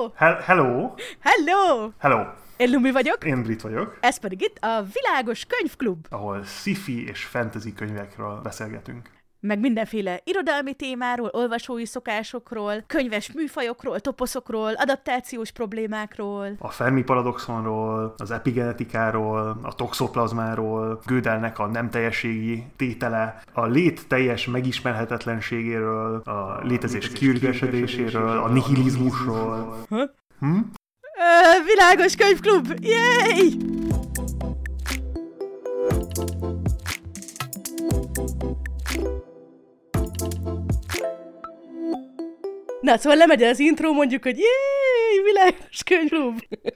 Hello! Hello! Hello! Én Lumi vagyok. Én Brit vagyok. Ez pedig itt a Világos Könyvklub. Ahol sci-fi és fantasy könyvekről beszélgetünk. Meg mindenféle irodalmi témáról, olvasói szokásokról, könyves műfajokról, toposzokról, adaptációs problémákról. A Fermi paradoxonról, az epigenetikáról, a toxoplazmáról, Gödelnek a nem teljességi tétele, a lét teljes megismerhetetlenségéről, a létezés kiürgesedéséről, a nihilizmusról. Világos Könyvklub! Yay! Na, szóval lemegy az intro, mondjuk, hogy jéj, Világos Könyvklub!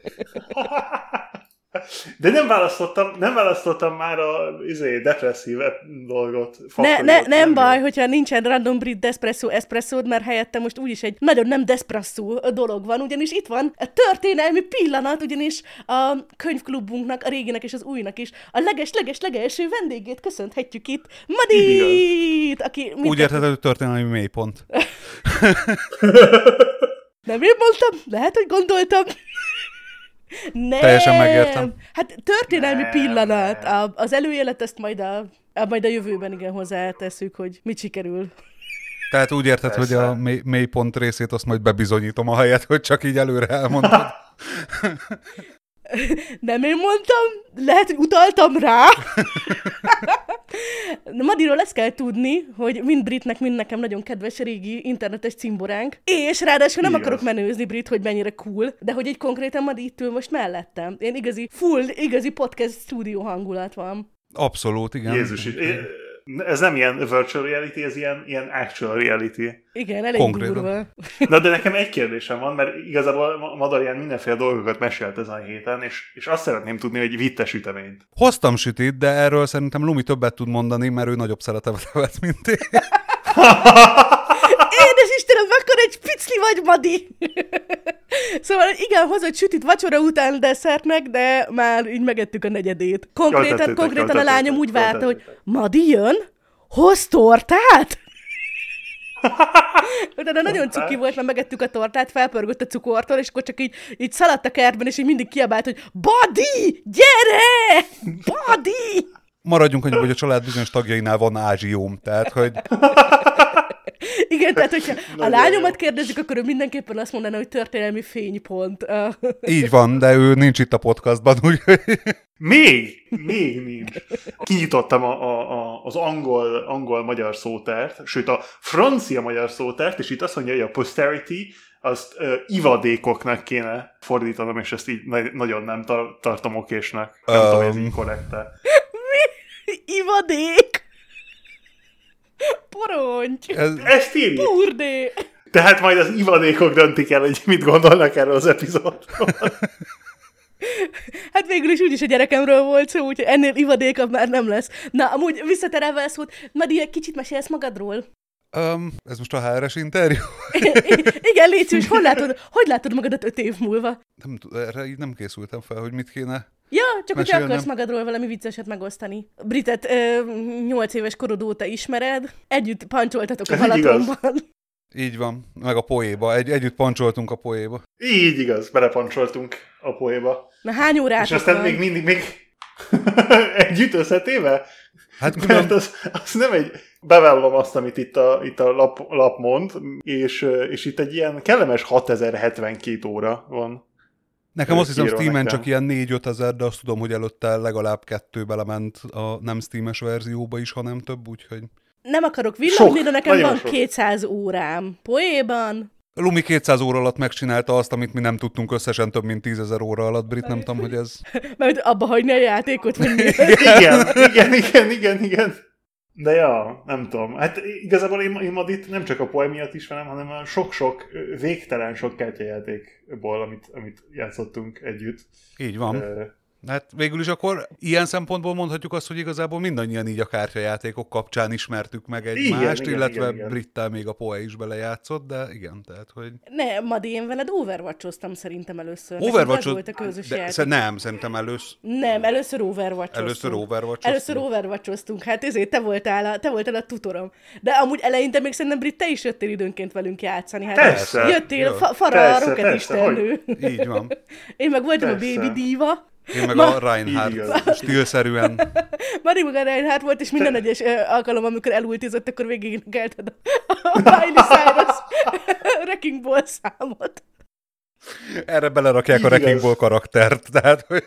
De nem választottam már a depresszív dolgot. Nem baj, hogyha nincsen random Brit Despresso eszpresszód, mert helyette most úgyis egy nagyon nem despresso dolog van, ugyanis itt van a történelmi pillanat, ugyanis a könyvklubunknak, a réginek és az újnak is a leges-leges-legelső vendégét köszönhetjük itt, Madit! Aki úgy érted, hogy történelmi mélypont. Nem én mondtam, lehet, hogy gondoltam. Nem. Teljesen megértem. Hát történelmi pillanat. Az előélet ezt majd a jövőben igen hozzátesszük, hogy mit sikerül. Tehát úgy érted, persze, hogy a mélypont részét azt majd bebizonyítom a helyet, hogy csak így előre elmondtad. Nem én mondtam, lehet, hogy utaltam rá. Madiról ezt kell tudni, hogy mind Britnek, mind nekem nagyon kedves régi internetes cimboránk, és ráadásul nem akarok menőzni, Brit, hogy mennyire cool, de hogy egy konkrétan Madi itt ül most mellettem. Én igazi podcast stúdió hangulat van. Abszolút, igen. Jézus, ez nem ilyen virtual reality, ez ilyen actual reality. Igen, elég durva. Na, de nekem egy kérdésem van, mert igazából Madarian mindenféle dolgokat mesélt ezen a héten, és azt szeretném tudni, hogy vitte süteményt. Hoztam sütit, de erről szerintem Lumi többet tud mondani, mert ő nagyobb szeretetet, mint én. Édes Istenem, akkor egy picli vagy, Madi! Szóval igen, hozott sütit vacsora után desszertnek, de már így megettük a negyedét. Konkrétan a lányom úgy várta, hogy Madi jön? Hoz tortát? Utána nagyon cuki volt, mert megettük a tortát, felpörgött a cukortól, és akkor csak így szaladt a kertben, és így mindig kiabált, hogy Badi, gyere! Badi! Maradjunk annyi, hogy a család bizonyos tagjainál van ázsióm, tehát hogy... Igen, tehát hogyha a lányomat kérdezik, akkor ő mindenképpen azt mondaná, hogy történelmi fénypont. Így van, de ő nincs itt a podcastban, úgyhogy... Még nincs. Kinyitottam az angol-magyar szótárt, sőt a francia-magyar szótárt, és itt azt mondja, hogy a posterity, azt ivadékoknak kéne fordítanom, és ezt így nagyon nem tartom okésnak. Nem tudom, hogy ez így korrekte. Mi? Ivadék? Poronty! Ezt írjuk. Burdé! Tehát majd az ivadékok döntik el, hogy mit gondolnak erről az epizódról. Hát végül is úgyis a gyerekemről volt szó, úgyhogy ennél ivadékabb már nem lesz. Na, amúgy visszaterelve a szót, Madi, egy kicsit mesélsz magadról? Ez most a HRS interjú? Igen, légy szíves, hogy látod magadat 5 év múlva? Erre így nem készültem fel, hogy mit kéne. Ja, csak hogy akarsz magadról valami vicceset megosztani. Britet 8 éves korod óta ismered, együtt pancsoltatok a Balatonban. Így van, meg a poéba. Együtt pancsoltunk a poéba. Így igaz, belepancsoltunk a poéba. Na hány órátok és aztán van? még együtt összetéve? Hát mert az nem egy... Bevallom azt, amit itt a lap mond, és itt egy ilyen kellemes 6072 óra van. Nekem azt hiszem Steamen csak ilyen 4-5 ezer, de azt tudom, hogy előtte legalább 2 belement a nem Steames verzióba is, ha nem több, úgyhogy... Nem akarok villogni, de nekem van 200 órám. Poéban. Lumi 200 óra alatt megcsinálta azt, amit mi nem tudtunk összesen több mint 10 000 óra alatt, Brit, nem tudom, hogy ez... Mert abba hagyni a játékot, vagy mi? Igen. De ja, nem tudom. Hát igazából én Madit nem csak a poém miatt ismerem, hanem a sok-sok, végtelen sok kártyajátékból, amit játszottunk együtt. Így van. Hát végül is akkor ilyen szempontból mondhatjuk azt, hogy igazából mindannyian így a kártyajátékok kapcsán ismertük meg egymást, illetve Brittel még a Poe is belejátszott, de igen, tehát, hogy... Nem, Madi, én veled Overwatch-oztam szerintem először. Volt a közös nem, szerintem először... Nem, először Overwatch-oztunk. Először Overwatch-oztunk, hát ezért te voltál a tutorom. De amúgy eleinte még szerintem Brit, te is jöttél időnként velünk játszani. Hát persze. Jöttél, Fara a Rocket istennő. Így van. Én meg voltam a Baby Diva. Én meg a Reinhardt, stílszerűen. Mari meg a Reinhardt volt, és minden egyes alkalom, amikor elultizott, akkor végigénekelted a Miley Cyrus Wrecking Ball számot. Erre belerakják a Wrecking Ball karaktert, tehát, hogy...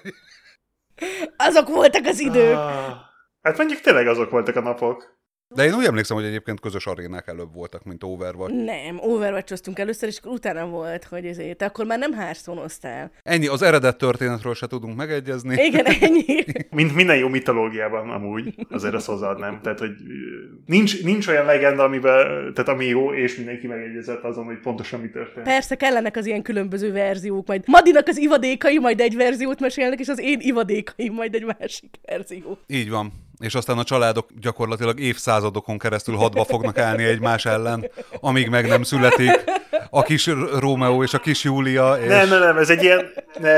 Azok voltak az idők. Hát mondjuk tényleg azok voltak a napok. De én úgy emlékszem, hogy egyébként közös arénák előbb voltak, mint Overwatch. Nem, Overwatch-oztunk először, és akkor utána volt, hogy ezért. Te akkor már nem Hearthstone-oztál. Ennyi, az eredet történetről se tudunk megegyezni. Igen, ennyi. Mint minden jó mitológiában amúgy, azért azt hozzáadnám. Tehát, hogy nincs olyan legenda, tehát ami jó, és mindenki megegyezett azon, hogy pontosan mi történt. Persze, kellenek az ilyen különböző verziók, majd Madinak az ivadékai majd egy verziót mesélnek, és az én ivadékaim majd egy másik verzió. Így van. És aztán a családok gyakorlatilag évszázadokon keresztül hadba fognak állni egymás ellen, amíg meg nem születik a kis Rómeó és a kis Júlia. És... Nem, ez egy ilyen,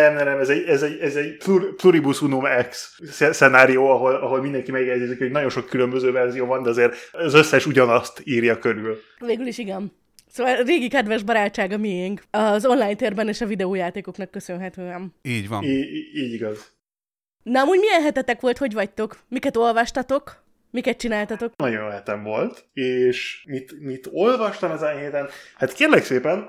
ez egy pluribus unum ex szenárió, ahol mindenki megegyezik, hogy nagyon sok különböző verzió van, de azért az összes ugyanazt írja körül. Végül is igen. Szóval régi kedves barátság a miénk az online térben és a videójátékoknak köszönhetően. Így van. Így igaz. Na, amúgy milyen hetetek volt, hogy vagytok? Miket olvastatok? Miket csináltatok? Nagyon jó hetem volt, és mit olvastam ezen a héten? Hát kérlek szépen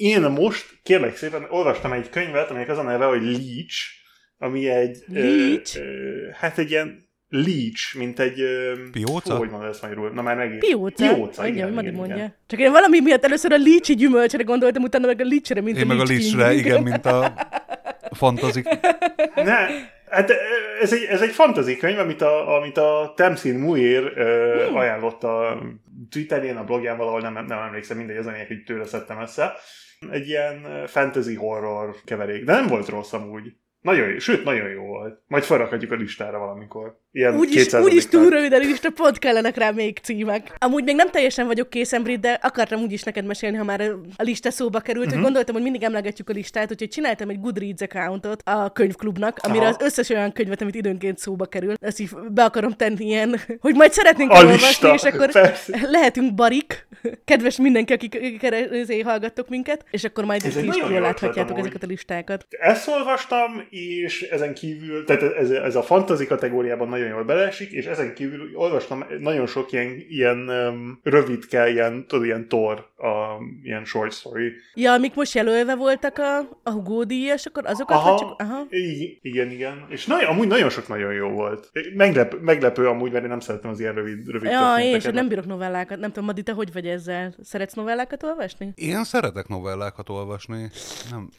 olvastam egy könyvet, aminek az a neve, hogy Leech, ami egy... Leech? Hát egy ilyen Leech, mint egy... Pióca? Hogy mondod ezt magyarul? Na már megint. Pióca, igen. Mondja. Csak én valami miatt először a Leechy gyümölcsre gondoltam, utána meg a Leechre, mint én a Leech. Én meg a Leechre, igen, mint a fantasy. Hát ez egy fantasy könyv, amit a Tamsin Muir ajánlott a Twitterén, a blogján valahol, nem emlékszem, mindegy, az anyag, hogy tőle szedtem össze. Egy ilyen fantasy horror keverék, de nem volt rossz amúgy. Nagyon jó, sőt, nagyon jó volt. Majd felrakhatjuk a listára valamikor. Úgyis túl rövid a lista, pont kellenek rá még címek. Amúgy még nem teljesen vagyok készen, Brit, de akartam úgyis neked mesélni, ha már a lista szóba került, hogy gondoltam, hogy mindig emlegetjük a listát, úgyhogy csináltam egy Goodreads accountot a könyvklubnak, amire az összes olyan könyvet, amit időnként szóba kerül, azt így be akarom tenni ilyen, hogy majd szeretnénk olvasni, és akkor lehetünk barik, kedves mindenki, akik hallgattok minket, és akkor majd jól láthatjátok ezeket a listákat. Ezt olvastam, és ezen kívül, tehát ez a fantasy kategóriában nagyon jól beleesik, és ezen kívül olvastam nagyon sok ilyen rövidke, ilyen ilyen short story. Ja, amik most jelölve voltak a Hugo díjas, akkor azokat csak... Igen. És amúgy nagyon sok nagyon jó volt. Meglepő amúgy, mert én nem szeretem az ilyen rövid ja, és nem bírok novellákat. Nem tudom, Madi, te hogy vagy ezzel? Szeretsz novellákat olvasni? Én szeretek novellákat olvasni. Nem.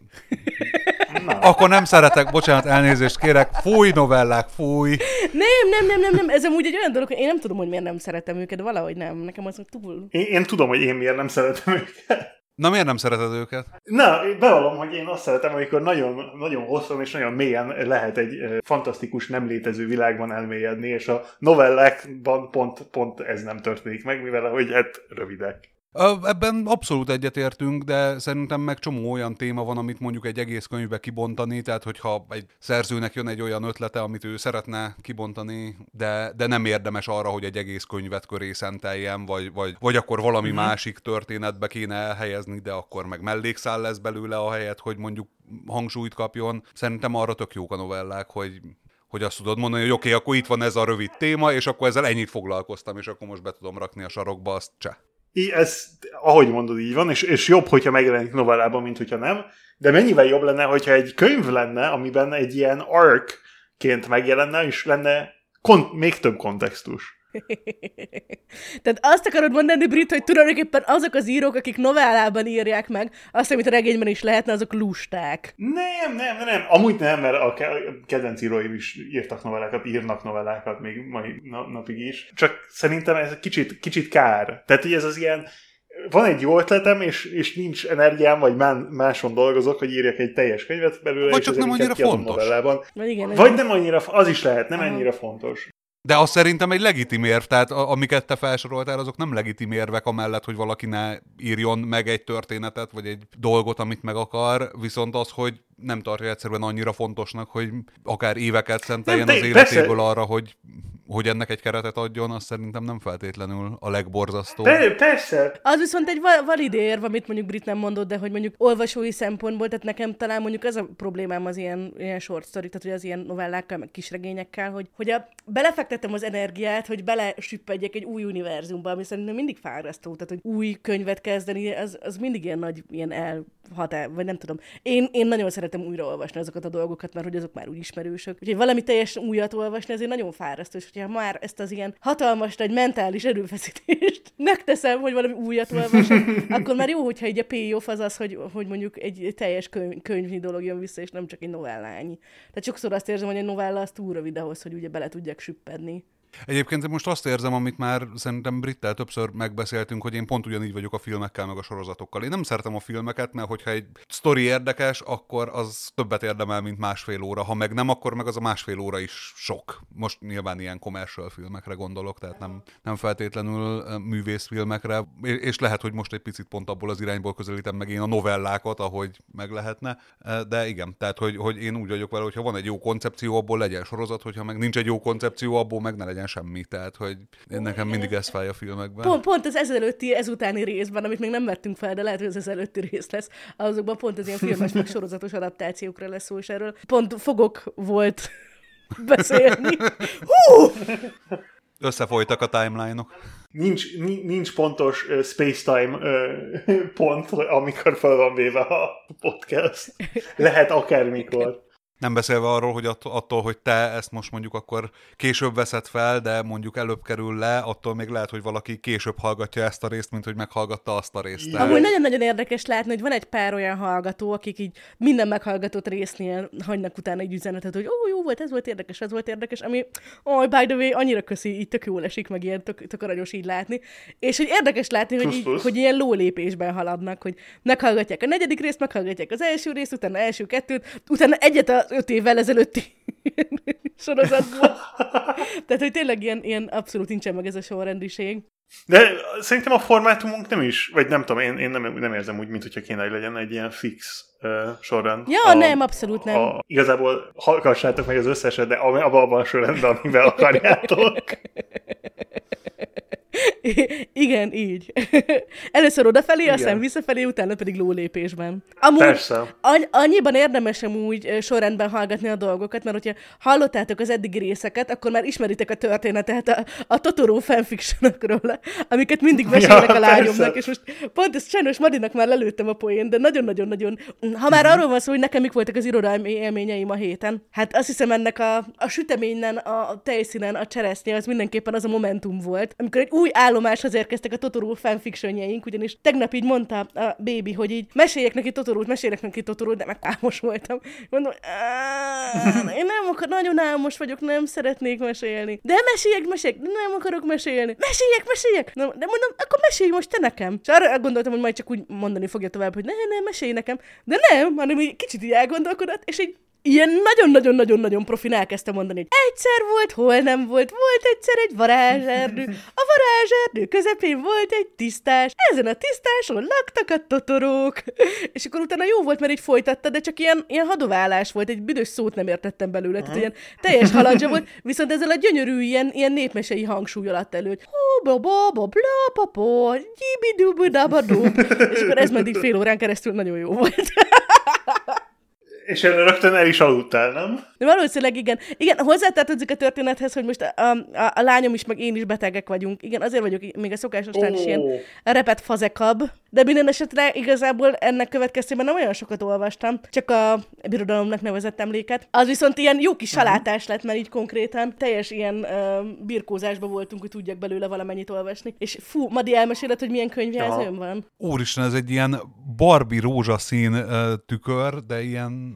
Akkor nem szeretek, bocsánat, elnézést kérek. Fúj novellák, fúj. Nem. Ez amúgy egy olyan dolog, hogy én nem tudom, hogy miért nem szeretem őket, de valahogy nem. Nekem az túl... Én tudom, hogy én miért nem szeretem őket. Na, miért nem szereted őket? Na, bevallom, hogy én azt szeretem, amikor nagyon, nagyon hosszan és nagyon mélyen lehet egy fantasztikus, nem létező világban elmélyedni, és a novellákban pont ez nem történik meg, mivel hogy hát rövidek. Ebben abszolút egyetértünk, de szerintem meg csomó olyan téma van, amit mondjuk egy egész könyvbe kibontani, tehát hogyha egy szerzőnek jön egy olyan ötlete, amit ő szeretne kibontani, de nem érdemes arra, hogy egy egész könyvet köré szenteljen, vagy akkor valami másik történetbe kéne elhelyezni, de akkor meg mellékszál lesz belőle a helyet, hogy mondjuk hangsúlyt kapjon. Szerintem arra tök jók a novellák, hogy azt tudod mondani, hogy oké, akkor itt van ez a rövid téma, és akkor ezzel ennyit foglalkoztam, és akkor most be tudom rakni a sarokba, azt cseh. Ez, ahogy mondod, így van, és jobb, hogyha megjelenik novellában, mint hogyha nem, de mennyivel jobb lenne, hogyha egy könyv lenne, amiben egy ilyen arc-ként megjelenne, és lenne még több kontextus. Tehát azt akarod mondani, Brit, hogy tulajdonképpen azok az írók, akik novellában írják meg, azt, amit a regényben is lehetne, azok lusták. Nem. Amúgy nem, mert a kedvenc íróim is írnak novellákat még mai napig is. Csak szerintem ez kicsit kár. Tehát, hogy ez az ilyen van egy jó ötletem, és nincs energiám, vagy máson dolgozok, hogy írjak egy teljes könyvet belőle, vagy és csak nem annyira fontos. Novellában. Igen, vagy nem annyira, az is lehet, nem ennyire fontos. De az szerintem egy legitim érv, tehát amiket te felsoroltál, azok nem legitim érvek amellett, hogy valaki ne írjon meg egy történetet, vagy egy dolgot, amit meg akar, viszont az, hogy nem tartja egyszerűen annyira fontosnak, hogy akár éveket szenteljen az életéből arra, hogy ennek egy keretet adjon, az szerintem nem feltétlenül a legborzasztóbb. Persze. Az viszont egy valid érv, amit mondjuk Brit nem mondott, de hogy mondjuk olvasói szempontból, tehát nekem talán mondjuk ez a problémám az ilyen short story, tehát hogy az ilyen novellákkal, meg kisregényekkel, hogy belefektettem az energiát, hogy belesüppedjek egy új univerzumba, ami szerintem mindig fárasztó, tehát hogy új könyvet kezdeni, az mindig ilyen nagy, ilyen vagy nem tudom. Én nagyon szeretem újraolvasni azokat a dolgokat, mert hogy azok már úgy ismerősök. Úgyhogy valami teljesen újat olvasni, azért nagyon fárasztó, és hogyha már ezt az ilyen hatalmas nagy mentális erőfeszítést megteszem, hogy valami újat olvasok, akkor már jó, hogyha így a payoff az, hogy mondjuk egy teljes könyvnyi dolog jön vissza, és nem csak egy novellányi. Tehát sokszor azt érzem, hogy egy novella az túl rövid ahhoz, hogy ugye bele tudjak süppedni. Egyébként most azt érzem, amit már szerintem Brittel többször megbeszéltünk, hogy én pont ugyanígy vagyok a filmekkel, meg a sorozatokkal. Én nem szeretem a filmeket, mert hogyha egy sztori érdekes, akkor az többet érdemel, mint másfél óra. Ha meg nem, akkor meg az a másfél óra is sok. Most nyilván ilyen commercial filmekre gondolok, tehát nem feltétlenül művészfilmekre, és lehet, hogy most egy picit pont abból az irányból közelítem meg én a novellákat, ahogy meg lehetne. De igen, tehát hogy én úgy vagyok vele, hogyha van egy jó koncepció, abból legyen sorozat, hogyha meg nincs egy jó koncepció, abból meg ne legyen semmi, tehát hogy nekem mindig ez fáj a filmekben. Pont az ezutáni részben, amit még nem vettünk fel, de lehet, hogy az előtti rész lesz, azokban pont az ilyen filmes, meg sorozatos adaptációkra lesz szó, és erről pont fogok volt beszélni. Hú! Összefolytak a timeline-ok. Nincs pontos space-time pont, amikor fel van véve a podcast. Lehet akármikor. Nem beszélve arról, hogy attól, hogy te ezt most mondjuk akkor később veszed fel, de mondjuk előbb kerül le, attól még lehet, hogy valaki később hallgatja ezt a részt, mint hogy meghallgatta azt a részt. Amúgy nagyon-nagyon érdekes látni, hogy van egy pár olyan hallgató, akik így minden meghallgatott résznél hagynak utána egy üzenetet, hogy jó volt, ez volt érdekes, ami, by the way, annyira köszi, így tök jól esik, meg ilyen tök aranyos így látni. És hogy érdekes látni, hogy ilyen lólépésben haladnak, hogy meghallgatják a 4. részt, meghallgatják az első részt, utána első 2, utána egyet az 5 évvel ezelőtti sorozatból. Tehát, hogy tényleg ilyen abszolút nincsen meg ez a sorrendiség. De szerintem a formátumunk nem is, vagy nem tudom, én nem érzem úgy, mint hogyha kéne, hogy legyen egy ilyen fix sorrend. Ja, nem, abszolút nem. Igazából hallgassátok meg az összeset, de abban a sorrendben, amivel akarjátok. Igen, így. Először odafelé, aztán visszafelé, utána pedig lólépésben. Amúgy persze. Annyiban érdemes amúgy sorrendben hallgatni a dolgokat, mert hogyha hallottátok az eddigi részeket, akkor már ismeritek a történetet a Totoro fanfictionokról, amiket mindig mesélek a lányomnak, és most pont ezt sajnos Marinak már lelőttem a poén, de nagyon-nagyon-nagyon... Ha már arról van szó, hogy nekem mik voltak az irodalmi élményeim a héten, hát azt hiszem ennek a süteményen, a tejszínen, a cseresznye, az mindenképpen az a momentum volt, amikor egy új állomáshoz érkeztek a Totoro fanfictionjeink, ugyanis tegnap így mondta a bébi, hogy így mesélek neki Totorót, de meg álmos voltam. Mondom, én nagyon álmos vagyok, nem szeretnék mesélni. De meséljek, nem akarok mesélni. Meséljek. De mondom, akkor mesélj most te nekem. És arra gondoltam, hogy majd csak úgy mondani fogja tovább, hogy nem, mesélj nekem. De nem, hanem így kicsit így elgondolkodott, és így ilyen nagyon-nagyon-nagyon-nagyon profin elkezdte mondani, hogy egyszer volt, hol nem volt egyszer egy varázserdő. A varázserdő közepén volt egy tisztás. Ezen a tisztáson laktak a totorók. És akkor utána jó volt, mert így folytatta, de csak ilyen hadoválás volt, egy büdös szót nem értettem belőle, tehát ilyen teljes halandzsa volt, viszont ezzel a gyönyörű ilyen népmesei hangsúly alatt elő, hogy és akkor ez meddig fél órán keresztül nagyon jó volt. És erre rögtön el is aludtál, nem? De valószínűleg igen. Igen, hozzátartozik a történethez, hogy most a lányom is, meg én is betegek vagyunk. Igen, azért vagyok még a szokásostán is ilyen repet fazekab. De minden esetre igazából ennek következtében nem olyan sokat olvastam, csak a birodalomnak nevezett emléket. Az viszont ilyen jó kis salátás lett, mert így konkrétan teljes ilyen birkózásban voltunk, hogy tudjak belőle valamennyit olvasni. És Madi elmeséled, hogy milyen könyvjelzőm van? Úristen, ez egy ilyen Barbie rózsaszín tükör, de ilyen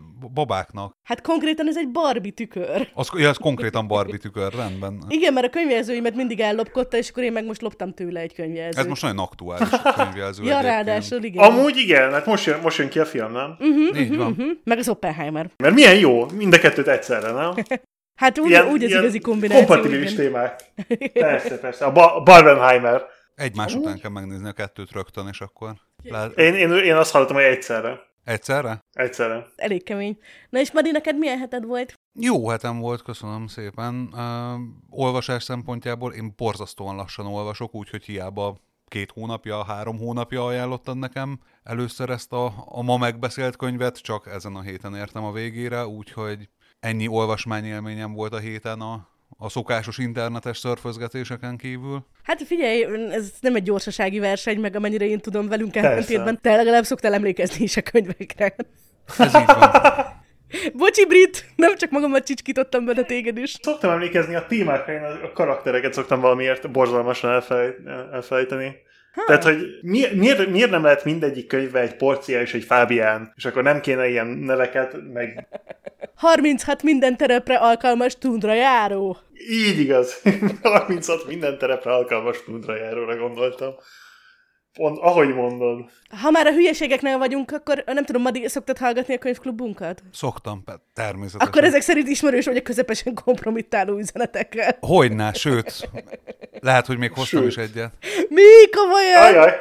babáknak. Hát konkrétan ez egy Barbie tükör. Az konkrétan Barbie tükör, rendben. Igen, mert a könyvjelzőimet mindig ellopkodta, és akkor én meg most loptam tőle egy könyvjelzőt. Ez most nagyon aktuális a könyvjelző. Ja, ráadásul igen. Amúgy igen, hát most jön ki a film, nem? Így van. Meg az Oppenheimer. Mert milyen jó, mind a kettőt egyszerre, nem? Hát úgy az igazi kombináció. Kompatibilis témák. Persze. A Barbenheimer. Egymás után kell megnézni a kettőt rögtön, és akkor... Én azt hallottam, hogy egyszerre. Egyszerre? Egyszerre. Elég kemény. Na és Madi, neked milyen heted volt? Jó hetem volt, köszönöm szépen. Olvasás szempontjából én borzasztóan lassan olvasok, úgyhogy hiába 2 hónapja, 3 hónapja ajánlottad nekem először ezt a ma megbeszélt könyvet, csak ezen a héten értem a végére, úgyhogy ennyi olvasmányélményem volt a héten a szokásos internetes szörfözgetéseken kívül. Hát figyelj, ez nem egy gyorsasági verseny, meg amennyire én tudom velünk ellentétben. Te legalább szoktál emlékezni is a könyvekre. Ez így van. Bocsi, Brit, nem csak magamat csicskítottam benne téged is. Szoktam emlékezni a témákra, én a karaktereket szoktam valamiért borzalmasan elfelejteni. Tehát, hogy miért nem lehet mindegyik könyvbe egy Porcia és egy Fábián, és akkor nem kéne ilyen neveket, meg... 36 minden terepre alkalmas tundrajáró. Így igaz. 36 minden terepre alkalmas tundrajáróra gondoltam. Pont ahogy mondod. Ha már a hülyeségeknél vagyunk, akkor nem tudom, Madi, szoktad hallgatni a könyvklubunkat? Szoktam, természetesen. Akkor ezek szerint ismerős vagy a közepesen kompromittáló üzenetekkel. Hogyne, sőt. Lehet, hogy még hoztam is egyet. Mi? Komolyan? Ajaj.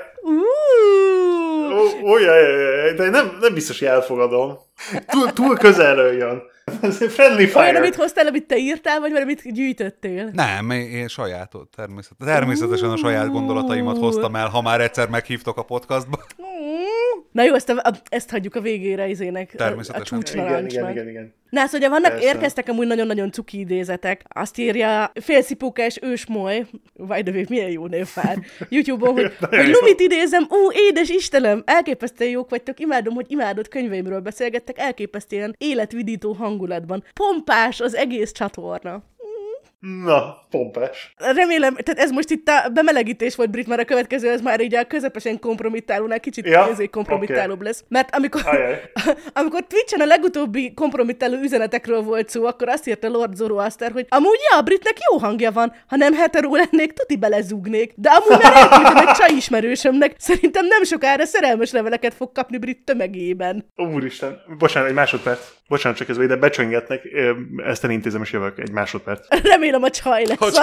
Ujjaj, de nem biztos, hogy elfogadom. Túl közelről jön. Ez egy friendly fire. Olyan, amit hoztál, amit te írtál, vagy amit gyűjtöttél? Nem, én sajátot, természetesen a saját gondolataimat hoztam el, ha már egyszer meghívtok a podcastba. Na jó, ezt hagyjuk a végére izének, a csúcsnarancsnak. Igen. Na, szóval érkeztek amúgy nagyon-nagyon cuki idézetek. Azt írja félszipókás ősmoly, by the way, milyen jó név már, YouTube-on, hogy Lumit idézem, édes Istenem, elképesztően jók vagytok, imádom, hogy imádott könyveimről beszélgettek, elképesztően életvidító hangulatban. Pompás az egész csatorna. Na, pompás. Remélem, tehát ez most itt a bemelegítés volt, Brit, mert a következő az már így a közepesen kompromittálónál kicsit kompromittálóbb lesz. Mert amikor Twitch-en a legutóbbi kompromittáló üzenetekről volt szó, akkor azt írta Lord Zoroaster, hogy amúgy Britnek jó hangja van, ha nem hetero lennék, tuti belezúgnék. De amúgy már elküldtem egy csaj ismerősömnek. Szerintem nem sokára szerelmes leveleket fog kapni Brit tömegében. Úristen, bocsánat, egy másodperc. Bocsánat, csak ide becsöngetnek, ezt elintézem, és jövök egy másodperc. Remélem a csaj lesz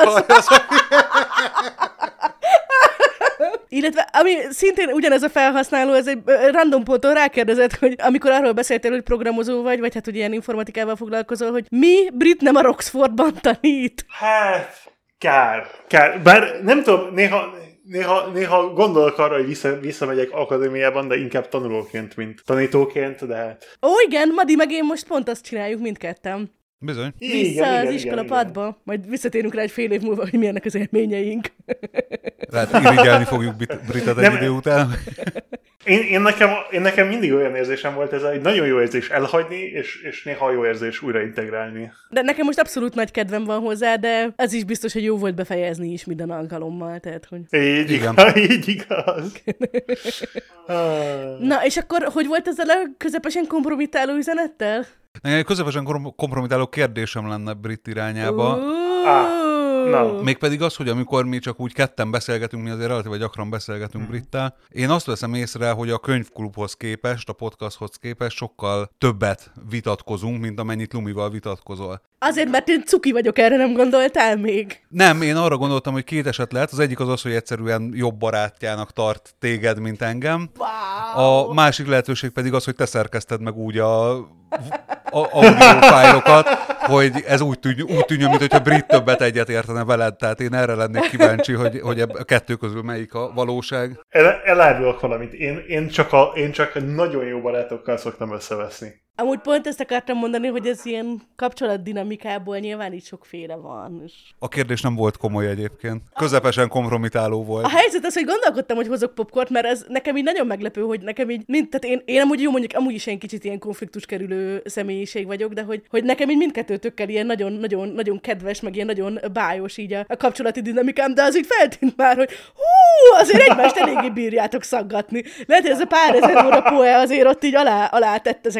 Illetve, ami szintén ugyanez a felhasználó, ez egy random ponton rákérdezett, hogy amikor arról beszéltél, hogy programozó vagy hát, hogy ilyen informatikával foglalkozol, hogy mi Brit nem a Roxfordban tanít? Hát, kár. Bár nem tudom, néha gondolok arra, hogy visszamegyek akadémiában, de inkább tanulóként, mint tanítóként, de hát... Igen, Madi meg én most pont azt csináljuk mindketten. Bizony. Vissza az iskolapadba, majd visszatérünk rá egy fél év múlva, hogy milyennek az élményeink. Lehet irigyelni fogjuk Britet egy idő után. Én nekem mindig olyan érzésem volt, ez egy nagyon jó érzés elhagyni, és néha jó érzés újra integrálni. De nekem most abszolút nagy kedvem van hozzá, de ez is biztos, hogy jó volt befejezni is minden alkalommal, tehát hogy... Így igaz. Na, és akkor hogy volt ezzel a közepesen kompromittáló üzenettel? Egy közepesen kompromitáló kérdésem lenne Brit irányába. Na. Mégpedig az, hogy amikor mi csak úgy ketten beszélgetünk, mi azért relatíve gyakran beszélgetünk Brittel, én azt veszem észre, hogy a könyvklubhoz képest, a podcasthoz képest sokkal többet vitatkozunk, mint amennyit Lumival vitatkozol. Azért, mert én cuki vagyok, erre nem gondoltál még? Nem, én arra gondoltam, hogy 2 eset lehet. Az egyik az, hogy egyszerűen jobb barátjának tart téged, mint engem. Wow. A másik lehetőség pedig az, hogy te szerkeszted meg úgy a audiofájlokat, hogy ez úgy tűnjön, mintha Brit többet egyet értene veled. Tehát én erre lennék kíváncsi, hogy a kettő közül melyik a valóság. Elárulok valamit. Én csak nagyon jó barátokkal szoktam összeveszni. Amúgy pont ezt akartam mondani, hogy ez ilyen kapcsolatdinamikából nyilván így sokféle van. És... A kérdés nem volt komoly egyébként. Közepesen kompromitáló volt. A helyzet az, hogy gondolkodtam, hogy hozok popcornt, mert ez nekem így nagyon meglepő, hogy nekem így tehát én amúgy jó, mondjuk amúgy is egy kicsit ilyen konfliktus kerülő személyiség vagyok, de hogy nekem így mindkettőtökkel ilyen nagyon kedves, meg ilyen nagyon bájos így a kapcsolati dinamikám, de az így feltűnt már, hogy azért egymást eléggé bírjátok szaggatni. Lehet, hogy ez a pár ezer óra poe azért ott így alá tett ezeknek a dolgoknak.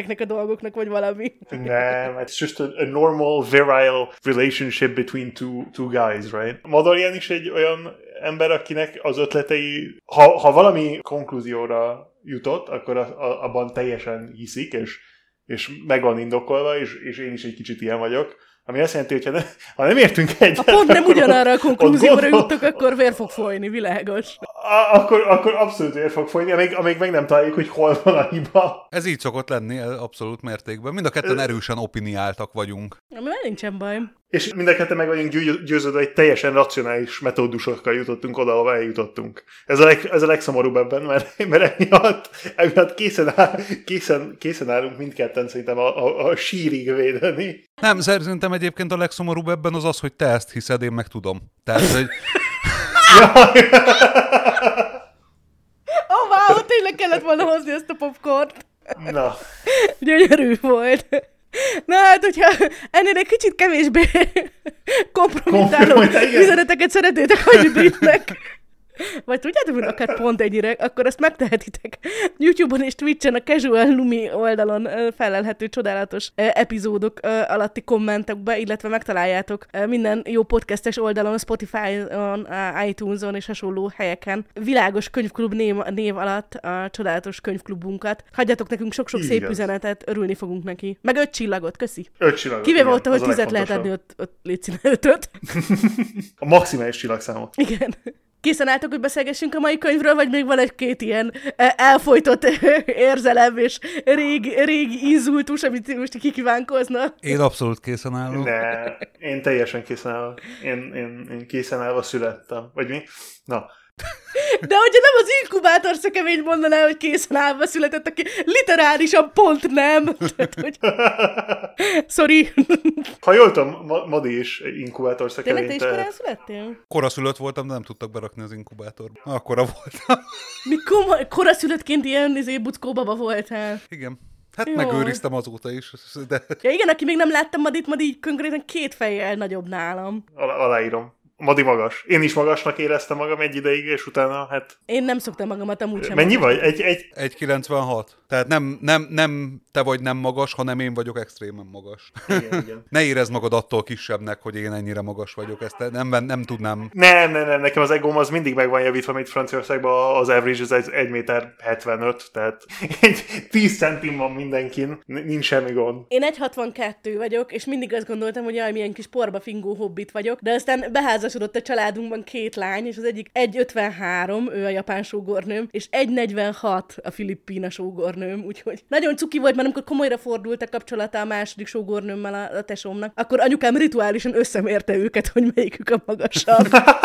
maguknak, vagy valami. Nem, it's just a normal, virile relationship between two guys, right? Madarian is egy olyan ember, akinek az ötletei, ha valami konklúzióra jutott, akkor abban teljesen hiszik, és meg van indokolva, és én is egy kicsit ilyen vagyok. Ami azt jelenti, hogy ha nem értünk egyet... Ha pont nem ugyanarra a konklúzióra juttok, akkor vér fog folyni, világos. Akkor abszolút vér fog folyni, amíg meg nem találjuk, hogy hol van a hiba. Ez így szokott lenni, abszolút mértékben. Mind a ketten erősen opiniáltak vagyunk. Amivel nincsen baj. És mind a ketten meg vagyunk győződve, hogy teljesen racionális metódusokkal jutottunk oda, ahol eljutottunk. Ez a legszomorúbb ebben, mert emiatt készen állunk mindketten szerintem a sírig védeni. Nem, szerintem egyébként a legszomorúbb ebben az, hogy te ezt hiszed, én meg tudom. Tehát, hogy... Wow, tényleg kellett volna hozni ezt a popcornt. Na. Gyönyörű volt. Na hát, hogyha ennél egy kicsit kevésbé kompromittáló üzeneteket szeretnétek hagyni Britnek, vagy tudjátok, hogy akár pont ennyire, akkor ezt megtehetitek YouTube-on és Twitch-en a Casual Lumi oldalon felelhető csodálatos epizódok alatti kommentekbe, illetve megtaláljátok minden jó podcastes oldalon, Spotify-on, iTunes-on és hasonló helyeken világos könyvklub név alatt a csodálatos könyvklubunkat. Hagyjatok nekünk sok-sok szép üzenetet, örülni fogunk neki. Meg 5 csillagot, köszi. 5 csillagot. Kivéve ott, hogy 10 lehet adni, ott légy színe 5-öt. A maximális csillagszámot. Igen. Készen álltok, hogy beszélgessünk a mai könyvről, vagy még van egy-két ilyen elfojtott érzelem és régi inzultus, amit most kikívánkozna? Én abszolút készen állok. Ne, én teljesen készen állok. Én készen állva születtem. Vagy mi? Na. De hogyha nem az inkubátor szökevény mondaná, hogy készen állva született, aki literálisan pont nem. Tehát, hogy... Sorry. Ha jól tudom, Madi is inkubátor szökevényt. Tényleg te is korán születtél? Koraszülött voltam, de nem tudtak berakni az inkubátorba. Akkora voltam. Mi koraszülöttként ilyen buckóbaba voltál? Igen. Hát jó. Megőriztem azóta is. De... Ja igen, aki még nem láttam Madi konkrétan 2 fejjel nagyobb nálam. Aláírom. Madi magas. Én is magasnak éreztem magam egy ideig, és utána hát... Én nem szoktam magamat amúgy sem. Mennyi vagy? 1,96. Tehát nem te vagy nem magas, hanem én vagyok extrémen magas. Igen. Ne érezd magad attól kisebbnek, hogy én ennyire magas vagyok. Ezt nem tudnám. Nem. Nekem az egóm az mindig meg van javítva, mint Franciaországban az average az 1,75 méter, tehát egy 10 centim van mindenkin. Nincs semmi gond. Én 1,62 vagyok, és mindig azt gondoltam, hogy jaj, milyen kis porba fingó hobbit vagyok, de aztán beházasodott a családunkban 2 lány, és az egyik 1,53, ő a japán sógornőm, és 1,46 a filippína sógornőm, úgyhogy nagyon cuki volt, mert amikor komolyra fordult a kapcsolata a második sógornőmmel, a tesómnak, akkor anyukám rituálisan összemérte őket, hogy melyikük a magasabb.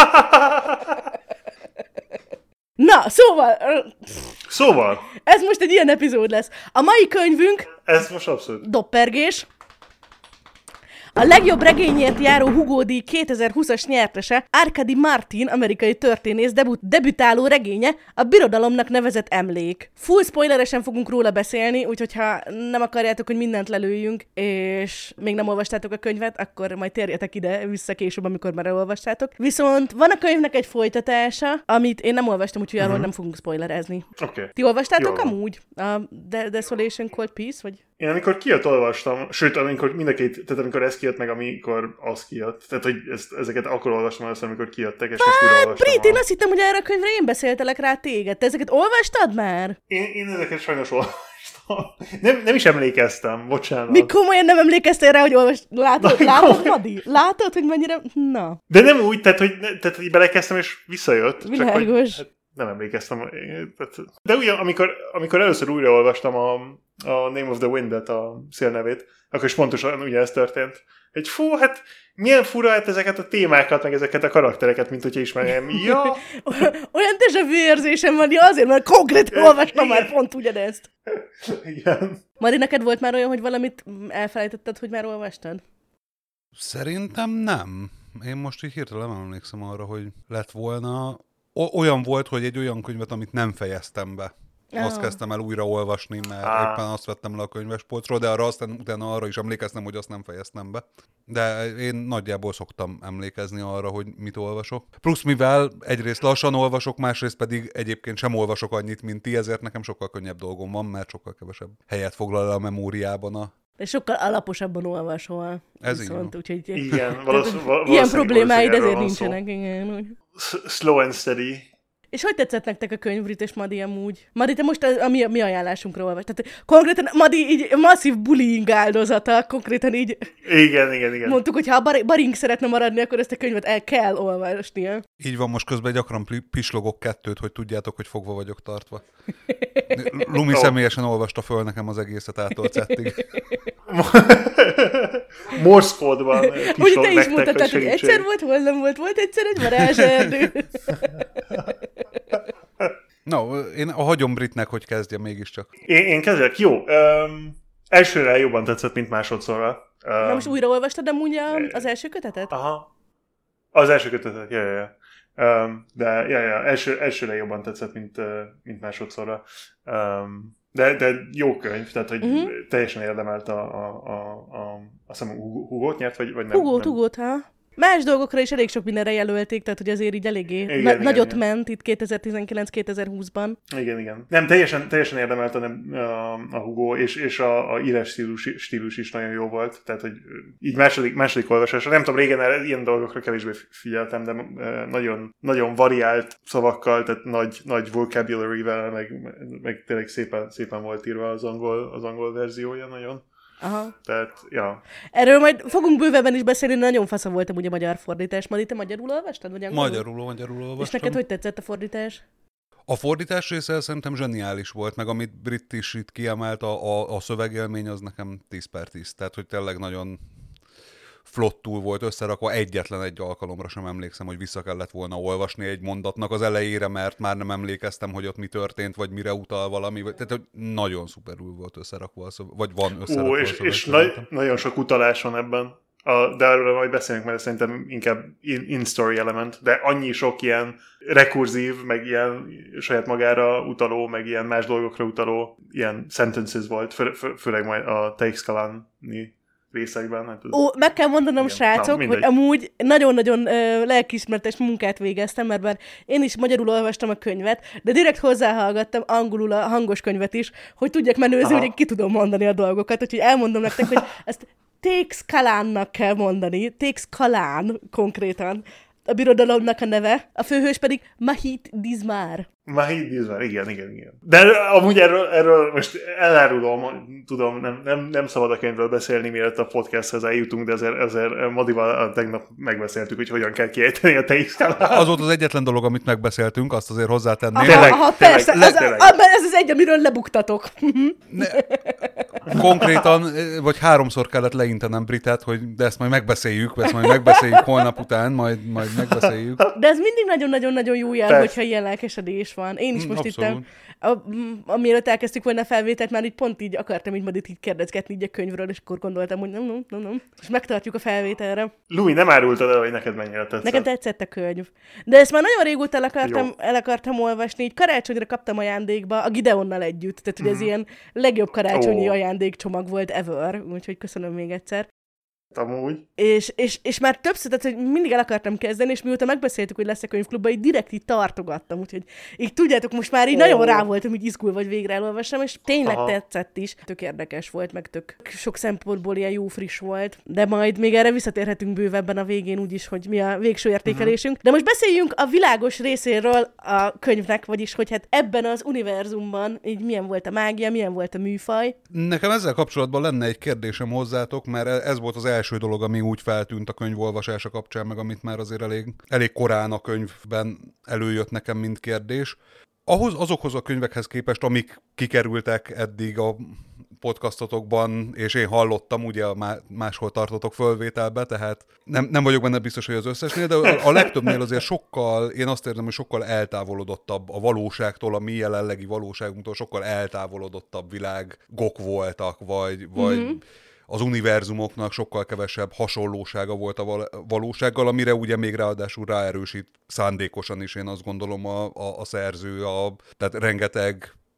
Na, szóval... Ez most egy ilyen epizód lesz. A mai könyvünk... Ez most abszolút. Doppergés. A legjobb regényért járó Hugo-díj 2020-as nyertese, Arkady Martin, amerikai történész debütáló regénye, a Birodalomnak nevezett emlék. Full spoileresen fogunk róla beszélni, úgyhogy ha nem akarjátok, hogy mindent lelőjünk, és még nem olvastátok a könyvet, akkor majd térjetek ide vissza később, amikor már elolvastátok. Viszont van a könyvnek egy folytatása, amit én nem olvastam, úgyhogy arról nem fogunk spoilerezni. Okay. Ti olvastátok amúgy? A Desolation Cold Peace, vagy? Én amikor kijött, olvastam, sőt, amikor ez kijött, meg amikor az kijött. Tehát, hogy ezeket akkor olvastam először, amikor kijöttek, és most újra olvastam. Brit, én azt hittem, hogy erre a könyvre én beszéltelek rá téged. Te ezeket olvastad már? Én ezeket sajnos olvastam. Nem is emlékeztem, bocsánat. Mi komolyan nem emlékeztél rá, hogy Látod, Madi? Látod, hogy mennyire... Na. De nem úgy, tehát, hogy belekezdtem, és visszajött. Világos. Csak, hogy, nem emlékeztem. De ugye, amikor először újra olvastam a Name of the Wind-et, a szélnevét, akkor is pontosan ugye ez történt. Hogy fú, hát milyen fura hát ezeket a témákat, meg ezeket a karaktereket, mint hogyha ismerjem. Ja. Olyan déjà vu érzésem van, azért, mert konkrétan olvastam már pont ugyanezt. Igen. Mari, neked volt már olyan, hogy valamit elfelejtetted, hogy már olvastad? Szerintem nem. Én most így hirtelen nem emlékszem arra, hogy lett volna. Olyan volt, hogy egy olyan könyvet, amit nem fejeztem be. Azt kezdtem el újra olvasni, mert éppen azt vettem le a könyvespolcról, de aztán utána arra is emlékeztem, hogy azt nem fejeztem be. De én nagyjából szoktam emlékezni arra, hogy mit olvasok. Plusz mivel egyrészt lassan olvasok, másrészt pedig egyébként sem olvasok annyit, mint ti, ezért nekem sokkal könnyebb dolgom van, mert sokkal kevesebb helyet foglal el a memóriában De sokkal alaposabban olvasol. Ez viszont, úgyhogy igen, ilyen problémáid ezért nincsenek. Igen. Slow and steady. És hogy tetszett nektek a könyv, Brit és Madi amúgy? Madi, te most a mi ajánlásunkra olvas. Tehát konkrétan Madi így masszív bullying áldozata, konkrétan így Igen. mondtuk, hogy ha a Baring szeretne maradni, akkor ezt a könyvet el kell olvasnia. Így van, most közben gyakran pislogok kettőt, hogy tudjátok, hogy fogva vagyok tartva. Lumi személyesen olvasta föl nekem az egészet ától Z-ig. Morse kódban Úgy te is mondtad, hogy egyszer volt, hol nem volt egyszer egy varázserdő. No, én hagyom Britnek, hogy kezdje mégiscsak. Én kezdek. Jó. Elsőre jobban tetszett, mint másodszorra. Na most újraolvastad amúgy az első kötetet? Aha. Az első kötetet, ja. De elsőre jobban tetszett, mint másodszorra. De jó könyv, tehát hogy teljesen érdemelt azt hiszem Hugót nyert, vagy nem? Hugót, ha. Más dolgokra is elég sok mindenre jelölték, tehát hogy azért így eléggé nagyot ment itt 2019-2020-ban. Igen. Nem, teljesen érdemelt a Hugo, és a írás stílus is nagyon jó volt, tehát hogy így második olvasásra, nem tudom, régen ilyen dolgokra kevésbé figyeltem, de nagyon, nagyon variált szavakkal, tehát nagy vocabulary-vel, meg tényleg szépen volt írva az angol verziója nagyon. Aha. Tehát, ja. Erről majd fogunk bővebben is beszélni, nagyon fasza voltam ugye a magyar fordítás. Madi, te magyarul olvastad? Vagy Magyarul olvastam. És neked hogy tetszett a fordítás? A fordítás része szerintem zseniális volt, meg amit Brit is itt kiemelt, a szövegélmény az nekem 10/10. Tehát, hogy tényleg nagyon flottul volt összerakva, egyetlen egy alkalomra sem emlékszem, hogy vissza kellett volna olvasni egy mondatnak az elejére, mert már nem emlékeztem, hogy ott mi történt, vagy mire utal valami. Tehát nagyon szuperül volt összerakva, vagy van összerakva. És nagyon sok utalás van ebben. De erről majd beszélünk, mert szerintem inkább in-story element, de annyi sok ilyen rekurzív, meg ilyen saját magára utaló, meg ilyen más dolgokra utaló ilyen sentences volt, főleg majd a Teixcalani részekben. Hát meg kell mondanom, igen, srácok, hogy amúgy nagyon-nagyon lelkiismeretes munkát végeztem, mert bár én is magyarul olvastam a könyvet, de direkt hozzáhallgattam angolul a hangos könyvet is, hogy tudjak menőzni, hogy ki tudom mondani a dolgokat, úgyhogy elmondom nektek, hogy ezt Teixcalánnak kell mondani, Teixcalán konkrétan. A birodalomnak a neve, a főhős pedig Mahit Dizmar. Mahit Dizmar, igen. De amúgy erről most elárulom, tudom, nem szabad a könyvről beszélni, mielőtt a podcasthez eljutunk, de azért Madival tegnap megbeszéltük, hogy hogyan kell kiejteni a Teixcalán. Az volt az egyetlen dolog, amit megbeszéltünk, azt azért hozzátenném. Persze, ez az egy, amiről lebuktatok. Konkrétan, vagy 3-szor kellett leintenem Britet, hogy de ezt majd megbeszéljük holnap után, majd megbeszéljük. De ez mindig nagyon-nagyon-nagyon jó jel, hogyha ilyen lelkesedés van. Én is most itt, amielőtt elkezdtük volna a felvételt, már így pont így akartam így Madit így kérdezgetni így a könyvről, és akkor gondoltam, hogy nem. Most megtartjuk a felvételre. Louis, nem árultad el, hogy neked mennyire tetszett. Nekem tetszett a könyv. De ezt már nagyon régóta el akartam olvasni, így karácsonyra kaptam ajándékba a Gideonnal együtt. Tehát, hogy ez ilyen legjobb karácsonyi ajándékcsomag volt ever, úgyhogy köszönöm még egyszer. Amúgy. És már többször, tehát hogy mindig el akartam kezdeni, és mióta megbeszéltük, hogy lesz a könyvklubban, így direkt így tartogattam, úgyhogy így tudjátok, most már így nagyon rá voltam, hogy izgulva, vagy végre elolvassam, és tényleg tetszett is. Tök érdekes volt, meg tök sok szempontból ilyen jó friss volt, de majd még erre visszatérhetünk bővebben a végén úgyis, hogy mi a végső értékelésünk. De most beszéljünk a világos részéről a könyvnek, vagyis hogy hát ebben az univerzumban így milyen volt a mágia, milyen volt a műfaj. Nekem ezzel kapcsolatban lenne egy kérdésem hozzátok, mert ez volt az első dolog, ami úgy feltűnt a könyvolvasása kapcsán, meg amit már azért elég korán a könyvben előjött nekem, mint kérdés. Azokhoz a könyvekhez képest, amik kikerültek eddig a podcastotokban, és én hallottam, ugye máshol tartotok fölvételbe, tehát nem vagyok benne biztos, hogy az összesnél, de a legtöbbnél azért sokkal, én azt érzem, hogy sokkal eltávolodottabb a valóságtól, a mi jelenlegi valóságunktól, sokkal eltávolodottabb világok voltak, vagy az univerzumoknak sokkal kevesebb hasonlósága volt a valósággal, amire ugye még ráadásul ráerősít szándékosan is, én azt gondolom a szerző, tehát rengeteg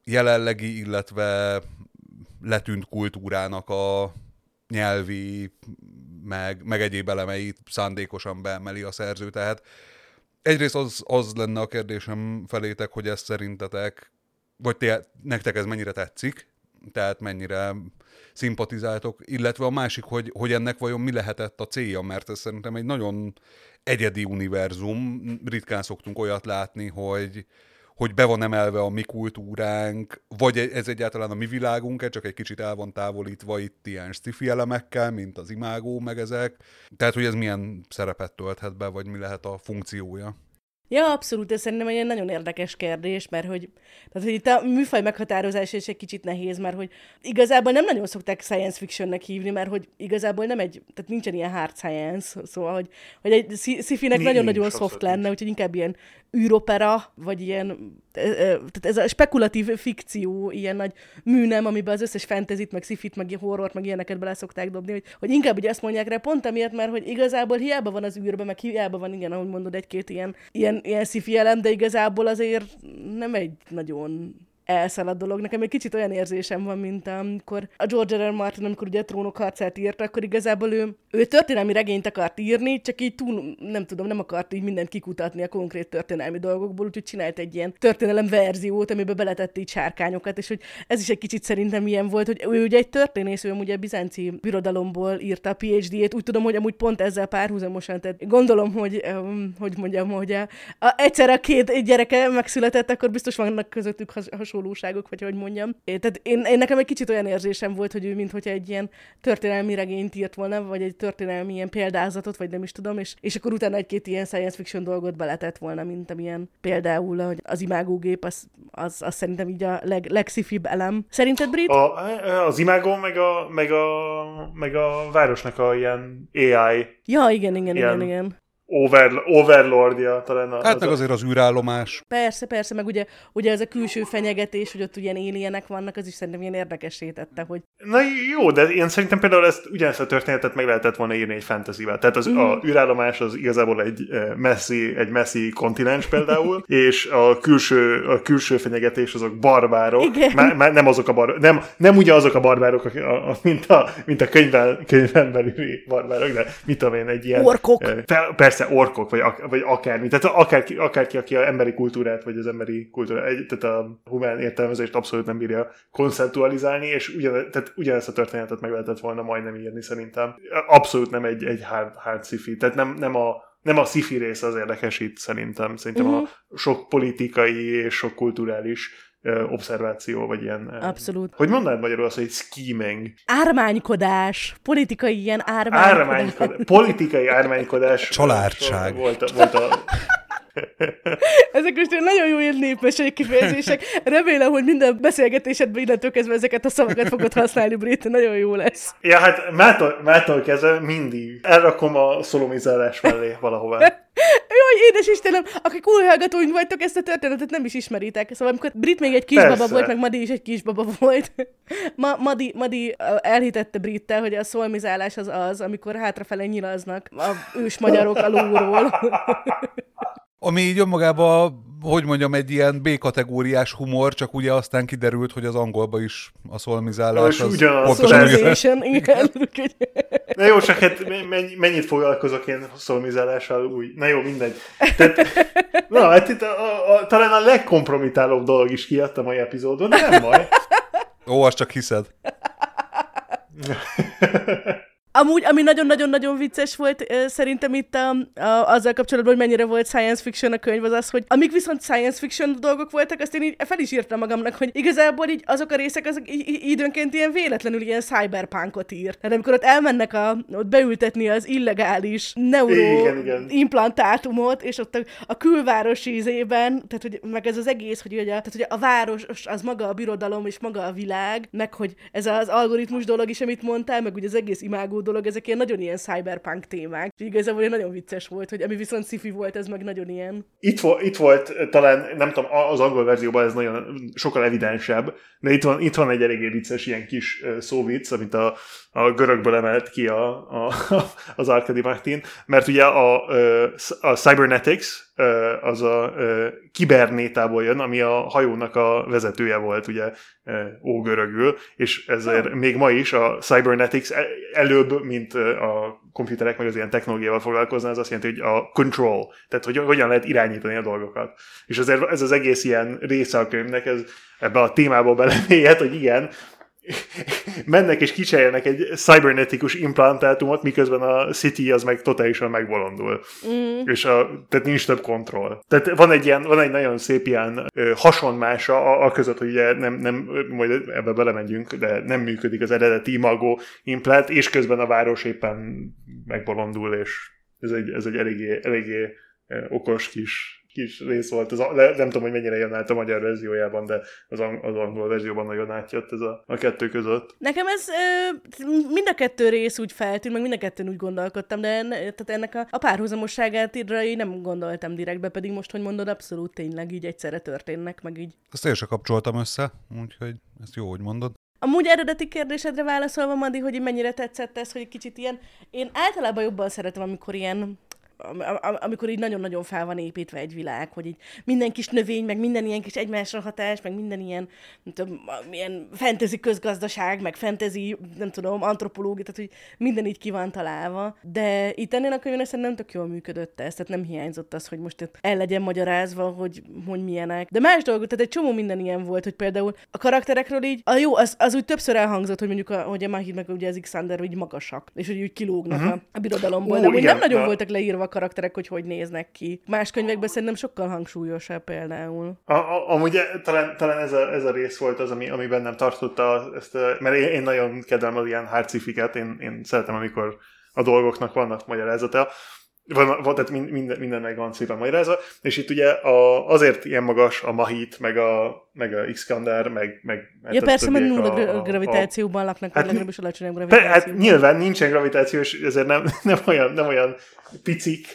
jelenlegi, illetve letűnt kultúrának a nyelvi, meg egyéb elemeit szándékosan beemeli a szerző. Tehát egyrészt az lenne a kérdésem felétek, hogy ez szerintetek, vagy nektek ez mennyire tetszik, tehát mennyire szimpatizáltok, illetve a másik, hogy ennek vajon mi lehetett a célja, mert ez szerintem egy nagyon egyedi univerzum, ritkán szoktunk olyat látni, hogy be van emelve a mi kultúránk, vagy ez egyáltalán a mi világunk, csak egy kicsit el van távolítva itt ilyen sci-fi elemekkel, mint az Imágó, meg ezek. Tehát, hogy ez milyen szerepet tölthet be, vagy mi lehet a funkciója? Ja, abszolút, ez szerintem egy nagyon érdekes kérdés, mert hogy itt a műfaj meghatározás is egy kicsit nehéz, mert hogy igazából nem nagyon szokták science fictionnek hívni, mert hogy igazából tehát nincsen ilyen hard science, szóval, hogy egy sci-finek nagyon-nagyon soft lenne, úgyhogy inkább ilyen űropera, vagy ilyen, tehát ez a spekulatív fikció, ilyen nagy műnem, amiben az összes fantasyt, meg sci-fit, meg horrort, meg ilyeneket bele szokták dobni, hogy inkább ugye azt mondják rá pont amiatt, mert hogy igazából hiába van az űrben, meg hiába van, igen, ahogy mondod, egy-két ilyen sci-fi elem, de igazából azért nem egy nagyon elszaladt dolog. Nekem egy kicsit olyan érzésem van, mint amikor a George R. R. Martin, amikor ugye a Trónok harcát írta, akkor igazából ő történelmi regényt akart írni, csak így nem akart így mindent kikutatni a konkrét történelmi dolgokból, úgyhogy csinált egy ilyen történelem verziót, amiben beletett így sárkányokat, és hogy ez is egy kicsit szerintem ilyen volt, hogy ő ugye egy történész, ő ugye a bizánci birodalomból írta a PhD-ét, úgy tudom, hogy amúgy pont ezzel párhuzamosan, tehát gondolom, hogy egyszer a két gyereke megszületett, akkor biztos vannak közöttük hasonlóságok, vagy hogy mondjam. Tehát én nekem egy kicsit olyan érzésem volt, hogy ő minthogyha egy ilyen történelmi regényt írt volna, vagy egy történelmi ilyen példázatot, vagy nem is tudom, és akkor utána egy-két ilyen science fiction dolgot beletett volna, mint amilyen például hogy az imágógép, az szerintem így a legszifibb elem. Szerinted, Brit? Az imágó, meg a városnak a ilyen AI. Ja, igen. Overlordja talán. Hát meg azért az űrállomás. Persze, meg ugye ez a külső fenyegetés, hogy ott ilyen alienek vannak, az is szerintem ilyen érdekessé tette, hogy... Na jó, de én szerintem például ugyanezt a történetet meg lehetett volna írni egy fantasyvel. Tehát az a űrállomás az igazából egy messzi kontinens például, és a külső fenyegetés azok barbárok. Nem azok nem ugye azok a barbárok, mint a könyvben belüli barbárok, de mit tudom én, egy ilyen... Orkok. Persze, orkok, vagy akármi. Tehát akárki, aki az emberi kultúrát, vagy az emberi kultúrát, tehát a humán értelmezést abszolút nem bírja konceptualizálni, és ugyanezt a történetet meg lehetett volna majdnem írni szerintem. Abszolút nem egy hard sci-fi. Tehát nem a sci-fi rész az érdekes itt szerintem. A sok politikai és sok kulturális obszerváció, vagy ilyen... Abszolút. Hogy mondanád magyarul azt, hogy scheming? Ármánykodás. Politikai ilyen ármánykodás. Politikai ármánykodás. Családság. Volt a... Ezek most nagyon jó ilyen népmesei kifejezések. Remélem, hogy minden beszélgetésedben innentől kezdve ezeket a szavakat fogod használni, Brit, nagyon jó lesz. Ja, hát mától kezdve mindig elrakom a szolomizálás mellé valahova. Jaj, édes Istenem, akik új hallgatóink vagytok, ezt a történetet nem is ismeritek. Szóval amikor Brit még egy kisbaba volt, meg Madi is egy kisbaba volt. Madi elhitette Brittel, hogy a szolmizálás az, amikor hátrafele nyilaznak a ős magyarok alulról. Ami így önmagában, hogy mondjam, egy ilyen B-kategóriás humor, csak ugye aztán kiderült, hogy az angolban is a szolmizálás az pontosan igen. Na jó, csak hát mennyit foglalkozok én szolmizálással úgy. Na jó, mindegy. Tehát, hát itt talán a legkompromitálóbb dolog is kijött a mai epizódon, de nem baj. Ó, azt csak hiszed. Amúgy, ami nagyon-nagyon-nagyon vicces volt szerintem itt azzal kapcsolatban, hogy mennyire volt science fiction a könyv, az, hogy amik viszont science fiction dolgok voltak, azt én így fel is írtam magamnak, hogy igazából így azok a részek, azok időnként ilyen véletlenül ilyen cyberpunkot ír. Tehát amikor ott elmennek ott beültetni az illegális neuroimplantátumot, és ott a külváros ízében, tehát hogy meg ez az egész, hogy a város az maga a birodalom és maga a világ, meg hogy ez az algoritmus dolog is, amit mondtál, meg ugye az egész imágó dolog, ezek ilyen cyberpunk témák. Igazából nagyon vicces volt, hogy ami viszont sci-fi volt, ez meg nagyon ilyen. Itt volt talán, nem tudom, az angol verzióban ez nagyon sokkal evidensebb, de itt van egy eléggé vicces ilyen kis szóvic, amit a görögből emelt ki az Arkady Martin, mert ugye a cybernetics, az a kibernétából jön, ami a hajónak a vezetője volt, ugye, ógörögül, és ezért még ma is a cybernetics előbb, mint a komputerek meg az ilyen technológiával foglalkozna, az azt jelenti, hogy a control, tehát hogy hogyan lehet irányítani a dolgokat. És azért ez az egész ilyen része a könyvnek, ez ebbe a témába belemélyed, hogy igen, mennek és kicserélnek egy cybernetikus implantátumot, miközben a City az meg totálisan megbolondul. És tehát nincs több kontroll. Tehát van egy nagyon szép ilyen hasonmása a között, hogy ugye nem, majd ebbe belemegyünk, de nem működik az eredeti imago implant, és közben a város éppen megbolondul, és ez egy eléggé okos kis rész volt. Nem tudom, hogy mennyire jön át a magyar verziójában, de az angol verzióban nagyon átjött ez a kettő között. Nekem ez mind a kettő rész úgy feltűnt, meg mind a kettőn úgy gondolkodtam, de tehát ennek a párhuzamosságát így nem gondoltam direktbe, pedig most, hogy mondod, abszolút tényleg így egyszerre történnek, meg így. Ezt én sem kapcsoltam össze, úgyhogy ezt jó, hogy mondod. Amúgy eredeti kérdésedre válaszolva, Madi, hogy mennyire tetszett ez, hogy egy kicsit ilyen... Én általában jobban szeretem, amikor így nagyon-nagyon fel van építve egy világ, hogy így minden kis növény, meg minden ilyen kis egymásra hatás, meg minden ilyen, nem tudom, ilyen fantasy közgazdaság, meg fantasy, nem tudom, antropológia, tehát hogy minden így ki van találva. De itt ennél a könyvben szerintem tök jól működött ez, tehát nem hiányzott az, hogy most el legyen magyarázva, hogy milyenek. De más dolgok, tehát egy csomó minden ilyen volt, hogy például a karakterekről így, az úgy többször elhangzott, hogy mondjuk hogy a Mahid meg ugye az Xander így magasak, és hogy úgy kilógnak a birodalomból, de nem nagyon voltak leírva a karakterek, hogy néznek ki. Más könyvekben szerintem sokkal hangsúlyosabb például. Amúgy talán ez a rész volt az, ami bennem tartotta ezt, mert én nagyon kedvelem az ilyen hardcifiket, én szeretem, amikor a dolgoknak vannak magyarázata. Tehát mindennek van szépen magyarázva, és itt ugye azért ilyen magas a Mahit, meg a Xander, meg ja persze, mert nulla gravitációban laknak, vagy legalábbis alacsonyabb gravitációban. Hát nyilván nincsen gravitáció, és ezért nem olyan picik,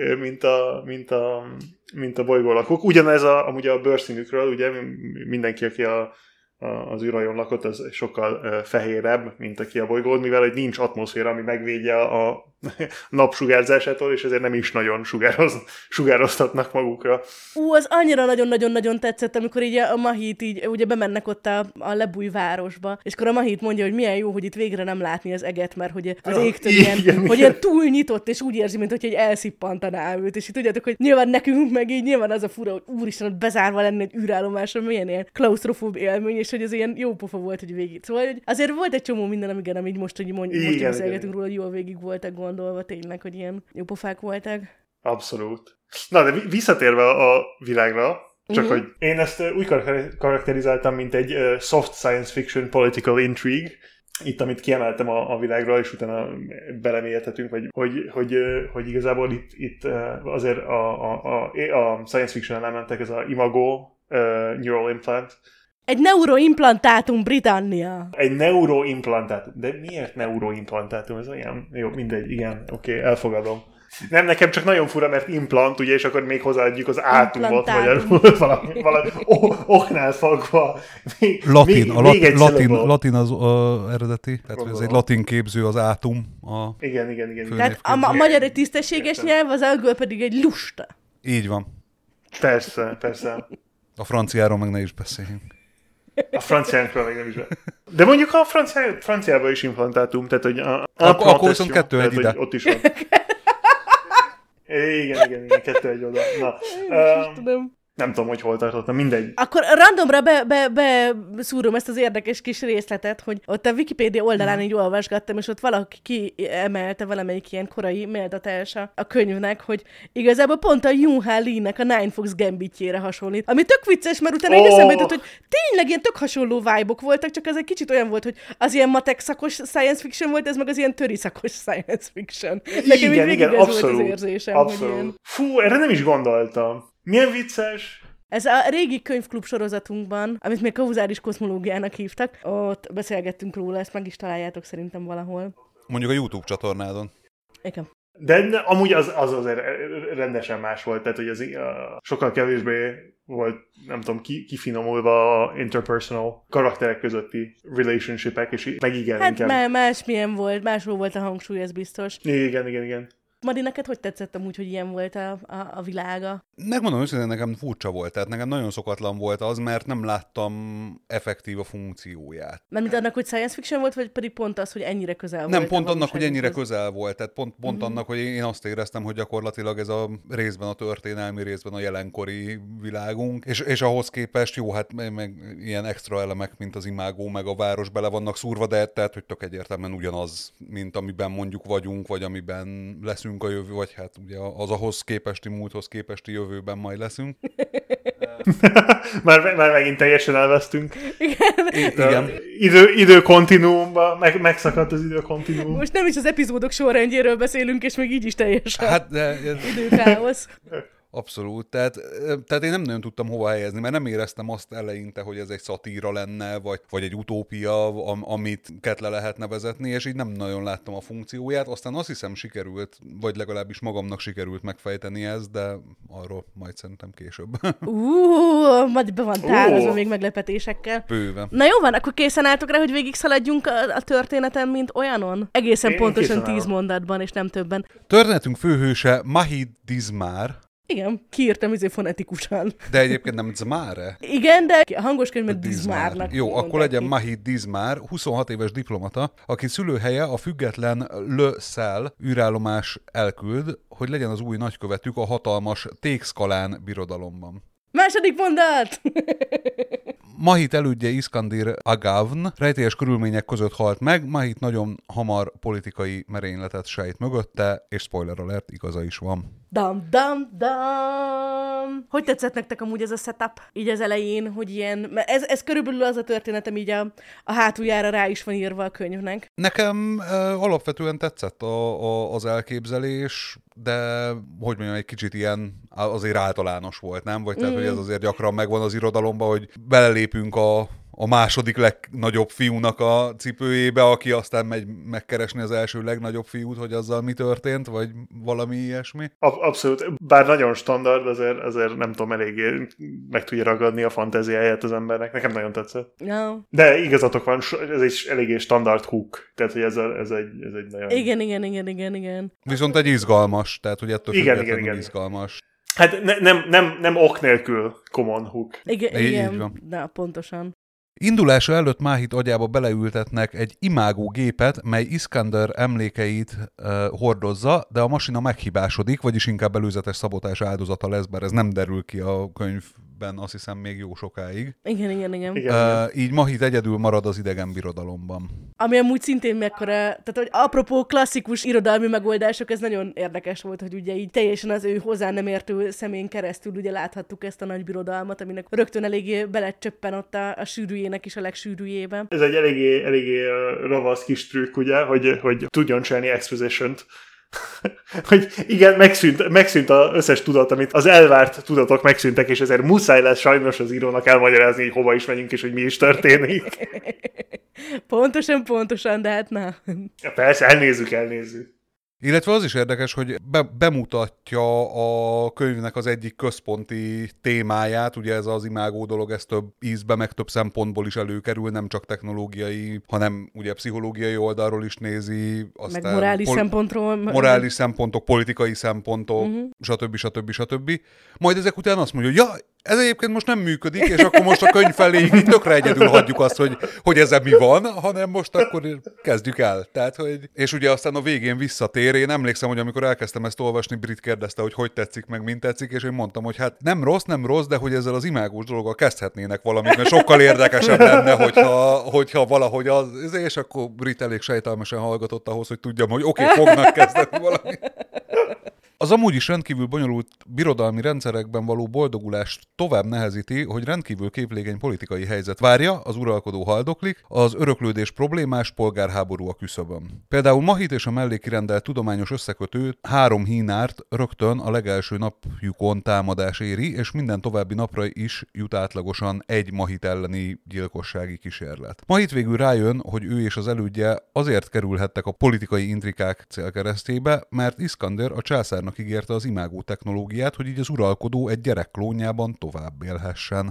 mint a bolygólakók. Ugyanez amúgy a bőrszínükről, ugye mindenki, aki az űrhajón lakott, az sokkal fehérebb, mint aki a bolygón, mivel egy nincs atmoszféra, ami megvédje a napsugárzásától, és ezért nem is nagyon sugároztatnak magukra. Az annyira nagyon-nagyon-nagyon tetszett, amikor így a Mahit így ugye bemennek ott a Lebúj városba, és akkor a Mahit mondja, hogy milyen jó, hogy itt végre nem látni az eget, mert hogy az égtől ilyen túl nyitott, és úgy érzi, mint hogy egy elszippantaná őt, és így tudjátok, hogy nyilván nekünk meg így nyilván az a fura, hogy úristen, ott bezárva lenni egy űrállomásra, milyen ilyen klaustrofób élmény, és hogy ez ilyen jó pofa volt, hogy végig. Szóval hogy azért volt egy csomó minden, amit most beszélgetünk róla, hogy jól végig voltak gondolva tényleg, hogy ilyen jó pofák voltak. Abszolút. Na, de visszatérve a világra, csak hogy én ezt úgy karakterizáltam, mint egy soft science fiction political intrigue, itt, amit kiemeltem a világról, és utána belemélyedhetünk, hogy igazából itt azért a science fiction elementek, ez a imago, neural implant. Egy neuroimplantátum, Britannia. Egy neuroimplantátum. De miért neuroimplantátum? Ez olyan? Jó, mindegy, igen, oké, elfogadom. Nem, nekem csak nagyon fura, mert implant, ugye, és akkor még hozzáadjuk az átumot, vagy valami oknál fogva. Latin az eredeti, tehát ez egy latin képző az átum. Igen. Tehát a magyar egy tisztességes nyelv, az angol pedig egy lusta. Így van. Persze. A franciáról meg ne is beszéljünk. A franciánkról még nem is. De mondjuk a franciában is implantátum, tehát hogy akkor viszont 2-1 ide. Ott is van. Igen, 2-1 oda. Na, nem tudom, hogy hol tartottam, mindegy. Akkor randomra beszúrom ezt az érdekes kis részletet, hogy ott a Wikipédia oldalán így olvasgattam, és ott valaki kiemelte valamelyik ilyen korai méltatása a könyvnek, hogy igazából pont a Yun-Ha Lee-nek a Nine Fox Gambitjére hasonlít. Ami tök vicces, mert utána így eszembe jutott, hogy tényleg ilyen tök hasonló vibe-ok voltak, csak ez egy kicsit olyan volt, hogy az ilyen matek szakos science fiction volt, ez meg az ilyen töri szakos science fiction. Nekem így végig ez volt az érzésem. Abszolút. Hogy ilyen... Fú, erre nem is gondoltam. Milyen vicces! Ez a régi könyvklub sorozatunkban, amit még kauzális kozmológiának hívtak, ott beszélgettünk róla, ezt meg is találjátok szerintem valahol. Mondjuk a YouTube csatornádon. Igen. De amúgy az azért rendesen más volt, tehát hogy az sokkal kevésbé volt, nem tudom, kifinomulva a interpersonal karakterek közötti relationshipek, és meg igen. Hát másmilyen volt, máshol volt a hangsúly, ez biztos. Igen. Madi, neked hogy tetszett amúgy, hogy ilyen volt a világa? Megmondom őszintén, nekem furcsa volt, tehát nekem nagyon szokatlan volt az, mert nem láttam effektív a funkcióját. Mert mint annak, hogy science fiction volt, vagy pedig pont az, hogy ennyire közel volt? Nem, pont annak, hogy ennyire közel volt, tehát pont annak, hogy én azt éreztem, hogy gyakorlatilag ez a részben a történelmi, részben a jelenkori világunk, és ahhoz képest jó, hát meg ilyen extra elemek, mint az imágó, meg a város bele vannak szúrva, de tehát, hogy tök egyértelműen ugyanaz, mint amiben mondjuk vagyunk, vagy amiben leszünk a jövő, vagy hát ugye az ahhoz képesti múlthoz képesti jövőben majd leszünk. már megint teljesen elvesztünk. Igen. Időkontinuumban, megszakadt az időkontinuum. Most nem is az epizódok sorrendjéről beszélünk, és még így is teljesen Hát de... időkáosz. Abszolút. Tehát én nem nagyon tudtam hova helyezni, mert nem éreztem azt eleinte, hogy ez egy szatíra lenne, vagy egy utópia, amit le lehetne vezetni, és így nem nagyon láttam a funkcióját. Aztán azt hiszem sikerült, vagy legalábbis magamnak sikerült megfejteni ezt, de arról majd szerintem később. Majd be van tárazva még meglepetésekkel. Bőven. Na jó van, akkor készen álltok rá, hogy végig szaladjunk a történeten, mint olyanon? Egészen pontosan 10 mondatban, és nem többen. Történetünk főhőse Mahid Dizmar. Igen, kiírtam fonetikusan. De egyébként nem Dzmare? Igen, de a hangos könyvben Dizmárnak. Jó, akkor legyen Mahid Dizmar, 26 éves diplomata, aki szülőhelye a független Le Salle űrállomás elküld, hogy legyen az új nagykövetük a hatalmas Tékszkalán birodalomban. Második mondat! Mahit elődje Iskandir Agavn rejtélyes körülmények között halt meg, Mahit nagyon hamar politikai merényletet sejt mögötte, és spoiler alert, igaza is van. Dam. Hogy tetszett nektek amúgy ez a setup? Így az elején, hogy ilyen... Mert ez körülbelül az a történetem, így a hátuljára rá is van írva a könyvnek. Nekem alapvetően tetszett az elképzelés, de hogy mondjam, egy kicsit ilyen azért általános volt, nem? Vagy tehát, hogy ez azért gyakran megvan az irodalomban, hogy belelépünk a második legnagyobb fiúnak a cipőjébe, aki aztán megy megkeresni az első legnagyobb fiút, hogy azzal mi történt, vagy valami ilyesmi. Abszolút. Bár nagyon standard, azért nem tudom, eléggé meg tudja ragadni a fantáziáját az embernek. Nekem nagyon tetszett. No. De igazatok van, ez egy eléggé standard hook. Tehát, hogy ez egy nagyon... Igen. Viszont egy izgalmas, tehát, hogy ettől függetlenül izgalmas. Hát nem ok nélkül common hook. Igen. Na, pontosan. Indulása előtt Mahit agyába beleültetnek egy imágó gépet, mely Iskander emlékeit hordozza, de a masina meghibásodik, vagyis inkább előzetes szabotás áldozata lesz, bár ez nem derül ki a könyvben, azt hiszem még jó sokáig. Igen. Így Mahit egyedül marad az idegen birodalomban. Ami amúgy szintén mekkora, tehát hogy apropó klasszikus irodalmi megoldások, ez nagyon érdekes volt, hogy ugye így teljesen az ő hozzá nem értő szemén keresztül ugye láthattuk ezt a nagy birodalmat, aminek rögtön eléggé belecsöppen ott a sűrűjének is a legsűrűjében. Ez egy eléggé ravasz kis trükk, ugye, hogy tudjon csinálni exposition-t. Hogy igen, megszűnt az összes tudat, amit az elvárt tudatok megszűntek, és ezért muszáj lesz sajnos az írónak elmagyarázni, hogy hova is megyünk, és hogy mi is történik. Pontosan, de hát na. Ja, persze, elnézzük. Illetve az is érdekes, hogy bemutatja a könyvnek az egyik központi témáját, ugye ez az imágó dolog, ez több ízbe, meg több szempontból is előkerül, nem csak technológiai, hanem ugye pszichológiai oldalról is nézi, aztán meg morális szempontról. Morális szempontok, politikai szempontok, stb. Majd ezek után azt mondja, hogy ja, ez egyébként most nem működik, és akkor most a könyv felé tökre egyedül hagyjuk azt, hogy ezzel mi van, hanem most akkor kezdjük el. Tehát, és ugye aztán a végén visszatér. Én emlékszem, hogy amikor elkezdtem ezt olvasni, Brit kérdezte, hogy tetszik, meg mint tetszik, és én mondtam, hogy hát nem rossz, de hogy ezzel az imágós dologgal kezdhetnének valamit, mert sokkal érdekesebb lenne, hogyha valahogy az, és akkor Brit elég sejtelmesen hallgatott ahhoz, hogy tudjam, hogy oké, fognak kezdeni valamit. Az amúgy is rendkívül bonyolult birodalmi rendszerekben való boldogulást tovább nehezíti, hogy rendkívül képlékeny politikai helyzet várja, az uralkodó haldoklik, az öröklődés problémás, polgárháború a küszöbön. Például Mahit és a mellé kirendelt tudományos összekötő 3 hínárt rögtön a legelső napjukon támadás éri, és minden további napra is jut átlagosan egy Mahit elleni gyilkossági kísérlet. Mahit végül rájön, hogy ő és az elődje azért kerülhettek a politikai intrikák célkeresztjébe, mert Iskander a császárnak ígérte az imágó technológiát, hogy így az uralkodó egy gyerek klónjában tovább élhessen.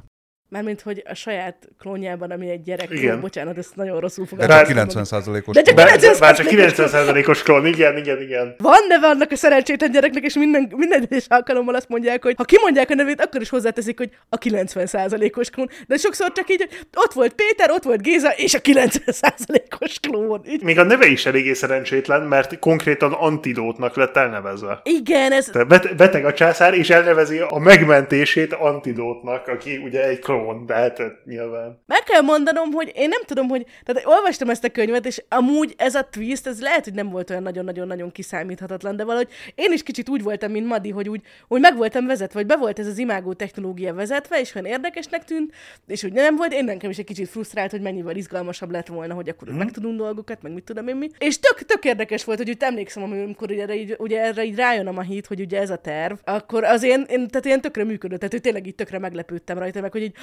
Mármint, hogy a saját klónjában, ami egy gyerek. Igen. Bocsánat, ezt nagyon rosszul De fogalmaztam. csak 90%-os. De csak klón. 90%-os. Bár csak 90%-os klón, igen. Van neve annak a szerencsétlen gyereknek, és minden egyes alkalommal azt mondják, hogy ha kimondják a nevét, akkor is hozzáteszik, hogy a 90%-os klón. De sokszor csak így, hogy ott volt Péter, ott volt Géza, és a 90%-os klón. Így. Még a neve is eléggé szerencsétlen, mert konkrétan antidótnak lett elnevezve. Igen, ez... Tehát beteg a császár, és elnevezi a megmentését antidótnak, aki ugye egy klón, de hát nyilván. Meg kell mondanom, hogy én nem tudom, hogy... Tehát olvastam ezt a könyvet, és amúgy ez a twist, ez lehet, hogy nem volt olyan nagyon-nagyon-nagyon kiszámíthatatlan, de valahogy én is kicsit úgy voltam, mint Madi, hogy úgy meg voltam vezetve, vagy be volt ez az imágó technológia vezetve, és olyan érdekesnek tűnt, és hogy nem volt, én nekem is egy kicsit frusztrált, hogy mennyivel izgalmasabb lett volna, hogy akkor megtudunk dolgokat, meg mit tudom én mi. És tök érdekes volt, hogy úgy emlékszem, amikor ugye erre így rájön a hit, hogy ugye ez a terv, akkor az tehát ilyen tökre működött, tehát hogy tényleg így tökre meglepődtem rajta, meg hogy így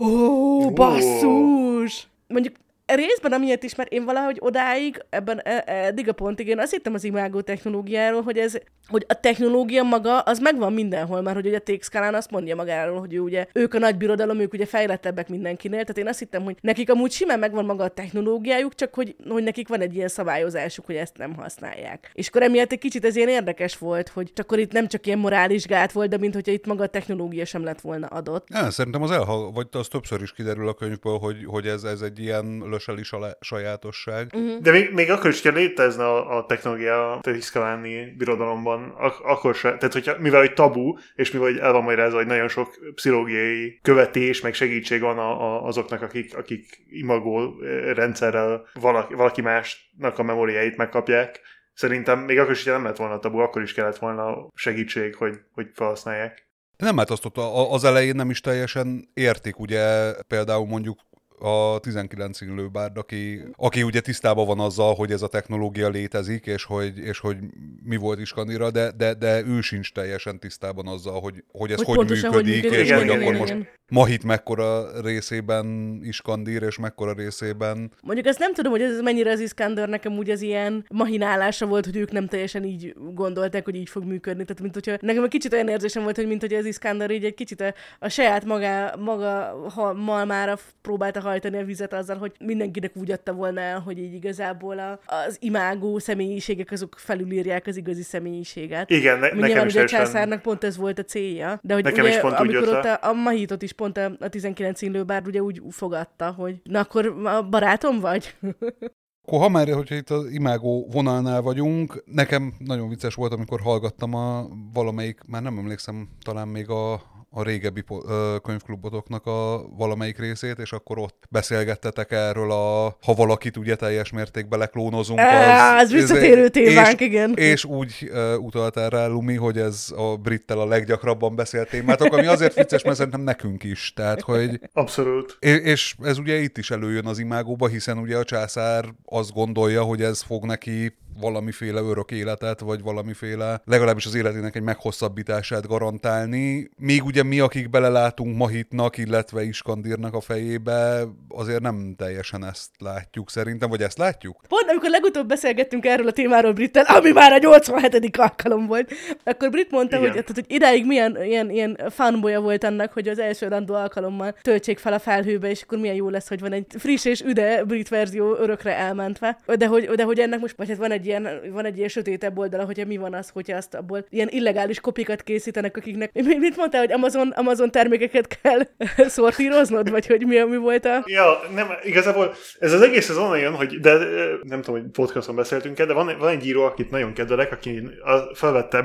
basszus! Mondjuk részben amiért is, mert én valahogy odáig, eddig a pontig én azt hittem az imágó technológiáról, hogy a technológia maga, az megvan mindenhol, már hogy ugye a TX-skálán azt mondja magáról, hogy ők a nagy birodalom, ők ugye fejlettebbek mindenkinél, tehát én azt hittem, hogy nekik amúgy simán megvan maga a technológiájuk, csak hogy nekik van egy ilyen szabályozásuk, hogy ezt nem használják. És akkor emiatt egy kicsit ez ilyen érdekes volt, hogy akkor itt nem csak ilyen morális gát volt, de mint hogyha itt maga a technológia sem lett volna adott. Szerintem vagy az többször is kiderül a könyvből, hogy ez egy ilyen löseli sajátosság. De még akkor is kell létezne a technológia a TX-skáláni birodalomban, akkor se, tehát hogyha, mivel hogy tabu, és mivel hogy el van magyarázva, hogy nagyon sok pszichológiai követés, meg segítség van azoknak, akik imagó rendszerrel valaki másnak a memóriáit megkapják, szerintem még akkor is, hogyha nem lett volna tabu, akkor is kellett volna segítség, hogy felhasználják. Nem, hát azt ott az elején nem is teljesen értik, ugye például mondjuk a 19 illő bárd, aki ugye tisztában van azzal, hogy ez a technológia létezik, és hogy mi volt Iskandira, de ő sincs teljesen tisztában azzal, hogy ez hogy működik, és hogy akkor most Mahit mekkora részében Iskandir, és mekkora részében... Mondjuk azt nem tudom, hogy ez mennyire az Iskander, nekem úgy az ilyen mahinálása volt, hogy ők nem teljesen így gondolták, hogy így fog működni. Tehát mint hogyha nekem egy kicsit olyan érzésem volt, hogy mint hogy az Iskander így egy kicsit a saját maga malmára próbálta hajtani a vizet azzal, hogy mindenkinek úgy adta volna el, hogy így igazából az imágó személyiségek azok felülírják az igazi személyiséget. Igen, nekem is a császárnak pont ez volt a célja, de hogy nekem ugye, is pont amikor ott a Mahitot is pont a 19 illő bárd ugye úgy fogadta, hogy na akkor barátom vagy? Akkor ha már, hogyha itt az imágó vonalnál vagyunk, nekem nagyon vicces volt, amikor hallgattam valamelyik, már nem emlékszem, talán még a régebbi könyvklubotoknak a valamelyik részét, és akkor ott beszélgettetek erről ha valakit ugye teljes mértékben leklónozunk. Az visszatérő témánk, igen. És úgy utaltál rá, Lumi, hogy ez a Brittel a leggyakrabban beszélt témátok, ami azért vicces, mert szerintem nekünk is. Tehát, hogy... Abszolút. És ez ugye itt is előjön az imágóba, hiszen ugye a császár azt gondolja, hogy ez fog neki valamiféle örök életet, vagy valamiféle, legalábbis az életének egy meghosszabbítását garantálni. Még ugye mi, akik belelátunk Mahitnak, illetve Iskandirnak a fejébe, azért nem teljesen ezt látjuk szerintem, vagy ezt látjuk? Pont amikor legutóbb beszélgettünk erről a témáról Brittel, ami már a 87. alkalom volt, akkor Brit mondta, hogy idáig milyen ilyen fanboya volt annak, hogy az első randó alkalommal töltsék fel a felhőbe, és akkor milyen jó lesz, hogy van egy friss és üde brit verzió örökre elmentve. De hogy ennek most, vagy hát van egy ilyen sötétebb oldala, hogyha mi van az, hogyha azt abból ilyen illegális kopikat készítenek, akiknek... Mit mondtál, hogy Amazon termékeket kell szortíroznod, vagy hogy mi volt a... Ja, nem, igazából ez az egész az onnan jön, hogy, de nem tudom, hogy podcaston beszéltünk-e, de van egy író, akit nagyon kedvelek, aki felvette,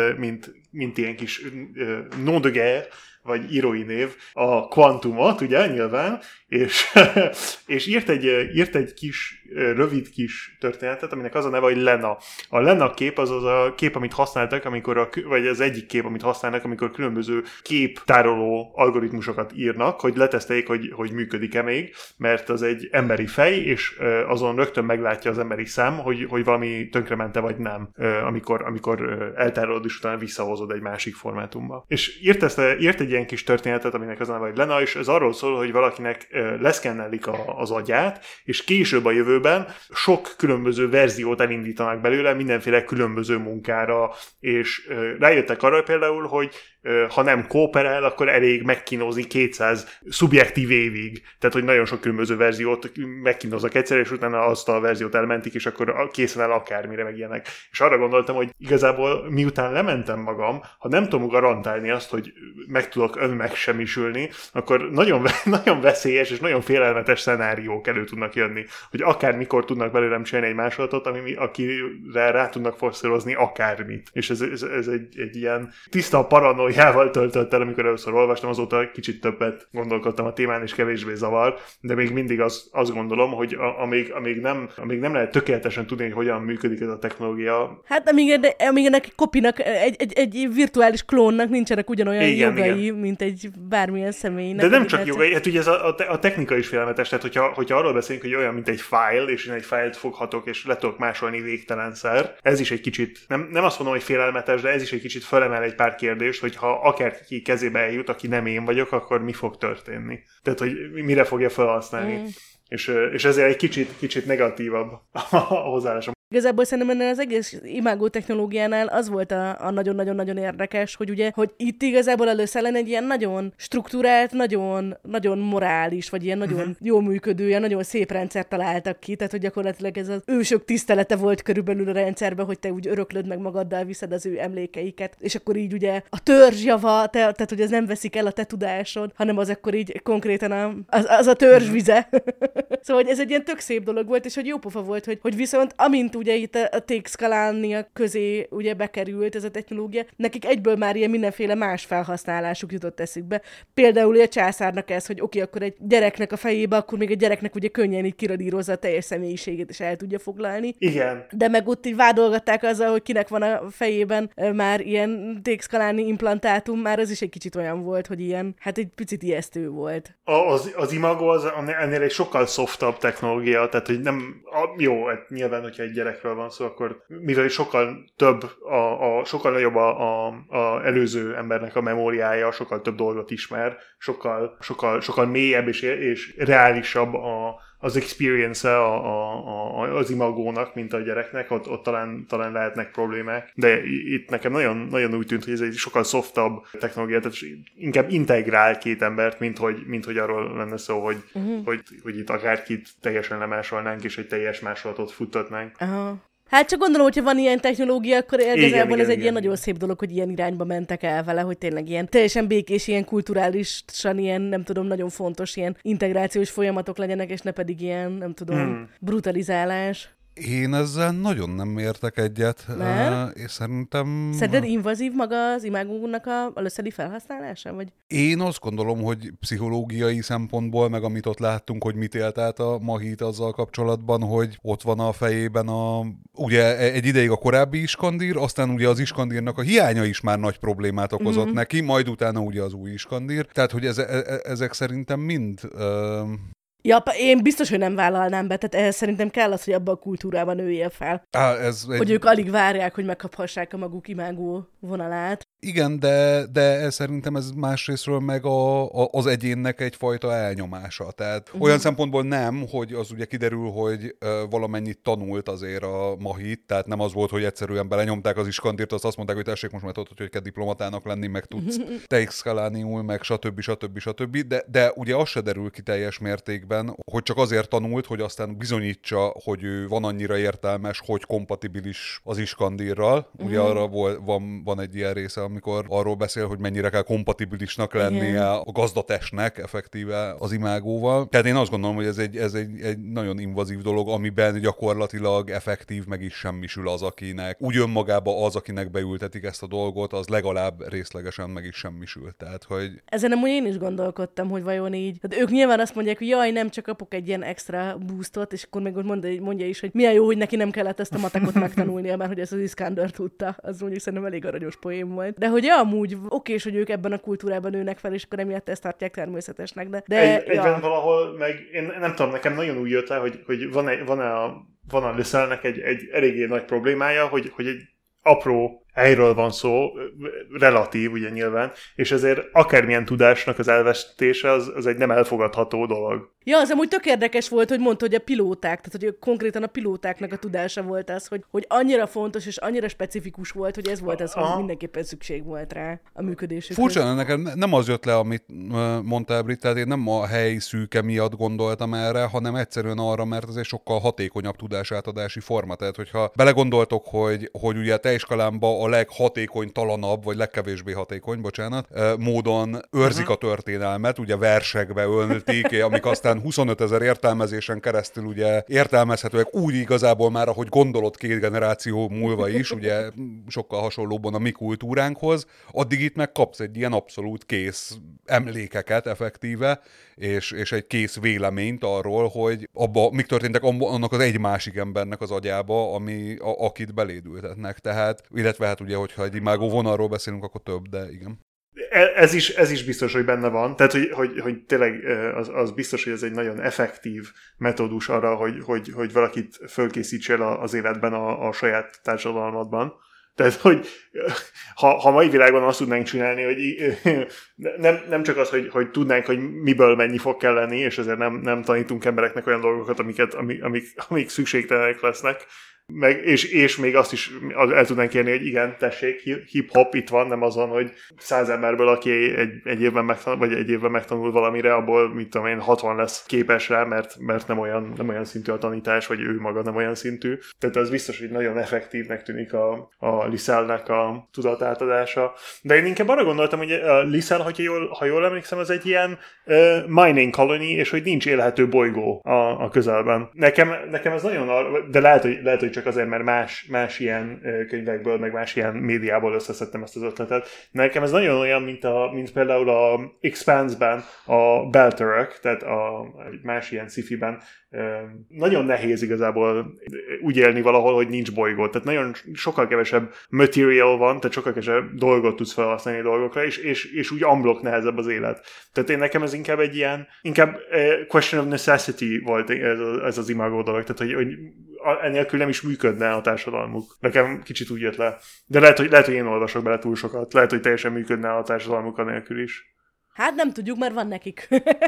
mint ilyen kis nom de guerre, vagy írói név, a Quantumot, ugye, nyilván, és írt egy kis, rövid kis történetet, aminek az a neve, hogy Lena. A Lena kép az a kép, amit használtak, vagy az egyik kép, amit használnak, amikor különböző képtároló algoritmusokat írnak, hogy leteszteljék, hogy működik-e még, mert az egy emberi fej, és azon rögtön meglátja az emberi szem, hogy valami tönkrement-e vagy nem, amikor eltárolod és utána visszahozod felhozod egy másik formátumba. És írt egy ilyen kis történetet, aminek az a neve, hogy Lena, és ez arról szól, hogy valakinek leszkennellik az agyát, és később a jövőben sok különböző verziót elindítanak belőle, mindenféle különböző munkára, és rájöttek arra például, hogy ha nem kooperál, akkor elég megkínózni 200 szubjektív évig. Tehát, hogy nagyon sok különböző verziót megkínoznak egyszer, és utána azt a verziót elmentik, és akkor készen el akármire meg ilyenek. És arra gondoltam, hogy igazából miután lementem magam, ha nem tudom garantálni azt, hogy meg tudok önmegsemmisülni, akkor nagyon, nagyon veszélyes és nagyon félelmetes szenáriók elő tudnak jönni, hogy akármikor tudnak belőlem csinálni egy másolatot, akire rá tudnak forszírozni akármit. És ez egy ilyen tiszta paranoiával töltött el, amikor először olvastam, azóta kicsit többet gondolkodtam a témán, és kevésbé zavar, de még mindig azt gondolom, hogy amíg nem lehet tökéletesen tudni, hogy hogyan működik ez a technológia. Hát amíg ennek kopinak, egy virtuális klónnak nincsenek ugyanolyan jogai, mint egy bármilyen személynek. De nem csak jogai, hát ugye ez a technika is félelmetes, tehát hogyha arról beszélünk, hogy olyan, mint egy file, és én egy fájlt foghatok, és le tudok másolni végtelenszer, ez is egy kicsit, nem azt mondom, hogy félelmetes, de ez is egy kicsit felemel egy pár kérdést, hogy ha akárki kezébe eljut, aki nem én vagyok, akkor mi fog történni. Tehát, hogy mire fogja felhasználni. És ezért egy kicsit negatívabb a hozzáállásom. Igazából szerintem ennél az egész imágó technológiánál az volt a nagyon-nagyon-nagyon érdekes, hogy ugye, hogy itt igazából először lenne egy ilyen nagyon struktúrált, nagyon morális, vagy ilyen nagyon jól működő, ilyen nagyon szép rendszert találtak ki, tehát hogy gyakorlatilag ez az ősök tisztelete volt körülbelül a rendszerben, hogy te úgy öröklöd meg magaddal, viszed az ő emlékeiket, és akkor így ugye a törzsjava, tehát hogy ez nem veszik el a te tudásod, hanem az akkor így konkrétan az a törzsvize. Szóval hogy ez egy ilyen tök szép dolog volt, és hogy jó pofa volt, hogy viszont amint ugye itt a Tech-Scalania közé ugye bekerült ez a technológia, nekik egyből már ilyen mindenféle más felhasználásuk jutott eszükbe. Például a császárnak ez, hogy oké, akkor egy gyereknek a fejébe, akkor még a gyereknek ugye könnyen így kiradírozza a teljes személyiségét, és el tudja foglalni. Igen. De meg ott így vádolgatták azzal, hogy kinek van a fejében már ilyen Tech-Scalani implantátum, már az is egy kicsit olyan volt, hogy ilyen, hát egy picit ijesztő volt. Az imago az ennél egy sokkal softabb technológia, tehát hogy nem, jó, hát nyilván, hogyha egy gyerekről van szó, akkor mivel sokkal több, sokkal nagyobb a előző embernek a memóriája, sokkal több dolgot ismer, sokkal mélyebb és reálisabb az experience-e az imagónak, mint a gyereknek, ott talán lehetnek problémák, de itt nekem nagyon, nagyon úgy tűnt, hogy ez egy sokkal softabb technológia, tehát inkább integrál két embert, mint hogy arról lenne szó, hogy itt akárkit teljesen lemásolnánk, és egy teljes másolatot futtatnánk. Aha. Hát csak gondolom, hogyha van ilyen technológia, akkor igazából ez egy ilyen nagyon szép dolog, hogy ilyen irányba mentek el vele, hogy tényleg ilyen teljesen békés, ilyen kulturálisan, ilyen nem tudom, nagyon fontos ilyen integrációs folyamatok legyenek, és ne pedig ilyen, nem tudom, brutalizálás. Én ezzel nagyon nem értek egyet. És szerintem... Szerinted invazív maga az imágónak a előszeri felhasználása? Vagy? Én azt gondolom, hogy pszichológiai szempontból, meg amit ott láttunk, hogy mit élt át a Mahit azzal kapcsolatban, hogy ott van a fejében ugye egy ideig a korábbi Iskandír, aztán ugye az Iskandírnak a hiánya is már nagy problémát okozott neki, majd utána ugye az új Iskandír. Tehát, hogy ezek szerintem mind... Ja, én biztos, hogy nem vállalnám be, tehát ehhez szerintem kell az, hogy abban a kultúrában nőjél fel. Hogy ők alig várják, hogy megkaphassák a maguk imágó vonalát. Igen, de szerintem ez másrésztről meg az egyénnek egyfajta elnyomása. Tehát olyan szempontból nem, hogy az ugye kiderül, hogy valamennyit tanult azért a Mahit, tehát nem az volt, hogy egyszerűen belenyomták az Iskandírt, azt mondták, hogy tessék, most már tudod, hogy kell diplomatának lenni, meg tudsz Tech-Scalaniul, meg stb. De ugye az se derül ki teljes mértékben, hogy csak azért tanult, hogy aztán bizonyítsa, hogy ő van annyira értelmes, hogy kompatibilis az Iskandírral. Ugye arra van egy ilyen része, amikor arról beszél, hogy mennyire kell kompatibilisnak lennie a gazdatestnek effektíve az imágóval. Tehát én azt gondolom, hogy ez egy nagyon invazív dolog, amiben gyakorlatilag effektív meg is semmisül az, akinek úgy önmagába az, akinek beültetik ezt a dolgot, az legalább részlegesen meg is semmisül. Tehát, hogy... Ezen amúgy én is gondolkodtam, hogy vajon így. Tehát ők nyilván azt mondják, hogy jaj, nem csak kapok egy ilyen extra boostot, és akkor még ott mondja is, hogy milyen jó, hogy neki nem kellett ezt a matekot megtanulnia, mert hogy ezt az Iskander tudta. Az mondjuk szerintem elég aranyos poém volt. De hogy amúgy okés, hogy ők ebben a kultúrában nőnek fel, és akkor emiatt ezt tartják természetesnek. Egyben valahol meg, én nem tudom, nekem nagyon úgy jött le, hogy van a Lyszelnek egy eléggé nagy problémája, hogy egy apró helyről van szó, relatív ugye nyilván, és ezért akármilyen tudásnak az elvesztése az egy nem elfogadható dolog. Ja, az amúgy tök érdekes volt, hogy mondta, hogy a pilóták, tehát hogy konkrétan a pilótáknak a tudása volt az, hogy annyira fontos és annyira specifikus volt, hogy ez volt az, hogy mindenképpen szükség volt rá a működésükhez. Furcsa, nekem nem az jött le, amit mondtál, Brit, tehát én nem a hely szűke miatt gondoltam erre, hanem egyszerűen arra, mert ez egy sokkal hatékonyabb tudásátadási forma. Tehát, hogyha belegondoltok, hogy ugye a tejskalánba a leghatékonytalanabb, vagy legkevésbé hatékony, módon őrzik a történelmet, ugye versekbe ölték, amik aztán 25 000 értelmezésen keresztül ugye értelmezhetőek úgy igazából már, ahogy gondolod 2 generáció múlva is, ugye sokkal hasonlóban a mi kultúránkhoz, addig itt meg kapsz egy ilyen abszolút kész emlékeket effektíve, és egy kész véleményt arról, hogy mik történtek annak az egy másik embernek az agyába, akit belédültetnek. Tehát, illetve hát ugye, hogyha egy imágó vonalról beszélünk, akkor több, de igen. Ez is biztos, hogy benne van. Tehát, hogy tényleg az biztos, hogy ez egy nagyon effektív metódus arra, hogy valakit fölkészítsél az életben a saját társadalmadban. Tehát, hogy ha mai világban azt tudnánk csinálni, hogy nem csak az, hogy tudnánk, hogy miből mennyi fog kell lenni, és ezért nem tanítunk embereknek olyan dolgokat, amik szükségtelenek lesznek, és még azt is el tudnánk kérni, hogy igen, tessék, hip-hop itt van, nem azon, hogy 100 emberből, aki egy évben megtanul valamire, abból, mit tudom én, 60 lesz képes rá, mert nem olyan szintű a tanítás, vagy ő maga nem olyan szintű. Tehát az biztos, hogy nagyon effektívnek tűnik a Liszel-nek a tudatátadása. De én inkább arra gondoltam, hogy a Liszel, ha jól emlékszem, az egy ilyen mining colony, és hogy nincs élhető bolygó a közelben. Nekem ez nagyon, de lehet, hogy csak azért, mert más ilyen könyvekből, meg más ilyen médiából összeszedtem ezt az ötletet. Nekem ez nagyon olyan, mint például a Expanse-ben a Belterök, tehát a más ilyen sci-fiben. Nagyon nehéz igazából úgy élni valahol, hogy nincs bolygó. Tehát nagyon sokkal kevesebb material van, tehát sokkal kevesebb dolgot tudsz felhasználni dolgokra, és úgy unblock nehezebb az élet. Tehát nekem ez inkább egy ilyen, question of necessity volt ez az imágó dolog. Tehát, hogy ennélkül nem is működne a társadalmuk. Nekem kicsit úgy jött le. De lehet, hogy én olvasok bele túl sokat. Lehet, hogy teljesen működne a társadalmuk anélkül is. Hát nem tudjuk, mert van nekik.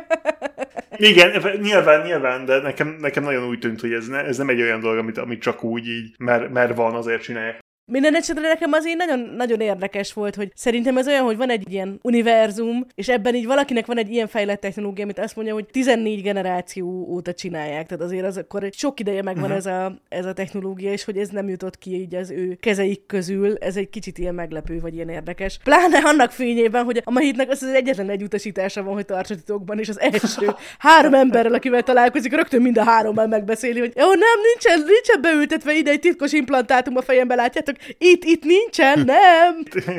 Igen, nyilván, de nekem nagyon úgy tűnt, hogy ez nem egy olyan dolog, amit csak úgy így, mert van, azért csinálják. Minden esetre nekem azért nagyon, nagyon érdekes volt, hogy szerintem ez olyan, hogy van egy ilyen univerzum, és ebben így valakinek van egy ilyen fejlett technológia, amit azt mondja, hogy 14 generáció óta csinálják. Tehát azért az akkor sok ideje megvan ez a technológia, és hogy ez nem jutott ki így az ő kezeik közül. Ez egy kicsit ilyen meglepő, vagy ilyen érdekes. Pláne annak fényében, hogy a Mahitnak az egyetlen egy utasítása van, hogy tartsa titokban, és az első 3 emberrel, akivel találkozik, rögtön mind a 3-mal megbeszéli, hogy jó, nem, nincsen beültetve ide egy titkos implantátum a fejembe, látjátok. Itt nincsen, nem!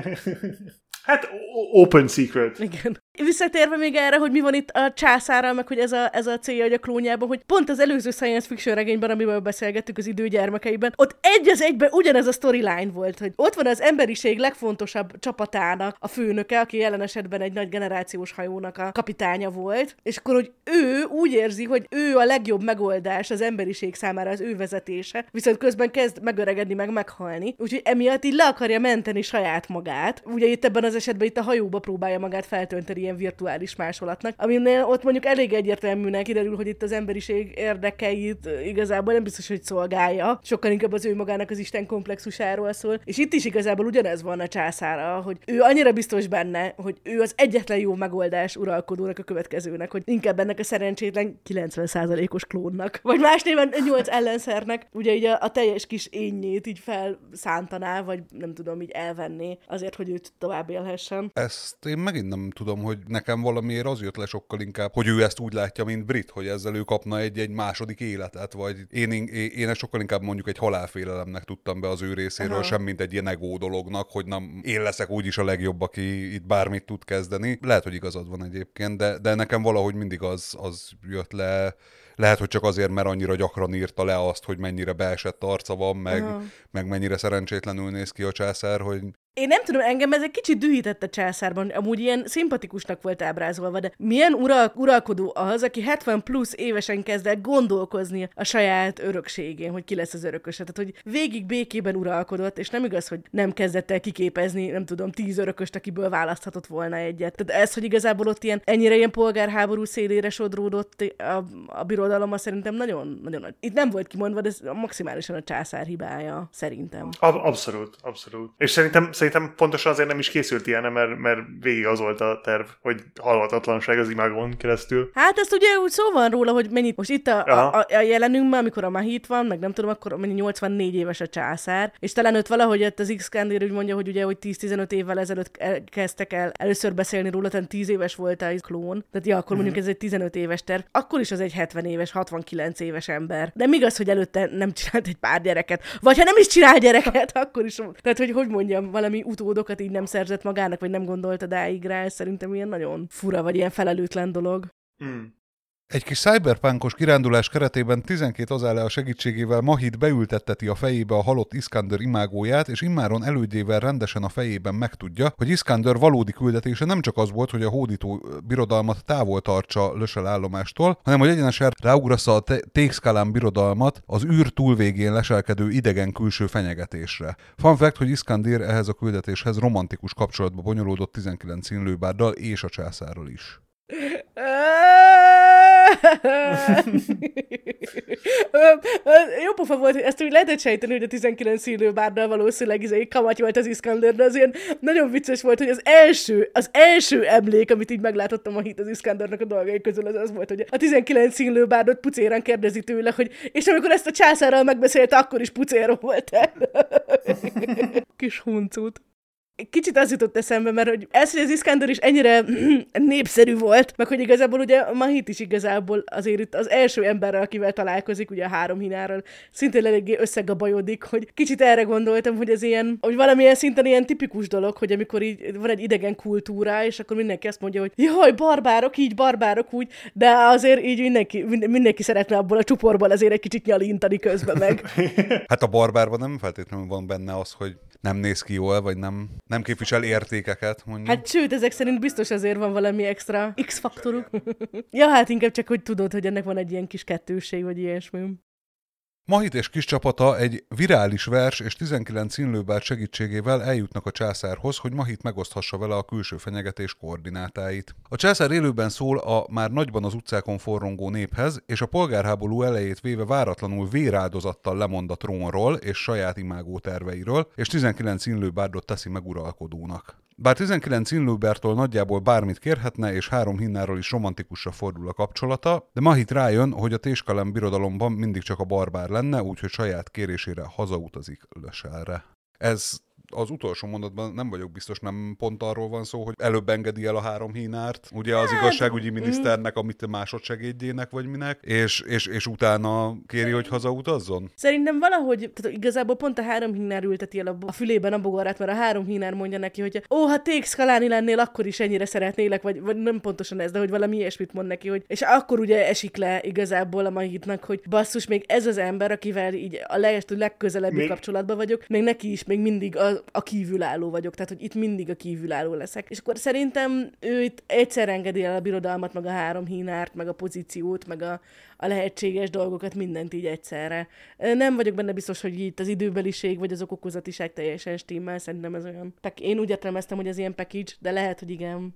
Hát open secret. Igen. Visszatérve még erre, hogy mi van itt a császárral, meg hogy ez a célja, hogy a klónjában, hogy pont az előző science fiction regényben, amivel beszélgettük az idő gyermekeiben, ott egy az egyben ugyanez a storyline volt, hogy ott van az emberiség legfontosabb csapatának a főnöke, aki jelen esetben egy nagy generációs hajónak a kapitánya volt, és akkor, hogy ő úgy érzi, hogy ő a legjobb megoldás az emberiség számára, az ő vezetése, viszont közben kezd megöregedni, meg meghalni, úgyhogy emiatt így le akarja menteni saját magát. Ugye itt ebben az esetben itt a hajóba próbálja magát feltönteni ilyen virtuális másolatnak, aminél ott mondjuk elég egyértelműen kiderül, hogy itt az emberiség érdekeit igazából nem biztos, hogy szolgálja, sokkal inkább az ő magának az Isten komplexusáról szól, és itt is igazából ugyanez van a császára, hogy ő annyira biztos benne, hogy ő az egyetlen jó megoldás uralkodónak a következőnek, hogy inkább ennek a szerencsétlen 90%-os klónnak, vagy más néven 8 ellenszernek, ugye így a teljes kis énnyét így felszántaná, vagy nem tudom, így elvenné azért, hogy őt tovább élhessen. Ezt én megint nem tudom, hogy nekem valamiért az jött le sokkal inkább, hogy ő ezt úgy látja, mint Brit, hogy ezzel ő kapna egy második életet, vagy én ezt sokkal inkább mondjuk egy halálfélelemnek tudtam be az ő részéről, sem mint egy ilyen ego dolognak, hogy nem én leszek úgyis a legjobb, aki itt bármit tud kezdeni. Lehet, hogy igazad van egyébként, de nekem valahogy mindig az jött le. Lehet, hogy csak azért, mert annyira gyakran írta le azt, hogy mennyire beesett arca van, meg mennyire szerencsétlenül néz ki a császár, hogy Én nem tudom, engem ez egy kicsit dühített a császárban, amúgy ilyen szimpatikusnak volt ábrázolva, de milyen uralkodó az, aki 70 plusz évesen kezd el gondolkozni a saját örökségén, hogy ki lesz az örököse. Tehát, hogy végig békében uralkodott, és nem igaz, hogy nem kezdett el kiképezni, nem tudom, 10 örököst, akiből választhatott volna egyet. Tehát ez, hogy igazából ott ennyire ilyen polgárháború szélére sodródott a birodalom, szerintem nagyon nagy. Itt nem volt kimondva, de ez maximálisan a császár hibája, szerintem. Abszolút. És szerintem pontosan azért nem is készült ilyen, mert végig az volt a terv, hogy halhatatlanság az imágon keresztül. Hát ezt ugye úgy szó van róla, hogy mennyit most itt a jelenünkben, amikor a Mahit van, meg nem tudom, akkor mennyi 84 éves a császár, és talán őt valahogy ott az Iskander úgy mondja, hogy ugye, hogy 10-15 évvel ezelőtt kezdtek el először beszélni róla, tehát 10 éves volt a klón, tehát ja, akkor mondjuk ez egy 15 éves terv, akkor is az egy 70 éves, 69 éves ember. De még az, hogy előtte nem csinált egy pár gyereket, vagy ha nem is csinál gyereket, akkor is, tehát hogy mondjam, valami utódokat így nem szerzett magának, vagy nem gondolta dáig rá, ez szerintem ilyen nagyon fura, vagy ilyen felelőtlen dolog. Egy kis cyberpunkos kirándulás keretében 12 Azalea segítségével Mahit beültetteti a fejébe a halott Iskander imágóját, és immáron elődjével rendesen a fejében megtudja, hogy Iskander valódi küldetése nem csak az volt, hogy a hódító birodalmat távol tartsa Lösel állomástól, hanem hogy egyenesen ráugrassza a Teixkalan birodalmat az űr túlvégén leselkedő idegen külső fenyegetésre. Fun fact, hogy Iskander ehhez a küldetéshez romantikus kapcsolatba bonyolódott 19 színlőbárdal és a császárral is. Jó pofa volt, ezt úgy lehetett sejteni, hogy a 19 színlőbárdal valószínűleg kamatty volt az Iskander, de az ilyen nagyon vicces volt, hogy az első emlék, amit így meglátottam az Iskandernek a dolgai közül, az volt, hogy a 19 színlőbárdot pucéran kérdezi tőle, hogy és amikor ezt a császárral megbeszélte, akkor is pucéron volt-e? Kis huncut. Kicsit az jutott eszembe, mert hogy az Iskander is ennyire népszerű volt, meg hogy igazából ugye Mahit is igazából azért itt az első emberrel, akivel találkozik, ugye a 3 hinárral, szintén eléggé összegabajodik, hogy kicsit erre gondoltam, hogy ez ilyen, hogy valamilyen szinten ilyen tipikus dolog, hogy amikor így van egy idegen kultúra, és akkor mindenki azt mondja, hogy jaj, barbárok így, barbárok úgy, de azért így mindenki szeretne abból a csuporból azért egy kicsit nyalintani közben meg. Hát a barbárban nem feltétlenül van benne az, hogy nem néz ki jól, vagy nem képvisel értékeket, mondjuk. Hát sőt, ezek szerint biztos azért van valami extra X-faktoruk. Ja, hát inkább csak, hogy tudod, hogy ennek van egy ilyen kis kettőség, vagy ilyesmi. Mahit és kis csapata egy virális vers és 19 színlőbárd segítségével eljutnak a császárhoz, hogy Mahit megoszthassa vele a külső fenyegetés koordinátáit. A császár élőben szól a már nagyban az utcákon forrongó néphez, és a polgárháború elejét véve váratlanul véráldozattal lemond a trónról és saját imágó terveiről, és 19 színlőbárdot teszi meguralkodónak. Bár 19 színlőbárdtól nagyjából bármit kérhetne, és 3 hinnáról is romantikusra fordul a kapcsolata, de Mahit rájön, hogy a Teixkalan birodalomban mindig csak a barbár lenne, úgyhogy saját kérésére hazautazik Löselre. Ez az utolsó mondatban nem vagyok biztos, nem pont arról van szó, hogy előbb engedi el a 3 hínárt, ugye az igazságügyi miniszternek, amit másodsegédjének vagy minek, és utána kéri, hogy hazautazzon? Szerintem valahogy, tehát igazából pont a 3 hínár ülteti el a fülében a bogarat, mert a 3 hínár mondja neki, hogy ha Teixkalani lennél, akkor is ennyire szeretnélek, vagy nem pontosan ez, de hogy valami ilyesmit mond neki, hogy és akkor ugye esik le igazából a Mahitnak, hogy basszus, még ez az ember, akivel így a legközelebbi kapcsolatban vagyok, még neki is még mindig a kívülálló vagyok, tehát hogy itt mindig a kívülálló leszek. És akkor szerintem ő itt egyszer engedi el a birodalmat, meg a 3 hínárt, meg a pozíciót, meg a lehetséges dolgokat, mindent így egyszerre. Nem vagyok benne biztos, hogy itt az időbeliség, vagy az okokozatiság teljesen stimmel, szerintem ez olyan. Én úgy értelmeztem, hogy ez ilyen package, de lehet, hogy igen.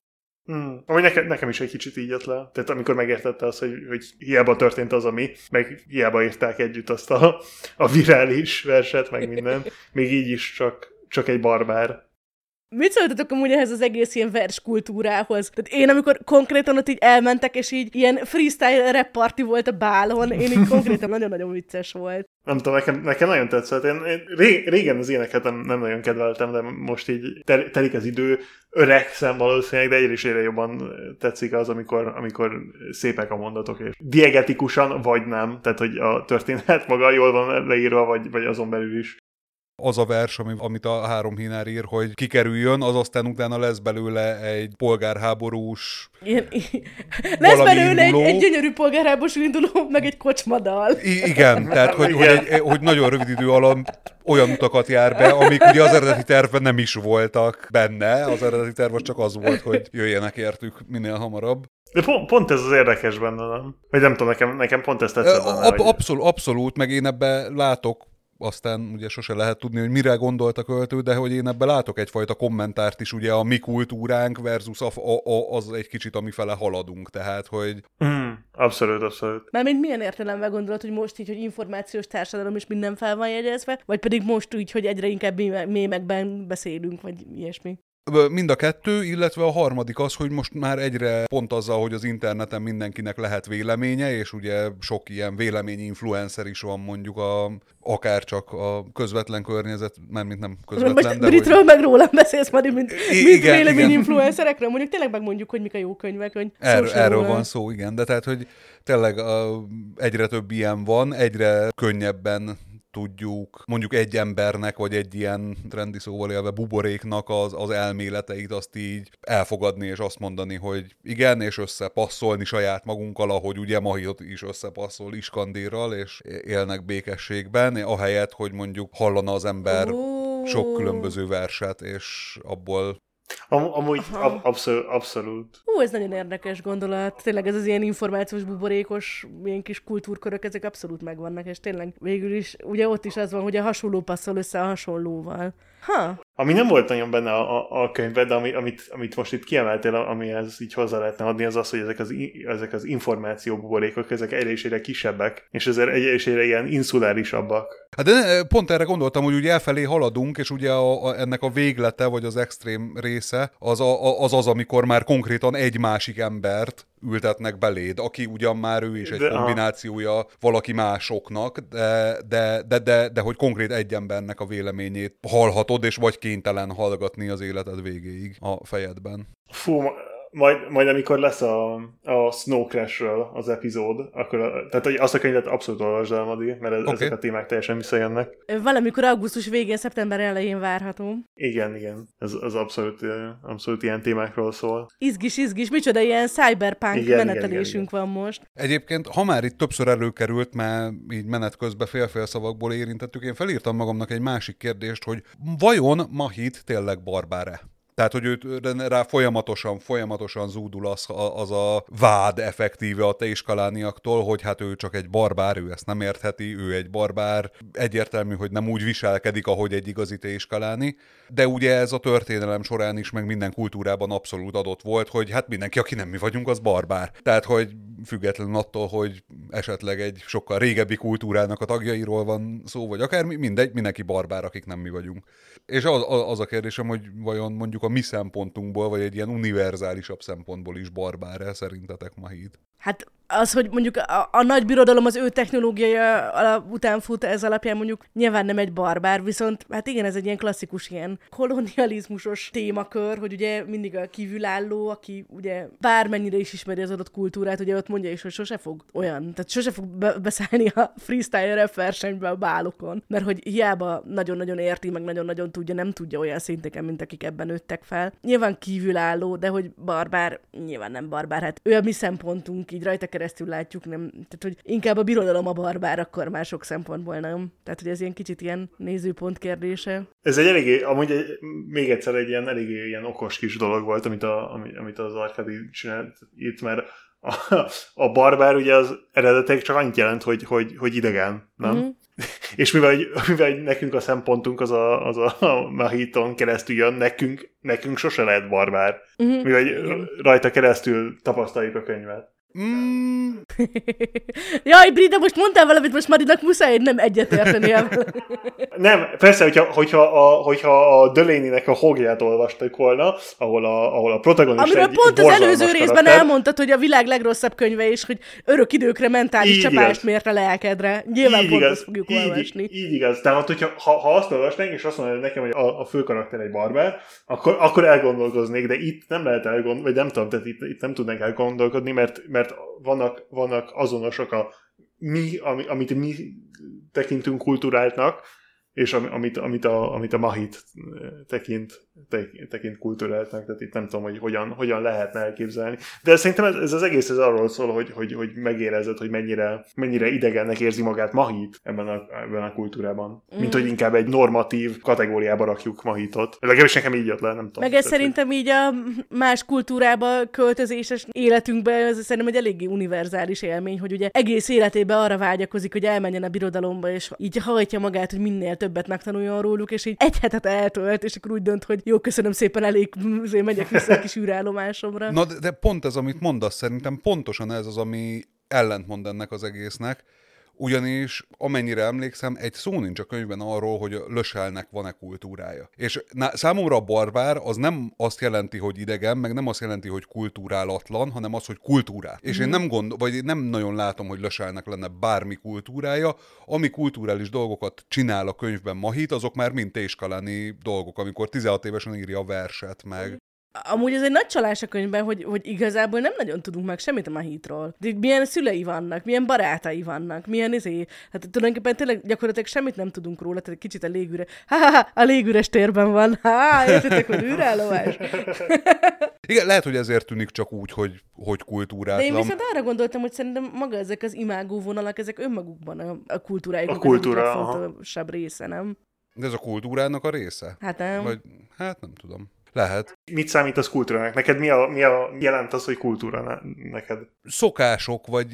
Ami nekem is egy kicsit így jött le. Tehát amikor megértette azt, hogy hiába történt az, ami, meg hiába írták együtt azt a virális verset, meg minden, még így is csak egy barbár. Mit szóltatok amúgy ehhez az egész ilyen verskultúrához? Tehát én, amikor konkrétan ott így elmentek, és így ilyen freestyle rap party volt a bálon, én így konkrétan nagyon-nagyon vicces volt. Nem tudom, nekem nagyon tetszett. Én régen az éneket nem nagyon kedveltem, de most így telik az idő, öregszem valószínűleg, de egyre jobban tetszik az, amikor szépek a mondatok, és diegetikusan vagy nem, tehát hogy a történet maga jól van leírva, vagy azon belül is. az a vers, amit a Három Hínár ír, hogy kikerüljön, az aztán utána lesz belőle egy polgárháborús lesz belőle egy gyönyörű polgárháborús induló, meg egy kocsmadal. Igen, tehát hogy nagyon rövid idő alatt olyan utakat jár be, amik ugye az eredeti tervben nem is voltak benne. Az eredeti terv csak az volt, hogy jöjjenek értük minél hamarabb. De pont ez az érdekes benne, nem? Vagy nem tudom, nekem pont ezt tetszett benne. Abszolút, meg én ebbe látok, aztán ugye sose lehet tudni, hogy mire gondolt a költő, de hogy én ebben látok egyfajta kommentárt is, ugye a mi kultúránk versus az egy kicsit, amifele haladunk, tehát, hogy... Abszolút. Mármint milyen értelemben gondolod, hogy most így, hogy információs társadalom is minden fel van jegyezve, vagy pedig most úgy, hogy egyre inkább mémekben beszélünk, vagy ilyesmi? Mind a kettő, illetve a harmadik az, hogy most már egyre pont azzal, hogy az interneten mindenkinek lehet véleménye, és ugye sok ilyen véleményinfluencer is van mondjuk akár csak a közvetlen környezet, mármint nem közvetlen, most Britről hogy... meg rólam beszélsz, Mari, mint véleményinfluencerekről, mondjuk tényleg megmondjuk, hogy mik a jó könyvek. Hogy erről van szó, igen, de tehát, hogy tényleg egyre több ilyen van, egyre könnyebben tudjuk mondjuk egy embernek, vagy egy ilyen trendi szóval élve buboréknak az elméleteit azt így elfogadni, és azt mondani, hogy igen, és összepasszolni saját magunkkal, ahogy ugye Mahit is összepasszol Iskandérral, és élnek békességben, ahelyett, hogy mondjuk hallana az ember sok különböző verset, és abból... Amúgy abszolút. Ez nagyon érdekes gondolat. Tényleg ez az ilyen információs buborékos, ilyen kis kultúrkörök, ezek abszolút megvannak, és tényleg végül is, ugye ott is az van, hogy a hasonló passzol össze a hasonlóval. Ami nem volt nagyon benne a könyvben, de amit most itt kiemeltél, amihez így hozzá lehetne adni, az az, hogy ezek az információbuborékok, ezek egyre és egyre kisebbek, és ezért egyre és egyre ilyen inszulárisabbak. Hát de pont erre gondoltam, hogy ugye elfelé haladunk, és ugye ennek a véglete, vagy az extrém része, az, amikor már konkrétan egy másik embert ültetnek beléd, aki ugyan már ő is egy kombinációja valaki másoknak, de hogy konkrét egy embernek a véleményét hallhatod, és vagy kénytelen hallgatni az életed végéig a fejedben. Fú, majd amikor lesz a Snow Crash-ről az epizód, akkor tehát azt a könyvet abszolút olvasd el, Madi, mert ezek a témák teljesen visszajönnek. Valamikor augusztus végén, szeptember elején várható. Igen. Ez abszolút ilyen témákról szól. Izgis, micsoda ilyen cyberpunk menetelésünk van most. Egyébként, ha már itt többször előkerült, mert így menet közben fél-fél szavakból érintettük, én felírtam magamnak egy másik kérdést, hogy vajon Mahit tényleg barbár-e? Tehát, hogy őt rá folyamatosan zúdul az a vád effektíve a teiskalániaktól, hogy hát ő csak egy barbár, ő ezt nem értheti, ő egy barbár. Egyértelmű, hogy nem úgy viselkedik, ahogy egy igazi teiskaláni. De ugye ez a történelem során is, meg minden kultúrában abszolút adott volt, hogy hát mindenki, aki nem mi vagyunk, az barbár. Tehát, hogy függetlenül attól, hogy esetleg egy sokkal régebbi kultúrának a tagjairól van szó, vagy akár mindegy, mindenki barbár, akik nem mi vagyunk. És az a kérdésem, hogy vajon mondjuk a mi szempontunkból, vagy egy ilyen univerzálisabb szempontból is barbár-e szerintetek Mahit? Hát az, hogy mondjuk a nagy birodalom az ő technológiája után fut, ez alapján mondjuk nyilván nem egy barbár, viszont hát igen, ez egy ilyen klasszikus ilyen kolonializmusos témakör, hogy ugye mindig a kívülálló, aki ugye bármennyire is ismeri az adott kultúrát, ugye ott mondja is, hogy sose fog olyan, tehát sose fog beszállni a freestyle rap versenybe a bálokon, mert hogy hiába nagyon-nagyon érti, meg nagyon-nagyon tudja, nem tudja olyan szinteken, mint akik ebben nőttek fel. Nyilván kívülálló, de hogy barbár, nyilván nem barbár, hát ő a mi szempontunk, így rajta keresztül látjuk, nem, tehát hogy inkább a birodalom a barbár, akkor már sok szempontból nem. Tehát, hogy ez ilyen kicsit ilyen nézőpont kérdése. Ez még egyszer egy eléggé ilyen okos kis dolog volt, amit az Arkady csinált itt, mert a barbár ugye az eredetileg csak annyit jelent, hogy idegen, nem? Mm-hmm. És mivel nekünk a szempontunk az a Mahiton keresztül jön, nekünk sose lehet barbár. Mm-hmm. Mivel rajta keresztül tapasztaljuk a könyvet. Jaj, Brida, most mondtál valamit, most Marinak muszáj nem egyetértenie vele. Nem, persze, hogyha a Delaney-nek a Hogját olvastak volna, ahol a protagonista amiről egy pont az előző részben karakter. Elmondtad, hogy a világ legrosszabb könyve is, hogy örök időkre mentális így csapást igaz. mért a lelkedre. Nyilván pont azt fogjuk olvasni. Így igaz. Tehát, hogyha azt olvasnánk, és azt mondanád nekem, hogy a főkarakter egy barbár, akkor elgondolkoznék, de itt nem lehet elgondolkodni, vagy nem tudom, tehát itt nem tudnánk elgondolkodni, mert vannak azonosak amit mi tekintünk kulturáltnak, és amit a Mahit tekint kultúráltnak, tehát itt nem tudom, hogy hogyan lehetne elképzelni. De szerintem ez az egész arról szól, hogy megérezed, hogy mennyire idegennek érzi magát Mahit ebben a kultúrában. Mint hogy inkább egy normatív kategóriába rakjuk Mahitot. Legalábbis nekem így jött le, nem tudom. Meg ez szerintem így a más kultúrába költözéses életünkben, ez szerintem egy eléggé univerzális élmény, hogy ugye egész életében arra vágyakozik, hogy elmenjen a birodalomba, és így hajtja magát, hogy minél többet megtanuljon róluk, és így egy hetet eltölt, és akkor úgy dönt, hogy jó, köszönöm szépen, elég, megyek vissza a kis űrállomásomra. Na, de pont ez, amit mondasz, szerintem pontosan ez az, ami ellentmond ennek az egésznek, ugyanis, amennyire emlékszem, egy szó nincs a könyvben arról, hogy a Löselnek van-e kultúrája. És számomra a barbár az nem azt jelenti, hogy idegen, meg nem azt jelenti, hogy kultúrálatlan, hanem az, hogy kultúrát. És én nem nagyon látom, hogy Löselnek lenne bármi kultúrája. Ami kulturális dolgokat csinál a könyvben Mahit, azok már mind Téskaláni dolgok, amikor 16 évesen írja a verset meg. Amúgy ez egy nagy csalás a könyvben, hogy igazából nem nagyon tudunk meg semmit a Mahitról. De milyen szülei vannak, milyen barátai vannak, hát tulajdonképpen tényleg gyakorlatilag semmit nem tudunk róla, tehát kicsit a légüres térben van. Értitek, hogy űrállomás? Igen, lehet, hogy ezért tűnik csak úgy, hogy kultúrátlan. De én viszont arra gondoltam, hogy szerintem maga ezek az imágóvonalak, ezek önmagukban a kultúrájuk. A kultúra, a legfontosabb része, nem? De ez a kultúrának a része? Hát nem. Hát nem tudom. Lehet. Mit számít az kultúrának? Neked mi jelent az, hogy kultúra neked? Szokások, vagy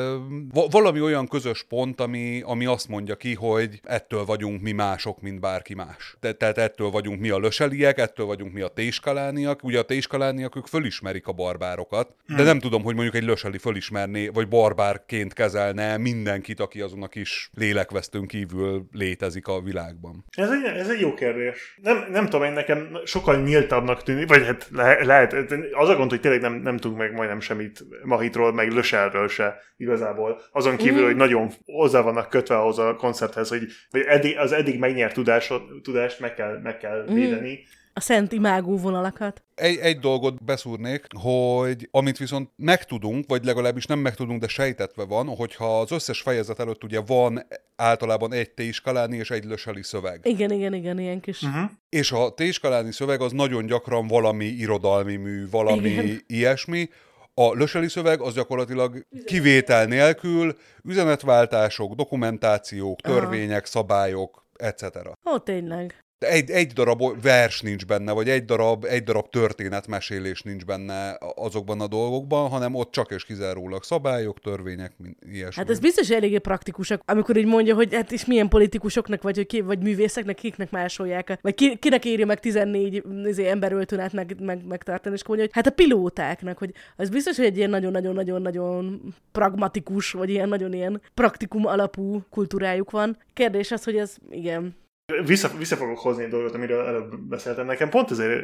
valami olyan közös pont, ami azt mondja ki, hogy ettől vagyunk mi mások, mint bárki más. Tehát ettől vagyunk mi a löseliek, ettől vagyunk mi a téskalániak. Ugye a téskalániak, ők fölismerik a barbárokat, de nem tudom, hogy mondjuk egy löseli fölismerné, vagy barbárként kezelne mindenkit, aki azon a kis lélekvesztőn kívül létezik a világban. Ez egy jó kérdés. Nem tudom, én nekem sokkal nyíltabbnak tűnik, vagy hát lehet, az a gond, hogy tényleg nem tudunk meg majdnem semmit Mahitról, meg Löselről se igazából. Azon kívül, hogy nagyon hozzá vannak kötve ahhoz a koncepthez, hogy az eddig megnyert tudást meg kell védeni. A szent imágó vonalakat. Egy dolgot beszúrnék, hogy amit viszont megtudunk, vagy legalábbis nem megtudunk, de sejtetve van, hogyha az összes fejezet előtt ugye van általában egy téskaláni és egy löseli szöveg. Igen, ilyen kis. És a téskaláni szöveg az nagyon gyakran valami irodalmi mű, valami ilyesmi. A löseli szöveg az gyakorlatilag kivétel nélkül üzenetváltások, dokumentációk, törvények, szabályok, etc. Ó, tényleg. De egy darab vers nincs benne, vagy egy darab történetmesélés nincs benne azokban a dolgokban, hanem ott csak és kizárólag szabályok, törvények, ilyesmi. Hát ez biztos eléggé praktikusak, amikor így mondja, hogy hát is milyen politikusoknak, vagy művészeknek, kiknek másolják, vagy kinek írja meg 14 emberöltőn át megtartani, és mondja, hogy hát a pilótáknak, hogy az biztos, hogy egy ilyen nagyon-nagyon-nagyon-nagyon pragmatikus, vagy ilyen nagyon ilyen praktikum alapú kultúrájuk van. Kérdés az, hogy ez, igen... Vissza fogok hozni egy dolgot, amiről előbb beszéltem. Nekem pont ezért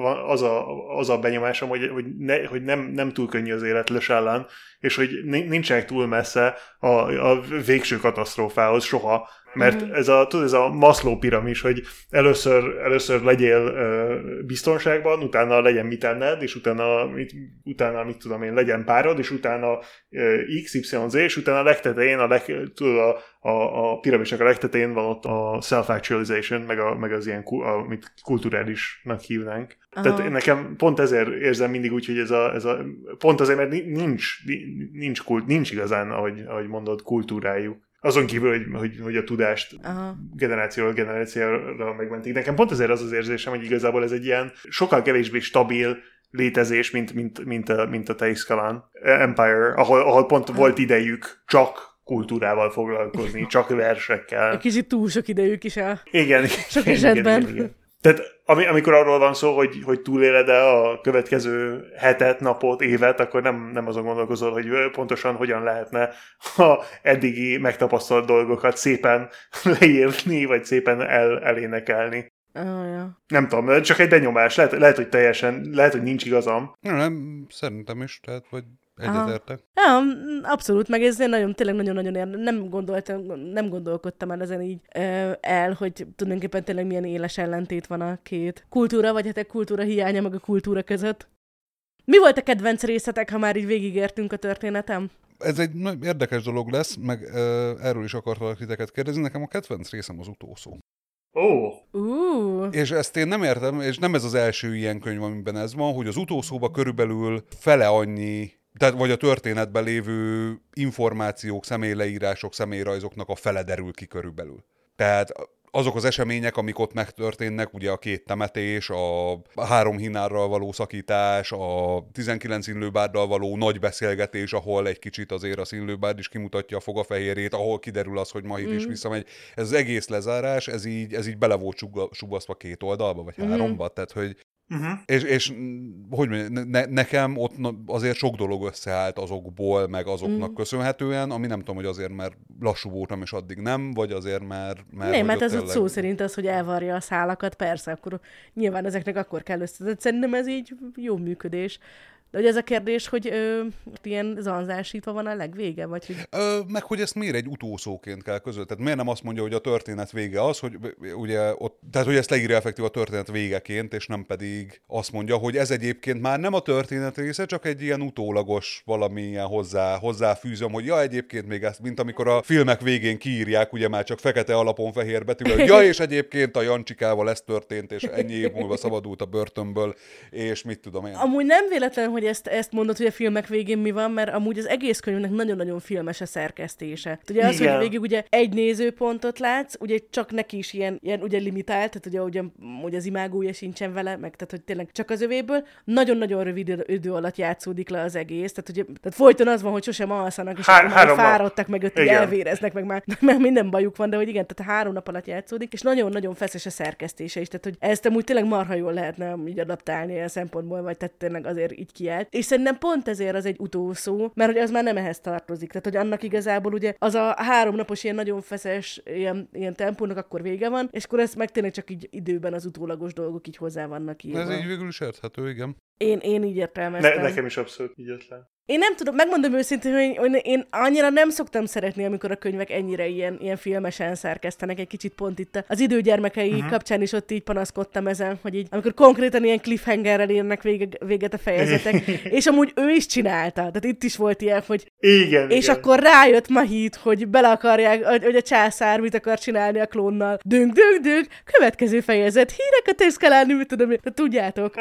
az a benyomásom, hogy nem túl könnyű az élet Lös ellen, és hogy nincsenek túl messze a végső katasztrófához soha. Mert ez a Maslow piramis, hogy először legyél biztonságban, utána legyen mit enned, és utána mit tudom én, legyen párod, és utána X, Y, Z, és utána a legtetején, a piramisnak a legtetején van ott a self-actualization, meg az ilyen, amit kulturálisnak hívnánk. Aha. Tehát nekem pont ezért érzem mindig úgy, hogy ez a pont azért, mert nincs igazán, ahogy mondod, kultúrájuk. Azon kívül, hogy a tudást generációról generációra megmentik. Nekem pont ezért az érzésem, hogy igazából ez egy ilyen sokkal kevésbé stabil létezés, mint a Teiskalan Empire, ahol pont volt idejük csak kultúrával foglalkozni, csak versekkel. Egy kicsit túl sok idejük is igen, sok esetben. Igen. Tehát amikor arról van szó, hogy túléled-e a következő hetet, napot, évet, akkor nem azon gondolkozol, hogy pontosan hogyan lehetne a eddigi megtapasztalt dolgokat szépen leírni, vagy szépen elénekelni. Ja. Nem tudom, csak egy benyomás. Lehet, hogy nincs igazam. Nem, szerintem is, tehát, hogy egyetértek. Ja, abszolút, meg ez tényleg nagyon-nagyon nem gondolkodtam el ezen így hogy tulajdonképpen tényleg milyen éles ellentét van a két kultúra, vagy hát a kultúra hiánya meg a kultúra között. Mi volt a kedvenc részletek, ha már így végigértünk a történetem? Ez egy érdekes dolog lesz, meg erről is akartalak titeket kérdezni. Nekem a kedvenc részem az utolsó. És ezt én nem értem, és nem ez az első ilyen könyv, amiben ez van, hogy az utószóba körülbelül fele annyi, tehát vagy a történetben lévő információk, személyleírások, személyrajzoknak a fele derül ki körülbelül. Tehát azok az események, amik ott megtörténnek, ugye a 2 temetés, a 3 hinárral való szakítás, a 19 színlőbárddal való nagy beszélgetés, ahol egy kicsit azért a színlőbárd is kimutatja a fogafehérjét, ahol kiderül az, hogy Mahit is visszamegy. Ez az egész lezárás, ez így bele volt subasztva 2 oldalba, vagy 3-ba, tehát hogy és hogy mondjam, nekem ott azért sok dolog összeállt azokból, meg azoknak köszönhetően, ami nem tudom, hogy azért, mert lassú voltam, és addig nem, vagy azért, mert nem, mert ez ott szó szerint az, hogy elvarja a szálakat, persze, akkor nyilván ezeknek akkor kell össze. Szerintem ez így jó működés. De hogy ez a kérdés, hogy ilyen zanzásítva van a legvége, vagy hogy... Meg hogy ezt miért egy utószóként kell közölni? Tehát miért nem azt mondja, hogy a történet vége az, hogy ugye ott, tehát hogy ezt leírja effektív a történet végeként, és nem pedig azt mondja, hogy ez egyébként már nem a történet része, csak egy ilyen utólagos valamilyen hozzáfűzöm, hogy ja, egyébként még ezt, mint amikor a filmek végén kiírják, ugye már csak fekete alapon fehér betűvel, hogy ja, és egyébként a Jancsikával ez történt, és ennyi év múlva szabadult a börtönből, és mit tudom én. Amúgy nem véletlen, hogy ezt mondod, hogy a filmek végén mi van, mert amúgy az egész könyvnek nagyon-nagyon filmes a szerkesztése. Ugye az, hogy végig ugye egy nézőpontot látsz, ugye csak neki is ilyen ugye limitált, tehát ugye az imágója sincsen vele, meg tehát hogy tényleg csak az övéből. Nagyon-nagyon rövid idő alatt játszódik le az egész, tehát folyton az van, hogy sosem alszanak, és akkor fáradtak, meg ott elvéreznek, meg már minden bajuk van, de hogy igen, tehát 3 nap alatt játszódik, és nagyon-nagyon feszes a szerkesztése is, tehát hogy ezt amúgy tényleg marha jól lehetne így adaptálni a szempontból, vagy tehát tényleg azért így kiállt. És szerintem pont ezért az egy utószó, mert hogy az már nem ehhez tartozik. Tehát, hogy annak igazából ugye az a 3 napos ilyen nagyon feszes ilyen tempónak akkor vége van, és akkor ezt meg tényleg csak így időben az utólagos dolgok így hozzá vannak írva. Ez így végül is érthető, igen. Én így értelmeztem. Nekem is abszolút így jött le. Én nem tudom, megmondom őszintén, hogy én annyira nem szoktam szeretni, amikor a könyvek ennyire ilyen filmesen szerkesztenek, egy kicsit pont itt az Időgyermekei kapcsán is ott így panaszkodtam ezen, hogy így, amikor konkrétan ilyen cliffhangerrel érnek véget a fejezetek, és amúgy ő is csinálta, tehát itt is volt ilyen, hogy igen, és igen. Akkor rájött Mahit, hogy bele akarják, hogy a császár mit akar csinálni a klónnal. Dünk, következő fejezet, híreket eszkalálni, mit tudom én, de tudjátok.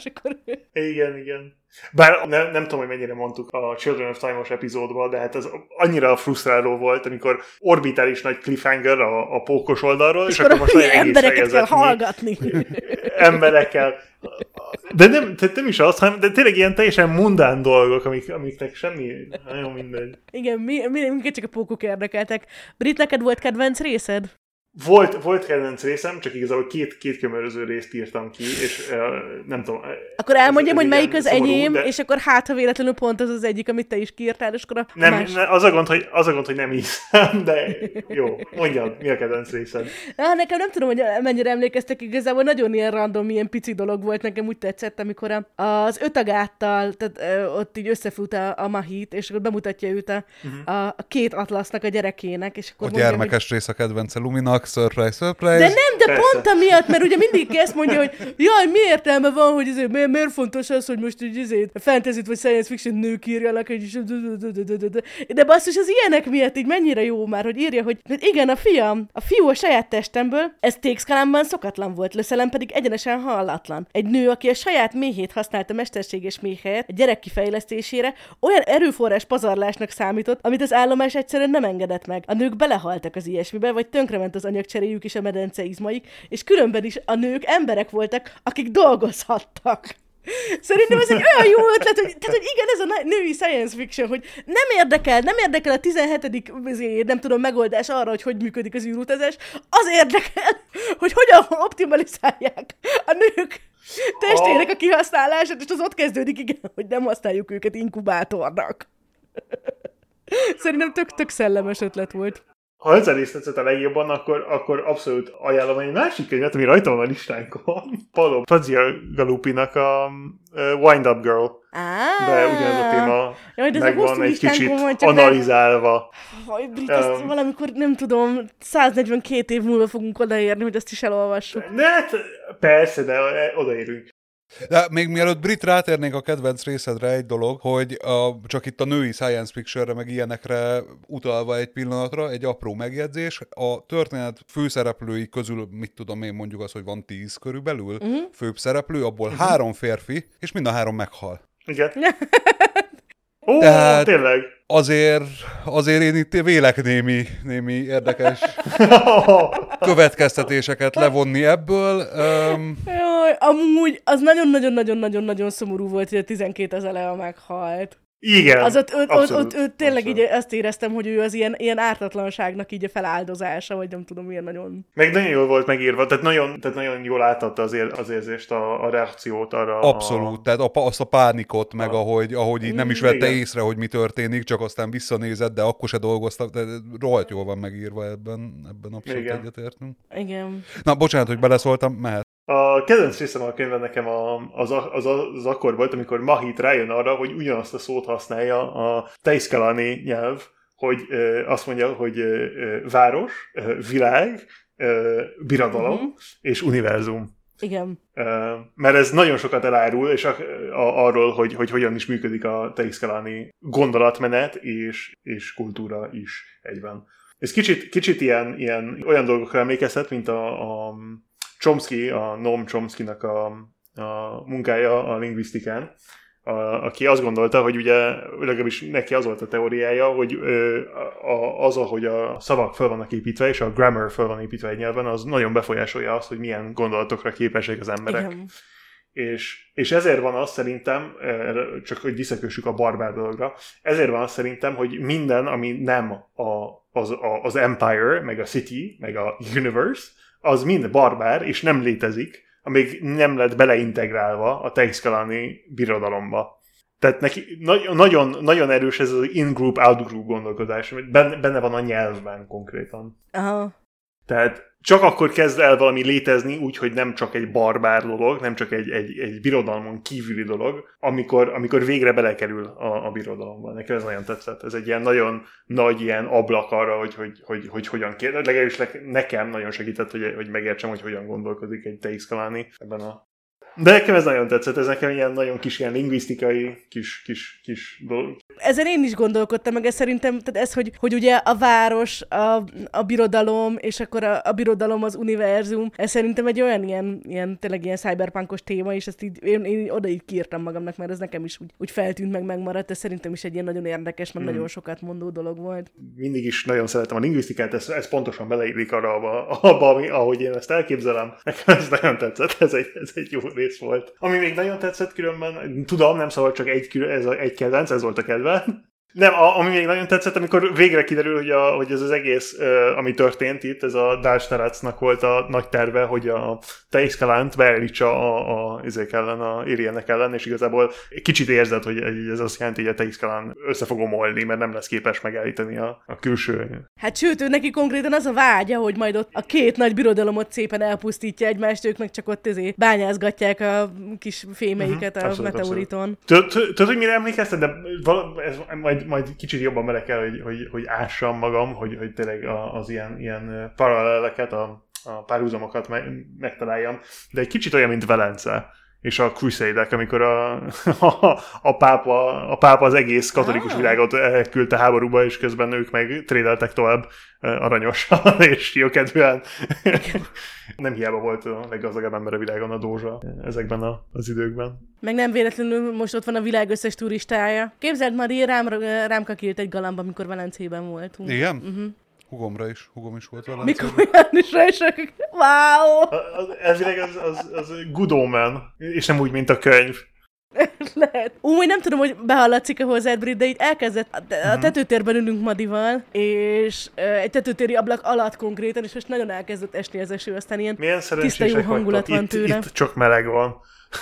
Igen. Bár nem tudom, hogy mennyire mondtuk a Children of Time-os epizódban, de hát ez annyira frusztráló volt, amikor orbitális nagy cliffhanger a pókos oldalról, és akkor most embereket kell hallgatni. Emberekkel. De nem is az, hanem de tényleg ilyen teljesen mundán dolgok, amiknek semmi, nagyon mindegy. Igen, minket csak a pókok érdekeltek. Brit, neked volt kedvenc részed? Volt kedvenc részem, csak igazából két kömöröző részt írtam ki, és nem tudom. Akkor elmondjam, hogy melyik az szomorú, enyém, és akkor ha véletlenül pont az egyik, amit te is kiírtál, és akkor az a gond, hogy nem hiszem, de jó, mondjad, mi a kedvenc részed? Nekem nem tudom, hogy mennyire emlékeztek, igazából nagyon ilyen random, ilyen pici dolog volt, nekem úgy tetszett, amikor az ötagáttal, tehát ott így összefut a Mahit, és akkor bemutatja őt a 2 atlasznak a gyerekének, és akkor a gyermekes rész a kedvence Luminak. Surprise. De nem, de pont amiatt, mert ugye mindig ezt mondja, hogy jaj, mi értelme van, hogy miért fontos az, hogy most így fantasy-t vagy science fiction nők írjanak, de basszus, az ilyenek miatt így mennyire jó már, hogy írja, hogy igen, a fiú a saját testemből, ez Tékszkalámban szokatlan volt, Löszelem pedig egyenesen hallatlan. Egy nő, aki a saját méhét használta mesterséges méh helyett a gyerek kifejlesztésére, olyan erőforrás pazarlásnak számított, amit az állomás egyszerűen nem engedett meg. A nők belehaltak az ilyesmibe, vagy tönkrement az anyagcseréjük és a medence izmaik, és különben is a nők emberek voltak, akik dolgozhattak. Szerintem ez egy olyan jó ötlet, hogy igen, ez a női science fiction, hogy nem érdekel a 17. nem tudom, megoldás arra, hogy működik az űrutazás, az érdekel, hogy hogyan optimalizálják a nők testének a kihasználását, és az ott kezdődik, igen, hogy nem használjuk őket inkubátornak. Szerintem tök szellemes ötlet volt. Ha ezzel részt tetszett a legjobban, akkor abszolút ajánlom egy másik könyvet, ami rajta van a listánkon. Paulo Pazziagalupinak a Wind Up Girl. De ugyanez a téma megvan egy kicsit analizálva. Brit, ezt valamikor, nem tudom, 142 év múlva fogunk odaérni, hogy ezt is elolvassuk. De hát persze, de odaérünk. De még mielőtt Brit rátérnénk a kedvenc részedre, egy dolog, hogy csak itt a női science fiction-re meg ilyenekre utalva egy pillanatra, egy apró megjegyzés. A történet főszereplői közül, mit tudom én, mondjuk az, hogy van 10 körülbelül főbb szereplő, abból 3 férfi, és mind a 3 meghal. Igen. Tehát tényleg. Azért én itt vélek némi érdekes következtetéseket levonni ebből. Jaj, amúgy az nagyon-nagyon-nagyon-nagyon-nagyon szomorú volt, hogy a 12 az eleve meghalt. Igen, az ott tényleg abszolút. így azt éreztem, hogy ő az ilyen ártatlanságnak így a feláldozása, vagy nem tudom, milyen nagyon... Meg nagyon jól volt megírva, tehát nagyon jól átadta az érzést, a reakciót arra. Abszolút, tehát azt a pánikot, meg ahogy így nem is vette észre, hogy mi történik, csak aztán visszanézett, de akkor se dolgoztak, de rohadt jól van megírva ebben abszolút egyetértünk. Igen. Na, bocsánat, hogy beleszóltam, mehet. A kedvenc részem a könyvben nekem az akkor volt, amikor Mahit rájön arra, hogy ugyanazt a szót használja a Teiszkelani nyelv, hogy azt mondja, hogy város, világ, birodalom és univerzum. Igen. Mert ez nagyon sokat elárul, és arról, hogy hogyan is működik a Teiszkelani gondolatmenet és kultúra is egyben. Ez kicsit ilyen olyan dolgokra emlékeztet, mint a Chomsky, a Noam Chomskynak a munkája a lingvisztikán, aki azt gondolta, hogy ugye legalábbis neki az volt a teóriája, hogy az, ahogy a szavak fel vannak építve, és a grammar fel van építve egy nyelven, az nagyon befolyásolja azt, hogy milyen gondolatokra képesek az emberek. Igen. És ezért van az szerintem, csak hogy visszakössük a barbár dologra, ezért van az szerintem, hogy minden, ami nem az Empire, meg a City, meg a Universe, az mind barbár, és nem létezik, amíg nem lett beleintegrálva a Teiszkelani birodalomba. Tehát neki nagyon erős ez az in-group, out-group gondolkodás, benne van a nyelvben konkrétan. Aha. Tehát csak akkor kezd el valami létezni úgy, hogy nem csak egy barbár dolog, nem csak egy birodalmon kívüli dolog, amikor végre belekerül a birodalomba. Nekem ez nagyon tetszett. Ez egy ilyen nagyon nagy ilyen ablak arra, hogy hogyan kérdez. Legalábbis nekem nagyon segített, hogy megértsem, hogy hogyan gondolkodik egy Teiszkelani ebben a... De nekem ez nagyon tetszett, ez nekem ilyen nagyon kis ilyen lingvisztikai kis dolog. Ezen én is gondolkodtam, meg ez szerintem, tehát ez, hogy ugye a város, a birodalom, és akkor a birodalom az univerzum, ez szerintem egy olyan ilyen tényleg ilyen cyberpunkos téma, és ezt így, én oda így kiírtam magamnak, mert ez nekem is úgy feltűnt, meg megmaradt, ez szerintem is egy ilyen nagyon érdekes, meg nagyon sokat mondó dolog volt. Mindig is nagyon szeretem a lingvisztikát, ez pontosan beleillik abba, ahogy én ezt elképzelem. Nekem ez nagyon tetszett, ez egy jó rész volt. Ami még nagyon tetszett különben, tudom, nem szabad csak egy kedvenc, ez volt a kedvenc. Nem, ami még nagyon tetszett, amikor végre kiderül, hogy ez az egész, ami történt itt, ez a Dálstaracnak volt a nagy terve, hogy a Teiszkelánt beállítsa ezek ellen, a Irienek ellen, és igazából kicsit érzed, hogy ez azt jelenti, hogy a Teiszkelán össze fog omolni, mert nem lesz képes megállítani a külső. Hát sőt, ő neki konkrétan az a vágya, hogy majd ott a két nagy birodalomot szépen elpusztítja egymást, ők meg csak ott bányázgatják a kis fémeiket a meteoriton. Tudod, hogy mire emlékezted? De majd kicsit jobban bele kell, hogy ássam magam, hogy tényleg az ilyen paraleleket, a párhuzamokat megtaláljam, de egy kicsit olyan, mint Velence és a Crusade-ek, amikor a pápa az egész katolikus világot elküldte háborúba, és közben ők meg trédeltek tovább aranyosan és jókedvűen. Nem hiába volt a leggazdagabb ember a világon a Dózsa ezekben az időkben. Meg nem véletlenül most ott van a világ összes turistája. Képzeld, Mari, rám kakilt egy galamb, amikor Velencében voltunk. Igen? Hugom is volt Velencében. Mikor is wow! Elvileg az Good Omen, és nem úgy, mint a könyv. Lehet. Úgy nem tudom, hogy behallatszik a hozzád, Brit, de itt elkezdett, a tetőtérben ülünk Madival, és egy tetőtéri ablak alatt konkrétan, és most nagyon elkezdett esni az eső, aztán ilyen tiszta jó hangulat van tőle. Itt csak meleg van.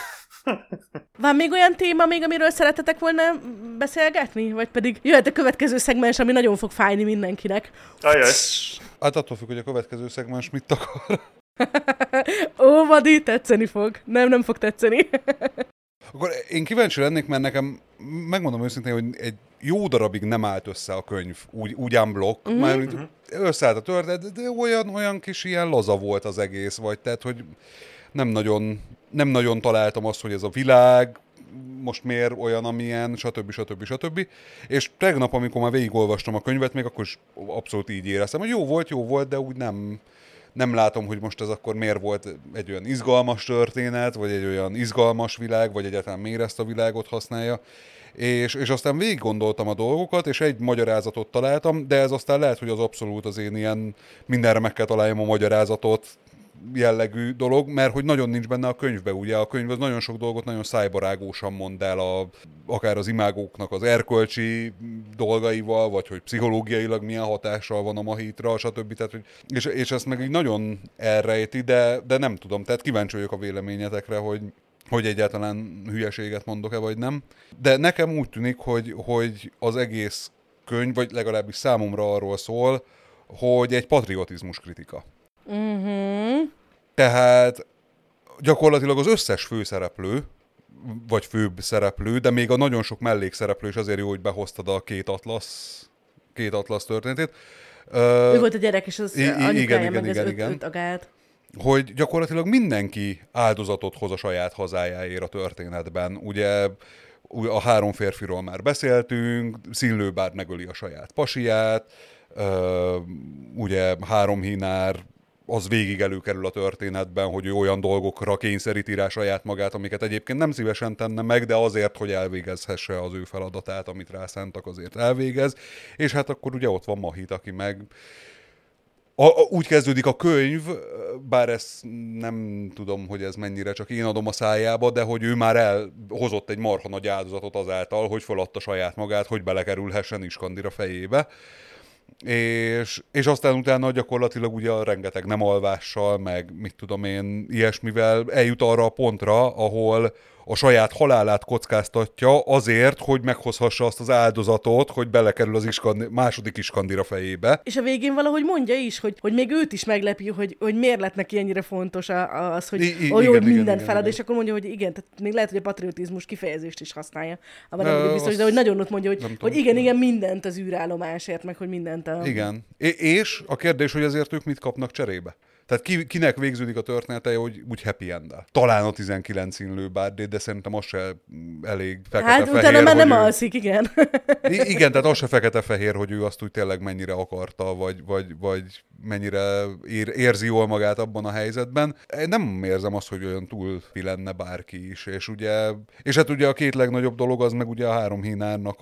Van még olyan téma, amiről szeretetek volna beszélgetni? Vagy pedig jöhet a következő szegmens, ami nagyon fog fájni mindenkinek. Ajaj. Hát attól függ, hogy a következő szegmens mit akar. Ó, Madi, tetszeni fog. Nem fog tetszeni. Akkor én kíváncsi lennék, mert nekem, megmondom őszintén, hogy egy jó darabig nem állt össze a könyv, úgy unblock, mert összeállt a történet, de olyan kis ilyen laza volt az egész, vagy tehát, hogy nem nagyon nem nagyon találtam azt, hogy ez a világ most miért olyan, amilyen, stb. És tegnap, amikor már végigolvastam a könyvet, még akkor is abszolút így éreztem, hogy jó volt, de úgy nem látom, hogy most ez akkor miért volt egy olyan izgalmas történet, vagy egy olyan izgalmas világ, vagy egyáltalán miért ezt a világot használja. És aztán végig gondoltam a dolgokat, és egy magyarázatot találtam, de ez aztán lehet, hogy az abszolút az én ilyen mindenre meg kell találjam a magyarázatot jellegű dolog, mert hogy nagyon nincs benne a könyvbe, ugye a könyv az nagyon sok dolgot nagyon szájbarágósan mond el, akár az imágóknak az erkölcsi dolgaival, vagy hogy pszichológiailag milyen hatással van a mahitra, stb. Tehát, és ezt meg így nagyon elrejti, de nem tudom, tehát kíváncsi vagyok a véleményetekre, hogy egyáltalán hülyeséget mondok-e, vagy nem. De nekem úgy tűnik, hogy az egész könyv, vagy legalábbis számomra arról szól, hogy egy patriotizmus kritika. Tehát gyakorlatilag az összes főszereplő, vagy főbb szereplő, de még a nagyon sok mellékszereplő is azért jó, hogy behoztad a két atlasz történetét. Ő volt a gyerek, és az anyukája, meg az öt agát. Hogy gyakorlatilag mindenki áldozatot hoz a saját hazájáért a történetben. Ugye a 3 férfiról már beszéltünk, Színlőbárd megöli a saját pasiát, ugye 3 hínár az végig előkerül a történetben, hogy ő olyan dolgokra kényszeríti rá saját magát, amiket egyébként nem szívesen tenne meg, de azért, hogy elvégezhesse az ő feladatát, amit rászántak, azért elvégez. És hát akkor ugye ott van Mahit, aki meg úgy kezdődik a könyv, bár ezt nem tudom, hogy ez mennyire csak én adom a szájába, de hogy ő már elhozott egy marha nagy áldozatot azáltal, hogy feladta saját magát, hogy belekerülhessen Iskandira fejébe. És aztán utána gyakorlatilag ugye a rengeteg nem alvással, meg mit tudom én, ilyesmivel eljut arra a pontra, ahol a saját halálát kockáztatja azért, hogy meghozhassa azt az áldozatot, hogy belekerül az második Iskandira fejébe. És a végén valahogy mondja is, hogy még őt is meglepi, hogy miért lett neki ennyire fontos az, hogy mindent felad, és akkor mondja, hogy igen, tehát még lehet, hogy a patriotizmus kifejezést is használja. Abban nem vagyok biztos, de hogy nagyon ott mondja, hogy igen, mindent az űrállomásért, meg hogy mindent a... Igen. És a kérdés, hogy ezért ők mit kapnak cserébe? Tehát kinek végződik a története, hogy úgy happy end-el. Talán a 19 Színlőbárdé, de szerintem az se elég fekete-fehér. Hát utána már nem alszik, igen. Igen, tehát az se fekete-fehér, hogy ő azt úgy tényleg mennyire akarta, vagy mennyire érzi jól magát abban a helyzetben. Nem érzem azt, hogy olyan túl lenne bárki is. És hát ugye a 2 legnagyobb dolog az meg ugye a 3 hínárnak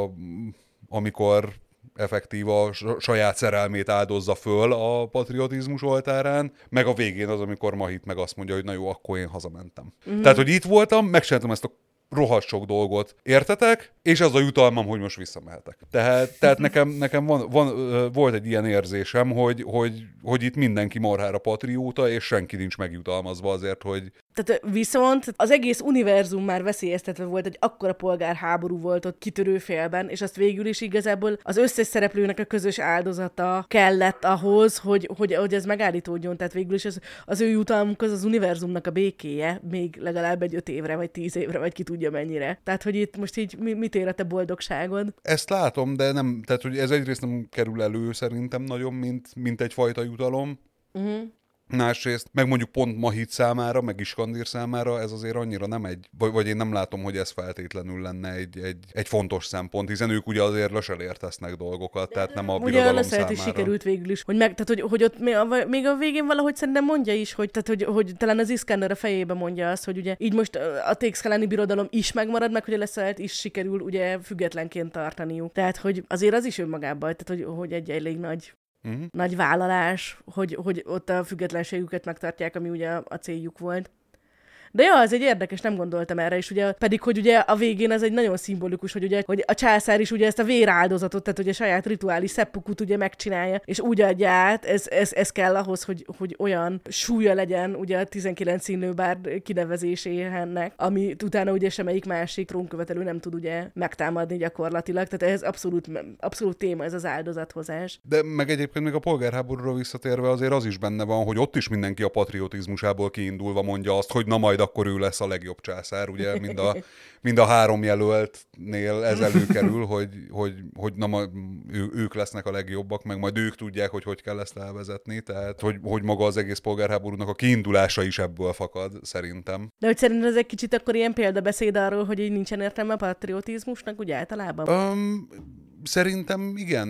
amikor effektív a saját szerelmét áldozza föl a patriotizmus oltárán, meg a végén az, amikor Mahit meg azt mondja, hogy na jó, akkor én hazamentem. Tehát, hogy itt voltam, megcsináltam ezt a rohadt sok dolgot, értetek? És az a jutalmam, hogy most visszamehetek. Tehát nekem volt egy ilyen érzésem, hogy itt mindenki marhára patrióta, és senki nincs megjutalmazva azért, hogy... Tehát viszont az egész univerzum már veszélyeztetve volt, egy akkora polgárháború volt ott kitörő félben, és azt végül is igazából az összes szereplőnek a közös áldozata kellett ahhoz, hogy ez megállítódjon. Tehát végül is az ő jutalmuk az univerzumnak a békéje, még legalább egy 5 évre, vagy 10 évre, vagy ki tudja mennyire. Tehát, hogy itt most így mit ér a te boldogságod? Ezt látom, de nem, tehát, hogy ez egyrészt nem kerül elő szerintem nagyon, mint egyfajta jutalom. Másrészt, meg mondjuk pont Mahit számára, meg Iskandir számára ez azért annyira nem vagy én nem látom, hogy ez feltétlenül lenne egy fontos szempont, hiszen ők ugye azért leselért tesznek dolgokat, tehát nem a birodalom számára. Ugye a sikerült végül is, tehát, hogy ott még a végén valahogy szerintem mondja is, hogy talán az Iskandar a fejébe mondja azt, hogy ugye így most a Tékszkeláni birodalom is megmarad, meg hogy a Leszelt is sikerül ugye függetlenként tartaniuk. Tehát, hogy azért az is önmagában, tehát, hogy egy elég nagy vállalás, hogy ott a függetlenségüket megtartják, ami ugye a céljuk volt. De ja, ez egy érdekes, nem gondoltam erre is, ugye, pedig, hogy ugye a végén ez egy nagyon szimbolikus, hogy a császár is ugye ezt a véráldozatot, tehát ugye a saját rituális szeppukut ugye megcsinálja, és úgy adja át, ez kell ahhoz, hogy olyan súlya legyen ugye a 19 Színlőbárd kinevezésének, ami utána ugye semmelyik másik trónkövetelő nem tud ugye megtámadni gyakorlatilag, tehát ez abszolút téma, ez az áldozathozás. De meg egyébként még a polgárháborúra visszatérve azért az is benne van, hogy ott is mindenki a patriotizmusából kiindulva mondja azt, hogy na majd majd akkor ő lesz a legjobb császár, ugye mind a 3 jelöltnél ez előkerül, hogy ők lesznek a legjobbak, meg majd ők tudják, hogy kell ezt elvezetni, tehát hogy maga az egész polgárháborúnak a kiindulása is ebből fakad, szerintem. De hogy szerinted ez egy kicsit akkor ilyen példabeszéd arról, hogy így nincsen értelme a patriotizmusnak, ugye általában? Szerintem igen,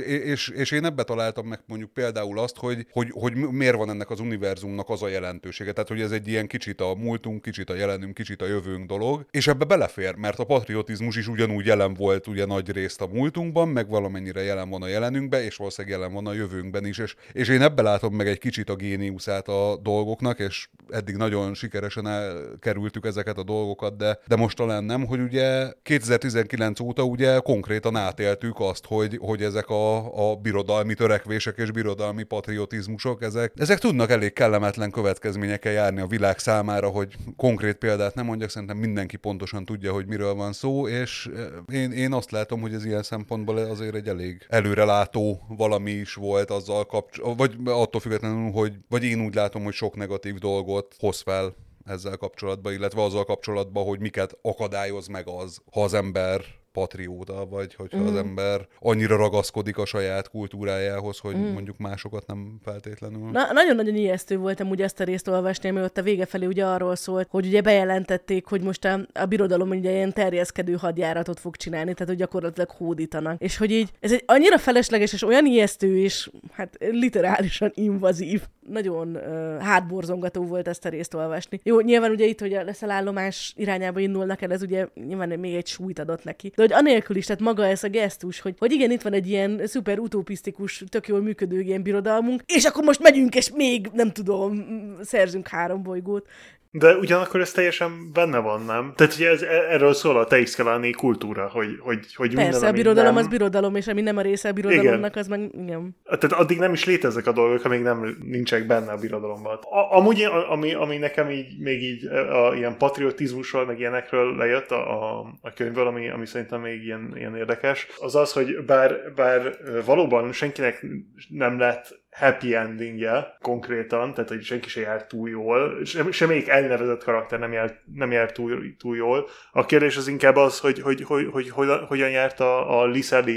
és én ebbe találtam meg mondjuk például azt, hogy miért van ennek az univerzumnak az a jelentősége. Tehát, hogy ez egy ilyen kicsit a múltunk, kicsit a jelenünk, kicsit a jövőnk dolog, és ebbe belefér, mert a patriotizmus is ugyanúgy jelen volt ugye nagy részt a múltunkban, meg valamennyire jelen van a jelenünkben, és valószínűleg jelen van a jövőnkben is. És én ebbe látom meg egy kicsit a géniuszát a dolgoknak, és eddig nagyon sikeresen elkerültük ezeket a dolgokat, de most talán nem, hogy ugye 2019 óta ugye konkrétan átéltük azt, hogy ezek a birodalmi törekvések és birodalmi patriotizmusok, ezek tudnak elég kellemetlen következményekkel járni a világ számára, hogy konkrét példát nem mondjak, szerintem mindenki pontosan tudja, hogy miről van szó, és én azt látom, hogy ez ilyen szempontból azért egy elég előrelátó valami is volt azzal vagy attól függetlenül, vagy én úgy látom, hogy sok negatív dolgot hoz fel ezzel kapcsolatban, illetve azzal kapcsolatban, hogy miket akadályoz meg az, ha az ember patrióta, vagy hogyha az ember annyira ragaszkodik a saját kultúrájához, hogy mondjuk másokat nem feltétlenül. Nagyon-nagyon ijesztő volt amúgy ezt a részt olvasni, ami ott a vége felé ugye arról szólt, hogy ugye bejelentették, hogy most a birodalom ugye ilyen terjeszkedő hadjáratot fog csinálni, tehát hogy gyakorlatilag hódítanak. És hogy így, ez egy annyira felesleges és olyan ijesztő, és hát literálisan invazív. Nagyon hátborzongató volt ezt a részt olvasni. Jó, nyilván ugye itt, hogy a leszelállomás irányába indulnak el, ez ugye nyilván még egy súlyt adott neki. De hogy anélkül is, tehát maga ez a gesztus, hogy igen, itt van egy ilyen szuper utopisztikus, tök jól működő ilyen birodalmunk, és akkor most megyünk, és még, nem tudom, szerzünk 3 bolygót. De ugyanakkor ez teljesen benne van, nem? Tehát ugye erről szól a Teiszkelani kultúra, hogy persze, minden, a birodalom nem... az birodalom, és ami nem a része a birodalomnak, igen. Az meg igen. Tehát addig nem is léteznek a dolgok, amíg nem nincsenek benne a birodalomban. Amúgy, ami nekem így, még így ilyen patriotizmusról, meg ilyenekről lejött a könyvből, ami szerintem még ilyen érdekes, az az, hogy bár valóban senkinek nem lett happy endingje konkrétan, tehát hogy senki se járt túl jól, semmelyik elnevezett karakter nem járt túl jól. A kérdés az inkább az, hogy hogyan járt a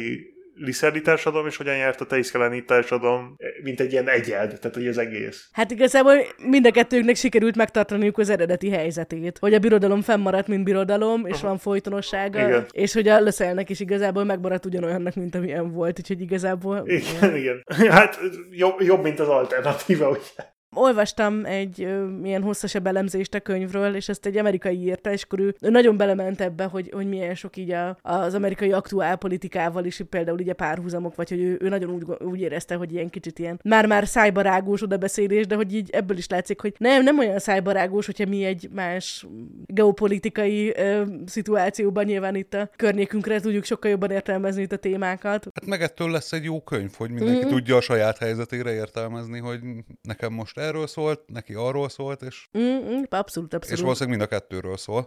Liszerli társadalom, és hogyan járt a Teiszkelani társadalom, mint egy ilyen egyed, tehát hogy az egész. Hát igazából mind a kettőknek sikerült megtartaniuk az eredeti helyzetét, hogy a birodalom fennmaradt, mint birodalom, és van folytonossága, igen. És hogy a Leszelnek is igazából megmaradt ugyanolyannak, mint amilyen volt, úgyhogy igazából... Igen. Hát jobb, mint az alternatíva, ugye? Olvastam egy ilyen hosszasabb elemzést a könyvről, és ezt egy amerikai írta, és akkor ő nagyon belement ebbe, hogy milyen sok így az amerikai aktuálpolitikával is például így a párhuzamok, vagy hogy ő nagyon úgy érezte, hogy ilyen kicsit ilyen már szájbarágós odabeszélés, de hogy így ebből is látszik, hogy nem olyan szájbarágós, hogyha mi egy más geopolitikai szituációban nyilván itt a környékünkre tudjuk sokkal jobban értelmezni itt a témákat. Hát meg ettől lesz egy jó könyv, hogy mindenki tudja a saját helyzetére értelmezni, hogy nekem most erről szólt, neki arról szólt, és... Abszolút. És valószínűleg mind a kettőről szól.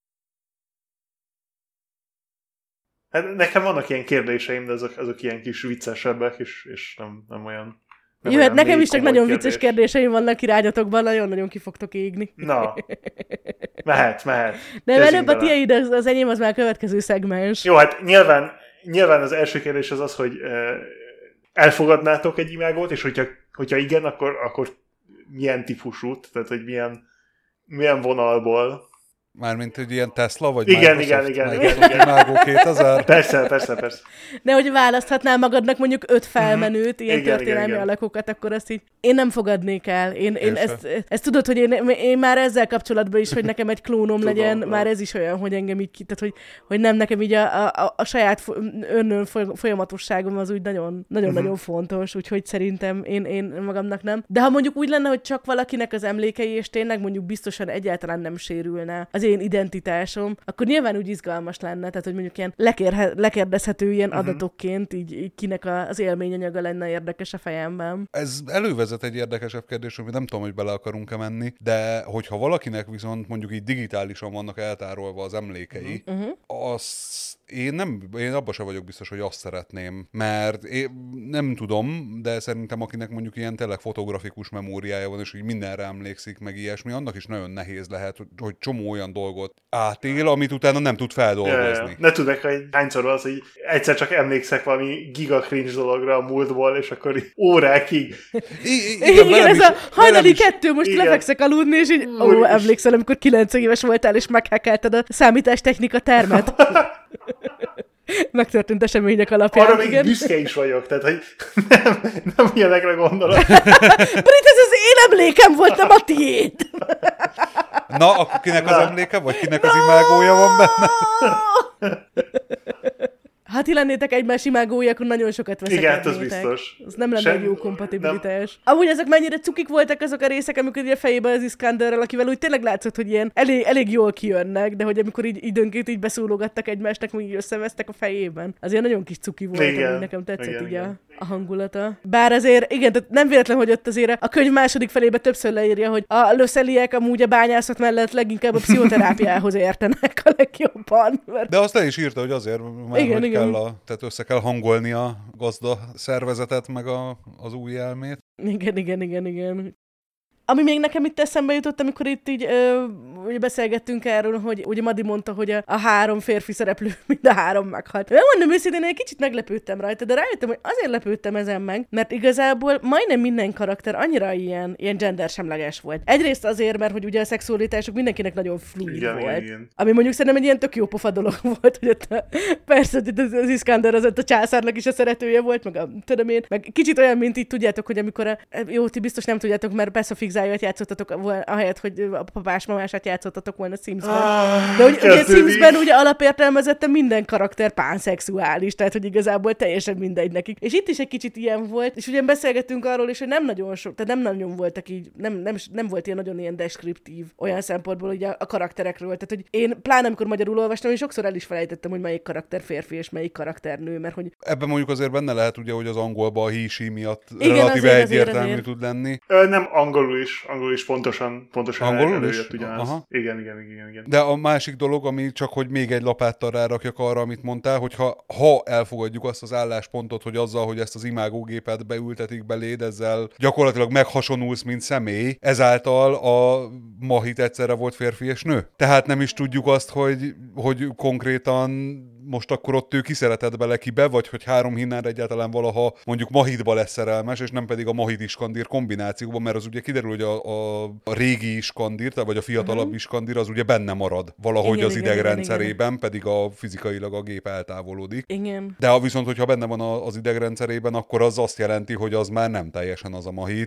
Hát nekem vannak ilyen kérdéseim, de azok ilyen kis viccesebbek, és nem olyan... Jó, hát nekem is csak nagyon vicces kérdéseim vannak irányatokban, nagyon-nagyon ki fogtok égni. Na, mehet. De előbb a tiéd, az enyém az már a következő szegmens. Jó, hát nyilván az első kérdés az, hogy elfogadnátok egy imágót, és hogyha igen, akkor milyen típusút, tehát hogy milyen vonalból. Mármint egy ilyen Tesla, vagy igen. Imago 2000? Persze. De hogy választhatnál magadnak mondjuk 5 felmenőt, ilyen történelmi alakokat, akkor azt így én nem fogadnék el. Én ezt tudod, hogy én már ezzel kapcsolatban is, hogy nekem egy klónom legyen, már ez is olyan, hogy engem így tehát hogy nem nekem így a saját önnön folyamatosságom az úgy nagyon fontos, úgyhogy szerintem én magamnak nem. De ha mondjuk úgy lenne, hogy csak valakinek az emlékei, és tényleg mondjuk biztosan egyáltalán nem sérülne, az az én identitásom, akkor nyilván úgy izgalmas lenne, tehát hogy mondjuk ilyen lekérdezhető ilyen adatokként, így kinek az élményanyaga lenne érdekes a fejemben. Ez elővezet egy érdekesebb kérdés, hogy nem tudom, hogy bele akarunk-e menni, de hogyha valakinek viszont mondjuk így digitálisan vannak eltárolva az emlékei, én abban sem vagyok biztos, hogy azt szeretném, mert én nem tudom, de szerintem akinek mondjuk ilyen tényleg fotografikus memóriája van, és így mindenre emlékszik, meg ilyesmi, annak is nagyon nehéz lehet, hogy csomó olyan dolgot átél, amit utána nem tud feldolgozni. Ja. Ne tudok, hogy hányszor az, hogy egyszer csak emlékszek valami giga cringe dologra a múltból, és akkor így órákig. Igen, ez a hajnali 2, most lefekszek aludni, és így emlékszel, amikor 9 éves voltál, és meghackelted a számítástechnika termet. Megtörtént események alapján. Arra még büszke is vagyok, tehát hogy nem ilyenekre gondolok. Brit, ez az én emlékem volt, nem a tiéd. Na, akkor kinek az emléke, vagy kinek az imágója van benne? Ha ti lennétek egymás imágói, akkor nagyon sokat veszekednétek. Igen, az biztos. Az nem lenne egy jó kompatibilitás. Amúgy ezek mennyire cukik voltak azok a részek, amikor ugye fejében az Iskanderrel, akivel úgy tényleg látszott, hogy ilyen elég jól kijönnek, de hogy amikor így időnként így beszólogattak egymásnak, még így összevesztek a fejében. Az ilyen nagyon kis cuki volt, ami nekem tetszett így a hangulata. Bár azért, igen, tehát nem véletlen, hogy ott azért a könyv második felébe többször leírja, hogy a löszeliek amúgy a bányászat mellett leginkább a pszichoterápiához értenek a legjobban. Mert... De azt le is írta, hogy azért, mert igen. Tehát össze kell hangolni a gazda szervezetet, meg az új elmét. Igen. Ami még nekem itt eszembe jutott, amikor itt így ugye beszélgettünk erről, hogy ugye Madi mondta, hogy a 3 férfi szereplő mind a 3 meghalt. Nem mondom őszintén, egy kicsit meglepődtem rajta, de rájöttem, hogy azért lepődtem ezen meg, mert igazából majdnem minden karakter annyira ilyen gendersemleges volt. Egyrészt azért, mert hogy ugye a szexualitások mindenkinek nagyon fluid volt. Igen. Ami mondjuk szerintem egy ilyen tök jó pofa dolog volt, hogy ott persze az Iskander az ott a császárnak is a szeretője volt, meg tudom én, meg kicsit olyan, mint így tudjátok, hogy amikor jó, ti biztos nem tudjátok, mert persze Zájat játszottatok, ahelyett, hogy a papás-mamását játszottatok volna Simsben. De ugye Simsben ugye alapértelmezetten minden karakter pánszexuális, tehát hogy igazából teljesen mindegy nekik. És itt is egy kicsit ilyen volt, és ugye beszélgettünk arról is, hogy nem nagyon sok, tehát nem nagyon voltak így, nem volt ilyen nagyon ilyen deskriptív olyan szempontból ugye a karakterekről. Tehát hogy én pláne amikor magyarul olvastam, én sokszor el is felejtettem, hogy melyik karakter férfi és melyik karakter nő, mert hogy... Ebben mondjuk azért benne lehet ugye, hogy az angolban a he-she miatt relatíve egyértelmű tud lenni. Nem angolul is pontosan előjött ugyanaz. Igen. De a másik dolog, ami csak, hogy még egy lapáttal rárakjak arra, amit mondtál, hogy ha elfogadjuk azt az álláspontot, hogy azzal, hogy ezt az imágógépet beültetik beléd, ezzel gyakorlatilag meghasonulsz, mint személy, ezáltal a Mahit egyszerre volt férfi és nő. Tehát nem is tudjuk azt, hogy konkrétan most akkor ott ő kiszeretett bele kibe, vagy hogy 3 hinnár egyáltalán valaha mondjuk Mahitba lesz szerelmes, és nem pedig a Mahit Iskandir kombinációban, mert az ugye kiderül, hogy a régi Iskandir, vagy a fiatalabb Iskandir az ugye benne marad valahogy igen, az idegrendszerében, pedig a fizikailag a gép eltávolodik. Igen. De viszont, hogyha benne van az idegrendszerében, akkor az azt jelenti, hogy az már nem teljesen az a Mahit,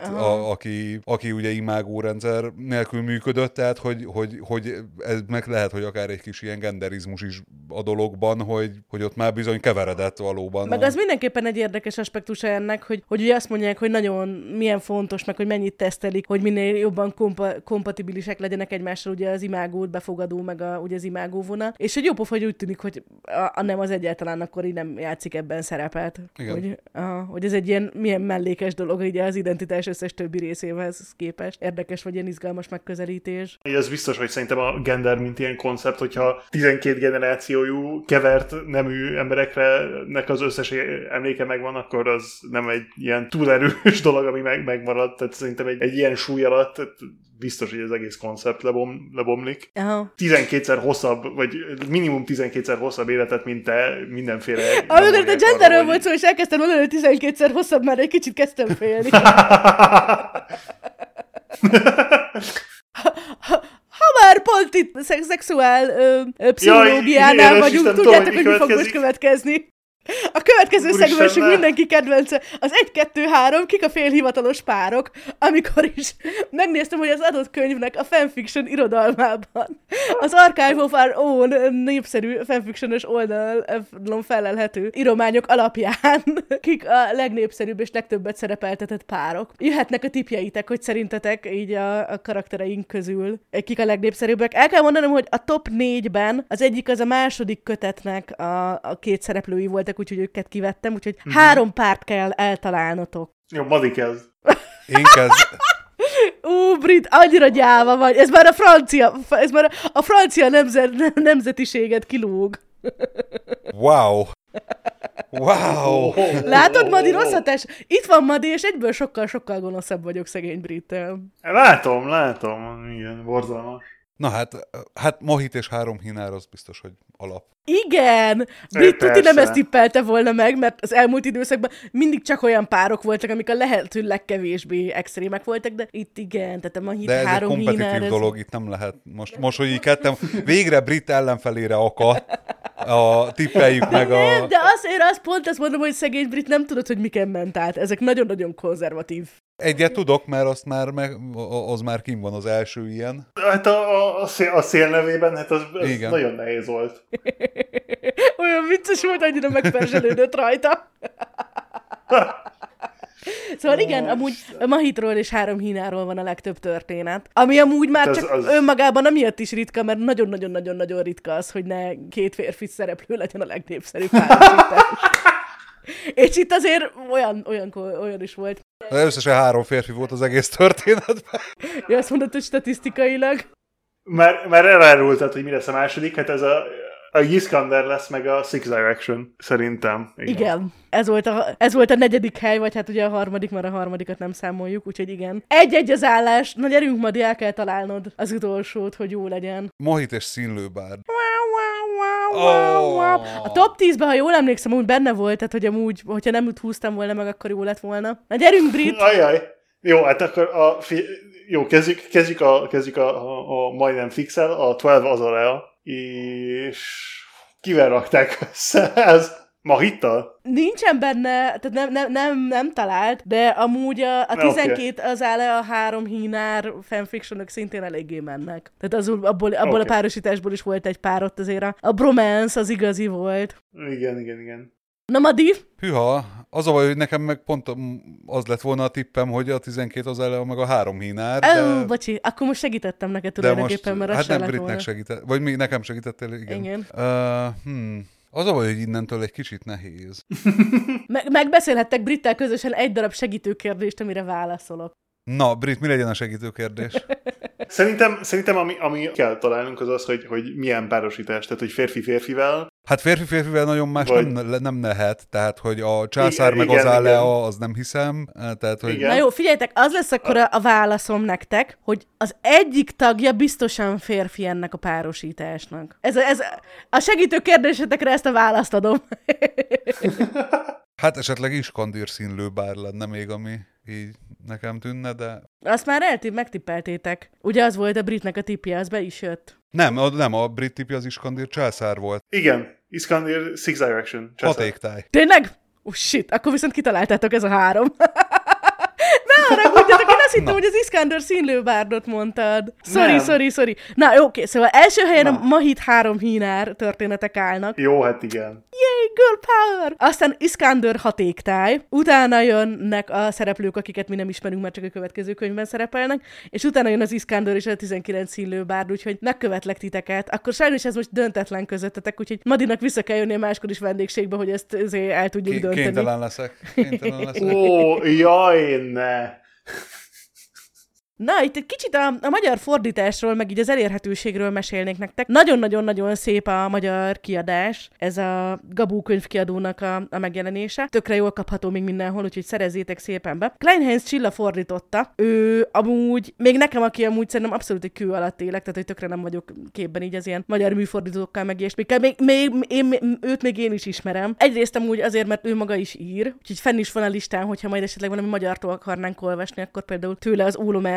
aki ugye imágórendszer nélkül működött, tehát hogy ez meg lehet, hogy akár egy kis ilyen genderizmus is a dologban, hogy ott már bizony keveredett valóban. Meg az mindenképpen egy érdekes aspektusa ennek, hogy ugye azt mondják, hogy nagyon milyen fontos, meg hogy mennyit tesztelik, hogy minél jobban kompatibilisek legyenek egymással ugye az imágót befogadó, meg ugye az imágóvonal. És hogy jó pofa, hogy úgy tűnik, hogy a nem az egyáltalán akkor így nem játszik ebben szerepet. Hogy ez egy ilyen milyen mellékes dolog ugye az identitás összes többi részéhez képest. Érdekes vagy ilyen izgalmas megközelítés. Ez biztos, hogy szerintem a gender, mint ilyen koncept, hogyha 12 generációjú kevert nemű embereknek az összes emléke megvan, akkor az nem egy ilyen túl erős dolog, ami megmarad. Tehát szerintem egy ilyen súly alatt biztos, hogy az egész koncept lebomlik. 12-szer hosszabb, vagy minimum 12-szer hosszabb életet, mint te mindenféle... Amikor a genderről volt szó, és elkezdtem mondani, hogy 12-szer hosszabb, már egy kicsit kezdtem félni. Ha már pont itt szexuál pszichológiánál vagyunk, tudjátok, hogy mi fog most következni. A következő Úristen, szegmensünk ne. mindenki kedvence, az 1-2-3, kik a félhivatalos párok, amikor is megnéztem, hogy az adott könyvnek a fanfiction irodalmában az Archive of Our Own népszerű fanfictionos oldalon felelhető írományok alapján kik a legnépszerűbb és legtöbbet szerepeltetett párok. Jöhetnek a tippjeitek, hogy szerintetek így a karaktereink közül kik a legnépszerűbbek. El kell mondanom, hogy a top 4-ben az egyik az a második kötetnek a két szereplői voltak, úgyhogy őket kivettem, úgyhogy 3 párt kell eltalálnotok. Jó, Madi kezd. Én kezd... Brit, annyira gyáva vagy. Ez már a francia nemzetiséget kilóg. Wow! Wow! Látod, Madi, rossz hatás? Itt van Madi, és egyből sokkal gonoszabb vagyok szegény Brittel. Látom, igen, borzalmas. Na hát Mohit és 3 hinár az biztos, hogy alap. Igen! Brit tuti nem Persze. ezt tippelte volna meg, mert az elmúlt időszakban mindig csak olyan párok voltak, amik a lehető legkevésbé extrémek voltak, de itt igen, tehát a Mahit De ez egy 3 kompetitív hínár... dolog, itt nem lehet. Most hogy így kettem, végre Brit ellenfelére akadt a tippeljük meg a... Nem, de pont azt mondom, hogy szegény Brit nem tudod, hogy miken ment át. Ezek nagyon-nagyon konzervatív. Egyet tudok, mert azt az már kim van az első ilyen. Hát a szél nevében, hát az Igen. nagyon nehéz volt. Olyan vicces volt, annyira megperzselődött rajta. Szóval igen, amúgy Mahitról és 3 hínáról van a legtöbb történet. Ami amúgy már Hát csak önmagában amiatt is ritka, mert nagyon-nagyon-nagyon-nagyon ritka az, hogy ne 2 férfi szereplő legyen a legnépszerűbb párosítás. És itt azért olyan is volt. Összesen 3 férfi volt az egész történetben. Ja, azt mondod, hogy statisztikailag. Már elárultad, hogy mi lesz a második, hát ez a Iskander lesz, meg a Six Direction, szerintem. Igen. Ez volt a 4. hely, vagy hát ugye a 3., mert a 3. nem számoljuk, úgyhogy igen. 1-1 az állás. Na gyerünk, Madi, el kell találnod az utolsót, hogy jó legyen. Mohit és színlőbár. A top 10-ben, ha jól emlékszem, úgy benne volt, tehát hogy amúgy, hogyha nem úgy húztam volna meg, akkor jó lett volna. Na gyerünk, Brit! Ajaj. Jó, hát akkor kezdjük a majdnem fixel, a 12 Azalea, és kivel rakták össze? Ez Mahittal? Nincsen benne, tehát nem talált, de amúgy a 12 az a 3 hínár fanfictionok szintén eléggé mennek. Tehát abból a párosításból is volt egy pár, ott azért a bromance az igazi volt. Igen. Na, Madi? Hűha, az a baj, hogy nekem meg pont az lett volna a tippem, hogy a 12 az elő, meg a 3 hínár, de... Bocsi, akkor most segítettem neked tulajdonképpen, mert az hát sem nem lett Britnek volna. segített, vagy még nekem segítettél, igen. Igen. Az a baj, hogy innentől egy kicsit nehéz. Megbeszélhettek Brittel közösen egy darab segítőkérdést, amire válaszolok. Na, Brit, mi legyen a segítőkérdés? Szerintem ami kell találnunk az az, hogy milyen párosítás, tehát hogy férfi-férfivel. Hát férfi-férfivel nagyon más nem lehet, tehát hogy a császár Igen, meg az Alea, igen. az nem hiszem, tehát hogy... Igen. Na jó, figyeljetek, az lesz akkor a válaszom nektek, hogy az egyik tagja biztosan férfi ennek a párosításnak. Ez a segítő kérdésetekre ezt a választ adom. Hát esetleg Iskander színlőbár lenne még, ami így nekem tűnne, de... Azt már megtippeltétek. Ugye az volt a Britnek a tippje, az be is jött. Nem, a brit tippje az Iskander császár volt. Igen, Iskander Six Direction. Hatéktáj. Tényleg? Shit, akkor viszont kitaláltátok, ez a 3. Ne haragudjatok, én azt hittem, hogy az Iskander színlőbárdot mondtad. Sorry. Na, jó, oké, szóval első helyen a Mahit 3 hínár történetek állnak. Jó, hát igen. Yay, girl power! Aztán Iskander hatéktáj, utána jönnek a szereplők, akiket mi nem ismerünk, mert csak a következő könyvben szerepelnek, és utána jön az Iskander és a 19 színlőbárd, úgyhogy megkövetlek titeket. Akkor sajnos ez most döntetlen közöttetek, úgyhogy Madinak vissza kell jönni máskor is vendégségbe, hogy ezt el tudjuk dönteni. Kénytelen leszek. Ó, jaj, ne! Na, itt egy kicsit a magyar fordításról, meg így az elérhetőségről mesélnék nektek. Nagyon-nagyon-nagyon szép a magyar kiadás. Ez a Gabó könyvkiadónak a megjelenése. Tökre jól kapható még mindenhol, úgyhogy szerezzétek szépen be. Kleinheinz Csilla fordította. Ő amúgy, még nekem, aki amúgy szerintem abszolút egy kő alatt élek, tehát hogy tökre nem vagyok képben így az ilyen magyar műfordítókkal meg ilyesmikkel. Őt még én is ismerem. Egyrészt amúgy azért, mert ő maga is ír, úgyhogy fenn is van a listán, hogyha majd esetleg valami magyartól akarnánk olvasni, akkor például tőle az Ólom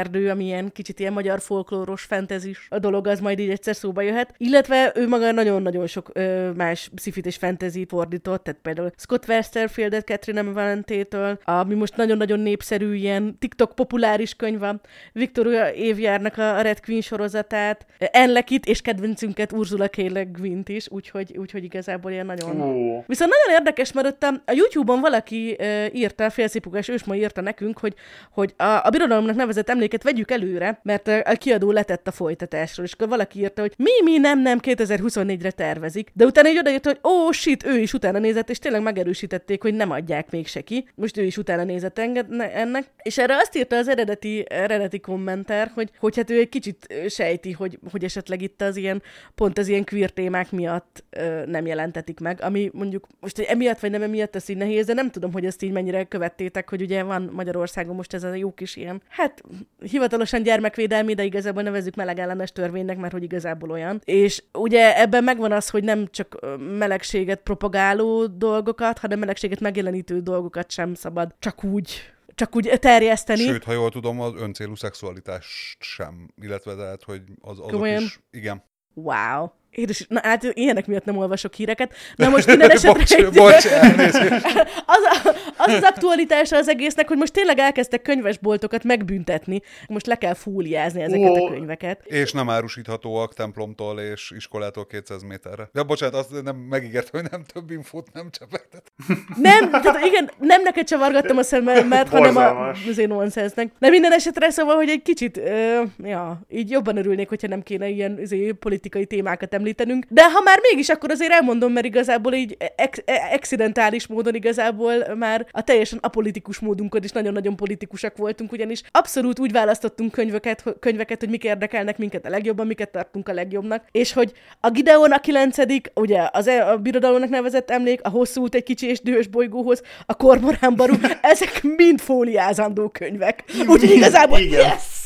erdő, ami ilyen kicsit ilyen magyar folklóros, fantasy-s a dolog, az majd így egyszer szóba jöhet. Illetve ő maga nagyon-nagyon sok más sci-fit és fantasy fordított, tehát például Scott Westerfieldet Catherine Valentétől, ami most nagyon-nagyon népszerű ilyen TikTok populáris könyv, Victoria Aveyardnak a Red Queen sorozatát, Anne Leckie-t és kedvencünket Ursula K. Le Guin-t is, úgyhogy igazából ilyen nagyon... Viszont nagyon érdekes, mert ott a YouTube-on valaki írta, Félszipugás ősma írta nekünk, hogy a birodalomnak nevezett emléket vegyük előre, mert a kiadó letett a folytatásról, és akkor valaki írta, hogy nem 2024-re tervezik, de utána így odaírta, hogy shit, ő is utána nézett, és tényleg megerősítették, hogy nem adják mégse ki. Most ő is utána nézett ennek, és erre azt írta az eredeti kommentár, hogy hát ő egy kicsit sejti, hogy esetleg itt pont az ilyen queer témák miatt nem jelentetik meg, ami mondjuk most emiatt vagy nem emiatt ez így nehéz, de nem tudom, hogy ezt így mennyire követtétek, hogy ugye van Magyarországon most ez a jó kis ilyen, hát hivatalosan gyermekvédelmi, de igazából nevezzük melegellenes törvénynek, mert hogy igazából olyan. És ugye ebben megvan az, hogy nem csak melegséget propagáló dolgokat, hanem melegséget megjelenítő dolgokat sem szabad csak úgy terjeszteni. Sőt, ha jól tudom, az öncélú szexualitást sem, illetve tehát, hogy azok is, igen. Wow. Édes, na hát ilyenek miatt nem olvasok híreket. Na most minden esetre... bocs, az aktualitása az egésznek, hogy most tényleg elkezdtek könyvesboltokat megbüntetni. Most le kell fóliázni ezeket a könyveket. És nem árusíthatóak templomtól és iskolától 200 méterre. De bocsánat, azt nem megígért, hogy nem több infót nem csepegtet. Nem, tehát igen, nem neked csavargattam a szememet, hanem az én nonsensnek. De minden esetre szóval, hogy egy kicsit, így jobban örülnék, hogyha nem kéne ilyen politikai témákat említenünk. De ha már mégis, akkor azért elmondom, mert igazából így excidentális módon igazából már a teljesen apolitikus módunkon is nagyon-nagyon politikusak voltunk, ugyanis abszolút úgy választottunk könyveket, hogy mik érdekelnek minket a legjobban, miket tartunk a legjobbnak, és hogy a Gideon a 9., ugye a birodalomnak nevezett emlék, a Hosszú út egy kicsi és dühös bolygóhoz, a Kormorán Baru, ezek mind fóliázandó könyvek. Úgyhogy igazából yes!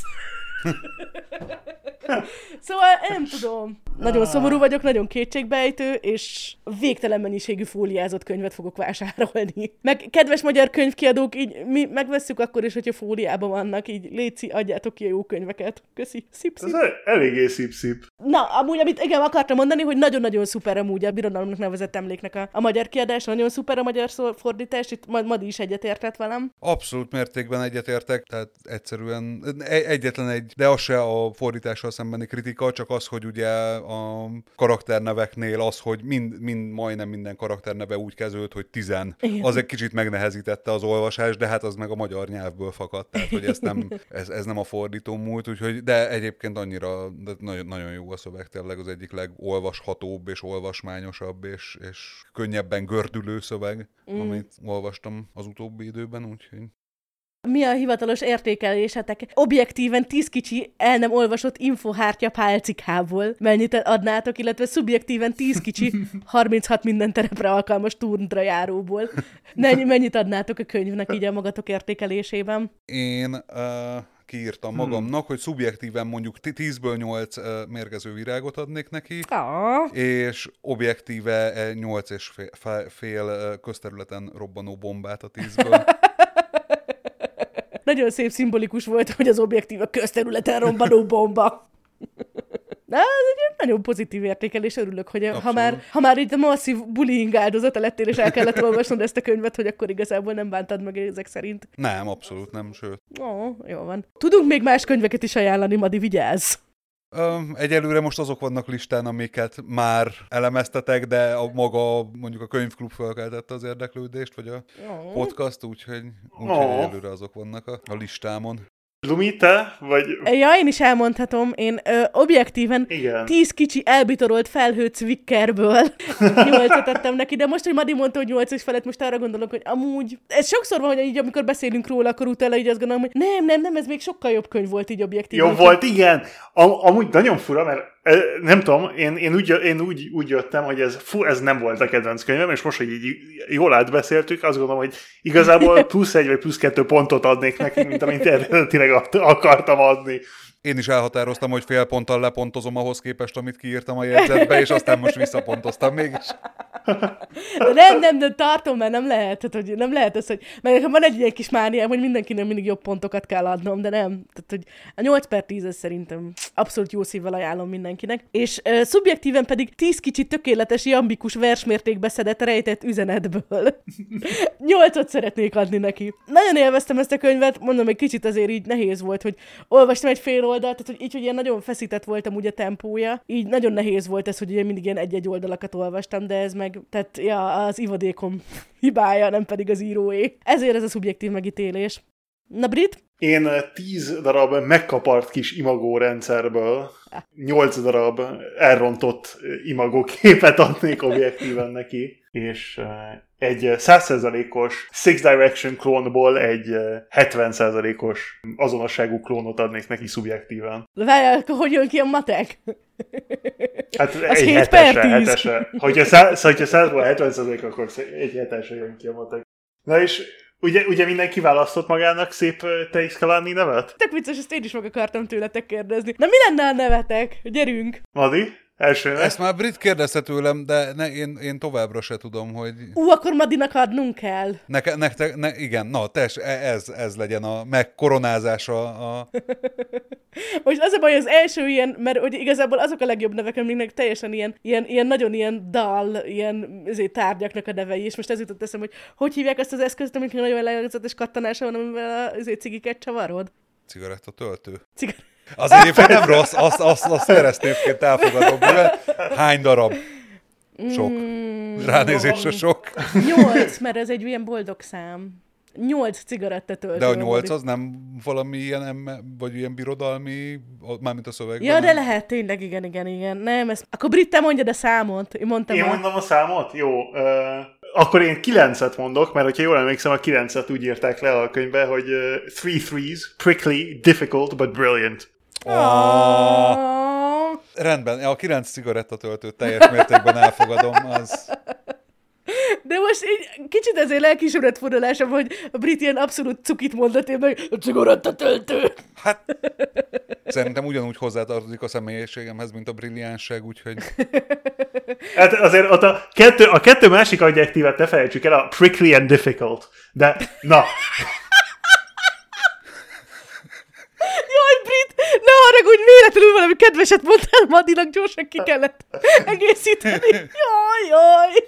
Szóval nem tudom. Nagyon szomorú vagyok, nagyon kétségbejtő, és végtelen mennyiségű fóliázott könyvet fogok vásárolni. Meg kedves magyar könyvkiadók, így mi megvesszük akkor is, hogyha fóliában vannak, így léci, adjátok ki a jó könyveket. Köszi. Szip-szip. Ez eléggé szip-szip. Na, amúgy, amit igen, akartam mondani, hogy nagyon-nagyon szuper amúgy a birodalomnak nevezett emléknek a magyar kiadás, nagyon szuper a magyar fordítás, itt Madi is egyetértett velem. Abszolút mértékben egyetértek, tehát egyszerűen egyetlen egy, de az se a fordítással szembeni kritika, csak az, hogy ugye a karakterneveknél az, hogy majdnem minden karakterneve úgy kezdődött, hogy 10. Az egy kicsit megnehezítette az olvasást, de hát az meg a magyar nyelvből fakadt, tehát hogy ez nem a fordító múlt, úgyhogy, de egyébként annyira nagyon, nagyon jó a szöveg, tényleg az egyik legolvashatóbb és olvasmányosabb és könnyebben gördülő szöveg, amit olvastam az utóbbi időben, úgyhogy... Mi a hivatalos értékelésetek? Objektíven 10 kicsi el nem olvasott infohártya pálcikából mennyit adnátok, illetve szubjektíven 10 kicsi 36 minden terepre alkalmas turnra járóból. Mennyit adnátok a könyvnek így a magatok értékelésében? Én kiírtam magamnak, hogy szubjektíven mondjuk 10-ből 8 mérgező virágot adnék neki, és objektíve 8,5 közterületen robbanó bombát a 10-ből. Nagyon szép szimbolikus volt, hogy az objektív a közterületen robbanó bomba. De ez egy nagyon pozitív értékelés, örülök, hogy ha már így a masszív bullying áldozata lettél, és el kellett olvasnod ezt a könyvet, hogy akkor igazából nem bántad meg ezek szerint. Nem, abszolút nem, sőt. Jó van. Tudunk még más könyveket is ajánlani, Madi, vigyázz! Egyelőre most azok vannak listán, amiket már elemeztetek, de mondjuk a könyvklub felkeltette az érdeklődést, vagy a podcast, úgyhogy egyelőre azok vannak a listámon. Lumi, te? Vagy... Ja, én is elmondhatom, én objektíven 10 kicsi elbitorolt felhőt Zwickerből 8-at adtam neki, de most, hogy Madi mondta, hogy 8 és felett, most arra gondolok, hogy amúgy, ez sokszor van, hogy így, amikor beszélünk róla, akkor utána így azt gondolom, hogy nem, ez még sokkal jobb könyv volt így objektíven. Jó volt, igen. Amúgy nagyon fura, mert nem tudom, én úgy jöttem, hogy ez nem volt a kedvenc könyvem, és most, hogy így jól átbeszéltük, azt gondolom, hogy igazából +1 vagy +2 pontot adnék neki, mint amit eredetileg akartam adni. Én is elhatároztam, hogy fél ponttal lepontozom ahhoz képest, amit kiírtam a jegyzetbe, és aztán most visszapontoztam mégis. De tartom, mert nem lehet, tehát, hogy nem lehet ez, hogy... Meg nekem van egy ilyen kis mániám, hogy mindenkinek mindig jobb pontokat kell adnom, de nem. Tehát, hogy a 8/10 szerintem abszolút jó szívvel ajánlom mindenkinek. És szubjektíven pedig 10 kicsit tökéletes, jambikus versmértékbe szedett rejtett üzenetből. 8-ot szeretnék adni neki. Nagyon élveztem ezt a könyvet, mondom, egy kicsit azért így nehéz volt, hogy olvastam egy fél oldalt, tehát hogy így, hogy ilyen nagyon feszített voltam ugye a tempója, így nagyon nehéz volt ez, hogy ugye mindig ilyen egy-egy oldalakat olvastam, de ez meg, tehát ja, az ivadékom hibája, nem pedig az íróé. Ezért ez a szubjektív megítélés. Na, Brit? Én 10 darab megkapart kis imagórendszerből 8 darab elrontott imagóképet adnék objektíven neki, és egy 100%-os Six Direction klónból egy 70%-os azonosságú klónot adnék neki szubjektíven. Várjál, hogy jön ki a matek? Hát az egy 7-esre. Hogyha 100-ból 70%, akkor egy 7-esre jön ki a matek. Na és ugye mindenki választott magának szép Teixkalani nevet? Tök vicces, ezt én is meg akartam tőletek kérdezni. Na mi lenne a nevetek? Gyerünk! Madi? Elsőnek? Ezt már Brit kérdezte tőlem, de én továbbra se tudom, hogy... Akkor Madinak adnunk kell. Igen, na, ez legyen a megkoronázása a... Most az a baj, az első ilyen, mert hogy igazából azok a legjobb nevek, aminek teljesen ilyen nagyon ilyen dal, ilyen tárgyaknak a nevei, és most ez jutott eszem, hogy hívják azt az eszközt, amikor nagyon elegezetes kattanása van, amivel a cigiket csavarod? Cigarettatöltő. Az egyébként nem rossz, azt keresztnévként elfogadom. Hány darab? Sok. Ránézésre sok. 8, mert ez egy ilyen boldog szám. 8 cigarettatöltő. De a 8 az nem valami ilyen, vagy ilyen birodalmi, mármint a szövegben? Ja, de lehet, tényleg, igen. Nem, akkor Brit, te mondjad a számot. Én mondom a számot? Jó. Akkor én 9-et mondok, mert hogyha jól emlékszem, a 9-et úgy írták le a könyvbe, hogy 3 threes, prickly, difficult, but brilliant. Rendben, a 9 cigarettatöltőt teljes mértékben elfogadom, az... De most így kicsit azért lelkismerett fordulásom, hogy a Brit ilyen abszolút cukit mondott, én meg a cigarettatöltő. Hát, szerintem ugyanúgy hozzátartozik a személyiségemhez, mint a brilliánsság, úgyhogy... Hát azért ott a kettő másik adjektívet ne felejtsük el, a prickly and difficult. De, na... Jaj, Brit, ne haragudj, véletlenül valami kedveset mondtál, Madinak gyorsan ki kellett egészíteni. Jaj.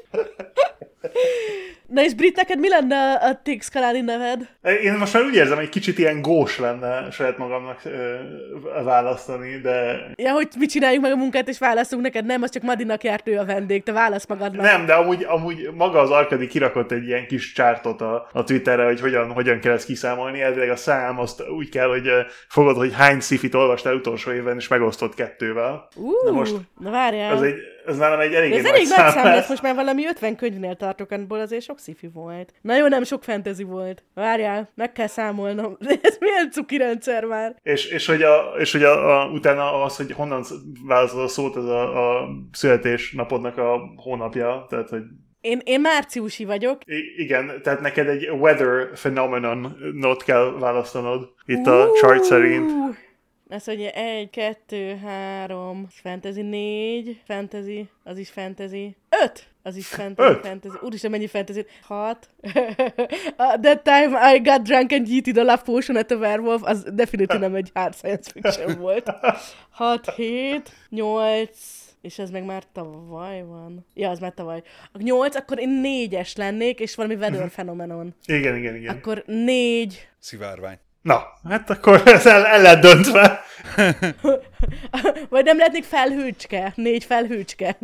Na és Brit, neked mi lenne a Teixkalani neved? Én most már úgy érzem, hogy kicsit ilyen gós lenne saját magamnak választani, de... Ja, hogy mi csináljuk meg a munkát, és válaszunk neked, nem, az csak Madinak járt ő a vendég, te válasz magadnak. Nem, de amúgy maga az Arkadi kirakott egy ilyen kis csártot a Twitterre, hogy hogyan kell ezt kiszámolni. Elvileg a szám azt úgy kell, hogy fogod, hogy hány sci-fit olvastál utolsó évben, és megosztott 2-vel. Na várjál. Ez nálam egy eléggé nagy szám lesz, most már valami 50 könyvnél tartok, abból azért sok sci-fi volt. Na jó, nem sok fantasy volt. Várjál, meg kell számolnom. De ez milyen cuki rendszer már? És hogy utána az, hogy honnan választod a szót, ez a születésnapodnak a hónapja, tehát hogy... Én márciusi vagyok. Igen, tehát neked egy weather phenomenon-not kell választanod itt a chart szerint. Ez ugye 1, 2, 3, fantasy 4, fantasy, az is fantasy 5, az is fantasy. Úristen, mennyi fantasy? 6. That time I got drunk and yeeted a love potion at a werewolf, az definitív nem egy hard science fiction volt. 6, 7, 8, és ez meg már tavaly van. Ja, az már tavaly. A 8, akkor én 4-es lennék, és valami weather phenomenon. Igen. Akkor 4. Szivárvány. Na, hát akkor ez el lett döntve. Vagy nem lehetnék felhőcske? 4 felhőcske.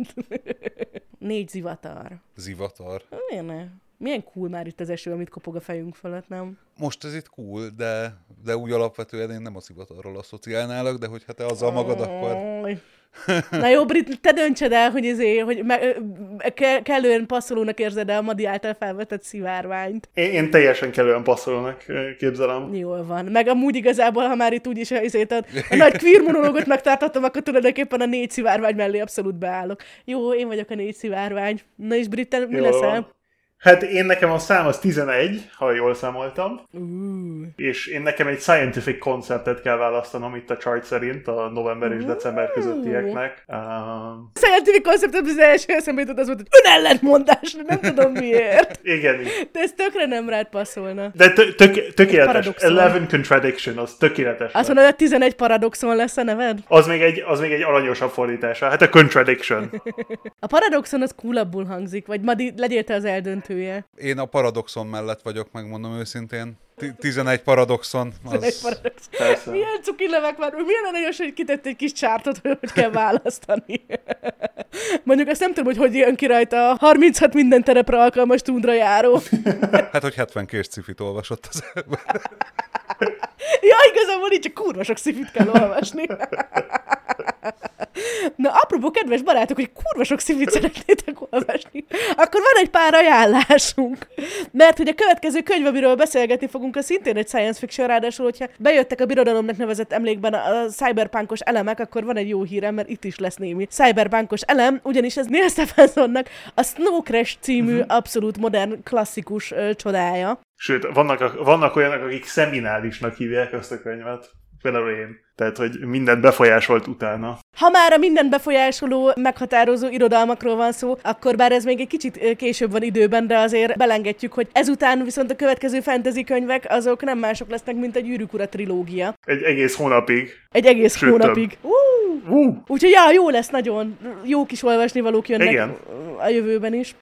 4 zivatar. Zivatar? Milyen cool már itt az eső, amit kopog a fejünk fölött, nem? Most ez itt cool, de úgy alapvetően én nem a zivatarról asszociálnálak, de hogyha te azzal magad, akkor... Na jó, Brit, te döntsed el, hogy kellően passzolónak érzed el a Madi által felvetett szivárványt. Én teljesen kellően passzolónak képzelem. Jól van. Meg amúgy igazából, ha már itt úgyis a nagy queer monológot megtartottam, akkor tulajdonképpen a 4 szivárvány mellé abszolút beállok. Jó, én vagyok a 4 szivárvány. Na és Brit, mi leszel? Hát én nekem a szám az 11, ha jól számoltam. És én nekem egy scientific conceptet kell választanom itt a chart szerint a november és december közöttieknek. Scientific concept az első eszembe jutott, az volt, hogy önellentmondás, nem tudom miért. Igen. De ez tökre nem rád passzolna. De tökéletes. Paradoxon. 11 contradiction, az tökéletes. Azt mondod, hogy 11 paradoxon lesz a neved? Az még egy aranyosabb fordítása. Hát a contradiction. A paradoxon az coolabbul hangzik, vagy Madi, legyél te az eldöntője. Én a paradoxon mellett vagyok, megmondom őszintén. 11 paradoxon. 11 paradoxon. Persze. Milyen cukilevek már, milyen nagyon hogy kitett egy kis csártot, hogy kell választani. Mondjuk azt nem tudom, hogy jön ki rajta a 36 minden terepre alkalmas tundra-járó. Hát, hogy 70 kés cifit olvasott az ember. Ja, igazából így csak kurva sok szifit kell olvasni. Na, apropó, kedves barátok, hogy kurva sok szifit szeretnétek olvasni, akkor van egy pár ajánlásunk. Mert hogy a következő könyv, amiről beszélgetni fogunk, az szintén egy science fiction, ráadásul, hogyha bejöttek a birodalomnak nevezett emlékben a cyberpunkos elemek, akkor van egy jó hírem, mert itt is lesz némi cyberpunkos elem, ugyanis ez Neil Stephensonnak a Snow Crash című abszolút modern, klasszikus csodája. Sőt, vannak olyanok, akik szeminálisnak hívják ezt a könyvet. Például én. Tehát, hogy mindent befolyásolt utána. Ha már a mindent befolyásoló, meghatározó irodalmakról van szó, akkor bár ez még egy kicsit később van időben, de azért belengedjük, hogy ezután viszont a következő fantasy könyvek azok nem mások lesznek, mint a Gyűrűk Ura trilógia. Egy egész hónapig. Egy egész hónapig. Úgyhogy ja, jó lesz nagyon. Jó kis olvasnivalók jönnek. Igen. A jövőben is.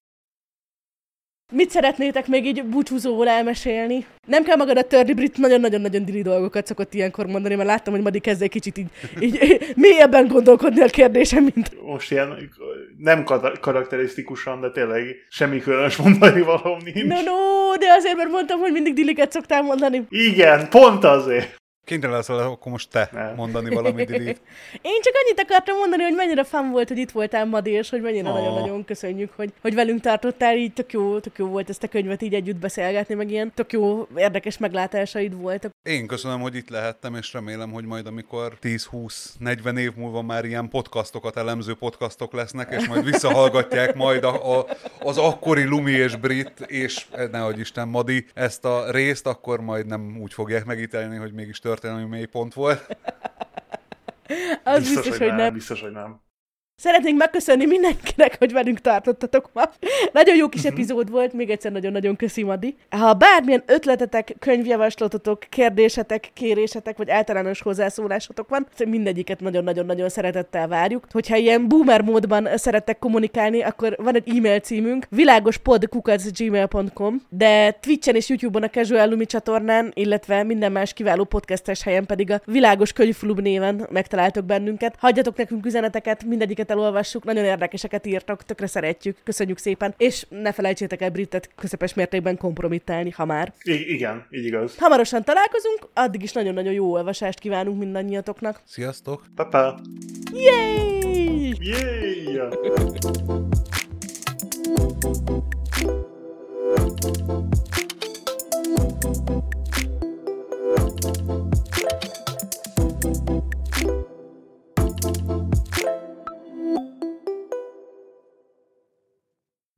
Mit szeretnétek még így búcsúzóval elmesélni? Nem kell magadat törni, Brit nagyon-nagyon-nagyon dili dolgokat szokott ilyenkor mondani, mert láttam, hogy Madi kezd egy kicsit így mélyebben gondolkodni a kérdésem, mint... Most ilyen nem karakterisztikusan, de tényleg semmi különös mondani valóm nincs. No, de azért, mert mondtam, hogy mindig diliket szoktál mondani. Igen, pont azért. Kénytelen leszel, akkor most te mondani valamit, Dili. Én csak annyit akartam mondani, hogy mennyire fun volt, hogy itt voltál, Madi, és hogy mennyire nagyon-nagyon köszönjük, hogy velünk tartottál, így tök jó volt ezt a könyvet így együtt beszélgetni, meg ilyen tök jó, érdekes meglátásaid voltak. Én köszönöm, hogy itt lehettem, és remélem, hogy majd amikor 10-20-40 év múlva már ilyen podcastokat, elemző podcastok lesznek, és majd visszahallgatják majd az akkori Lumi és Brit, és nehogy Isten Madi ezt a részt, akkor majd nem úgy fogják megítélni, hogy mégis történelmi mélypont volt. Az biztos, hogy nem. Biztos, hogy nem. Szeretnénk megköszönni mindenkinek, hogy velünk tartottatok ma. Nagyon jó kis epizód volt, még egyszer nagyon-nagyon köszi, Madi. Ha bármilyen ötletetek, könyvjavaslatotok, kérdésetek, kérésetek, vagy általános hozzászólásotok van, mindegyiket nagyon-nagyon-nagyon szeretettel várjuk. Hogyha ilyen boomer módban szerettek kommunikálni, akkor van egy e-mail címünk, világospod@gmail.com, de Twitchen és YouTube-on a Casual Lumi csatornán, illetve minden más kiváló podcastes helyen pedig a Világos Könyvklub néven megtaláltok bennünket. Hagyjatok nekünk üzeneteket, mindegyiket elolvassuk, nagyon érdekeseket írtak, tökre szeretjük, köszönjük szépen, és ne felejtsétek el Britet közepes mértékben kompromittálni, ha már. Igen, így igaz. Hamarosan találkozunk, addig is nagyon-nagyon jó olvasást kívánunk mindannyiatoknak. Sziasztok! Pa-pa! Yay! Yay!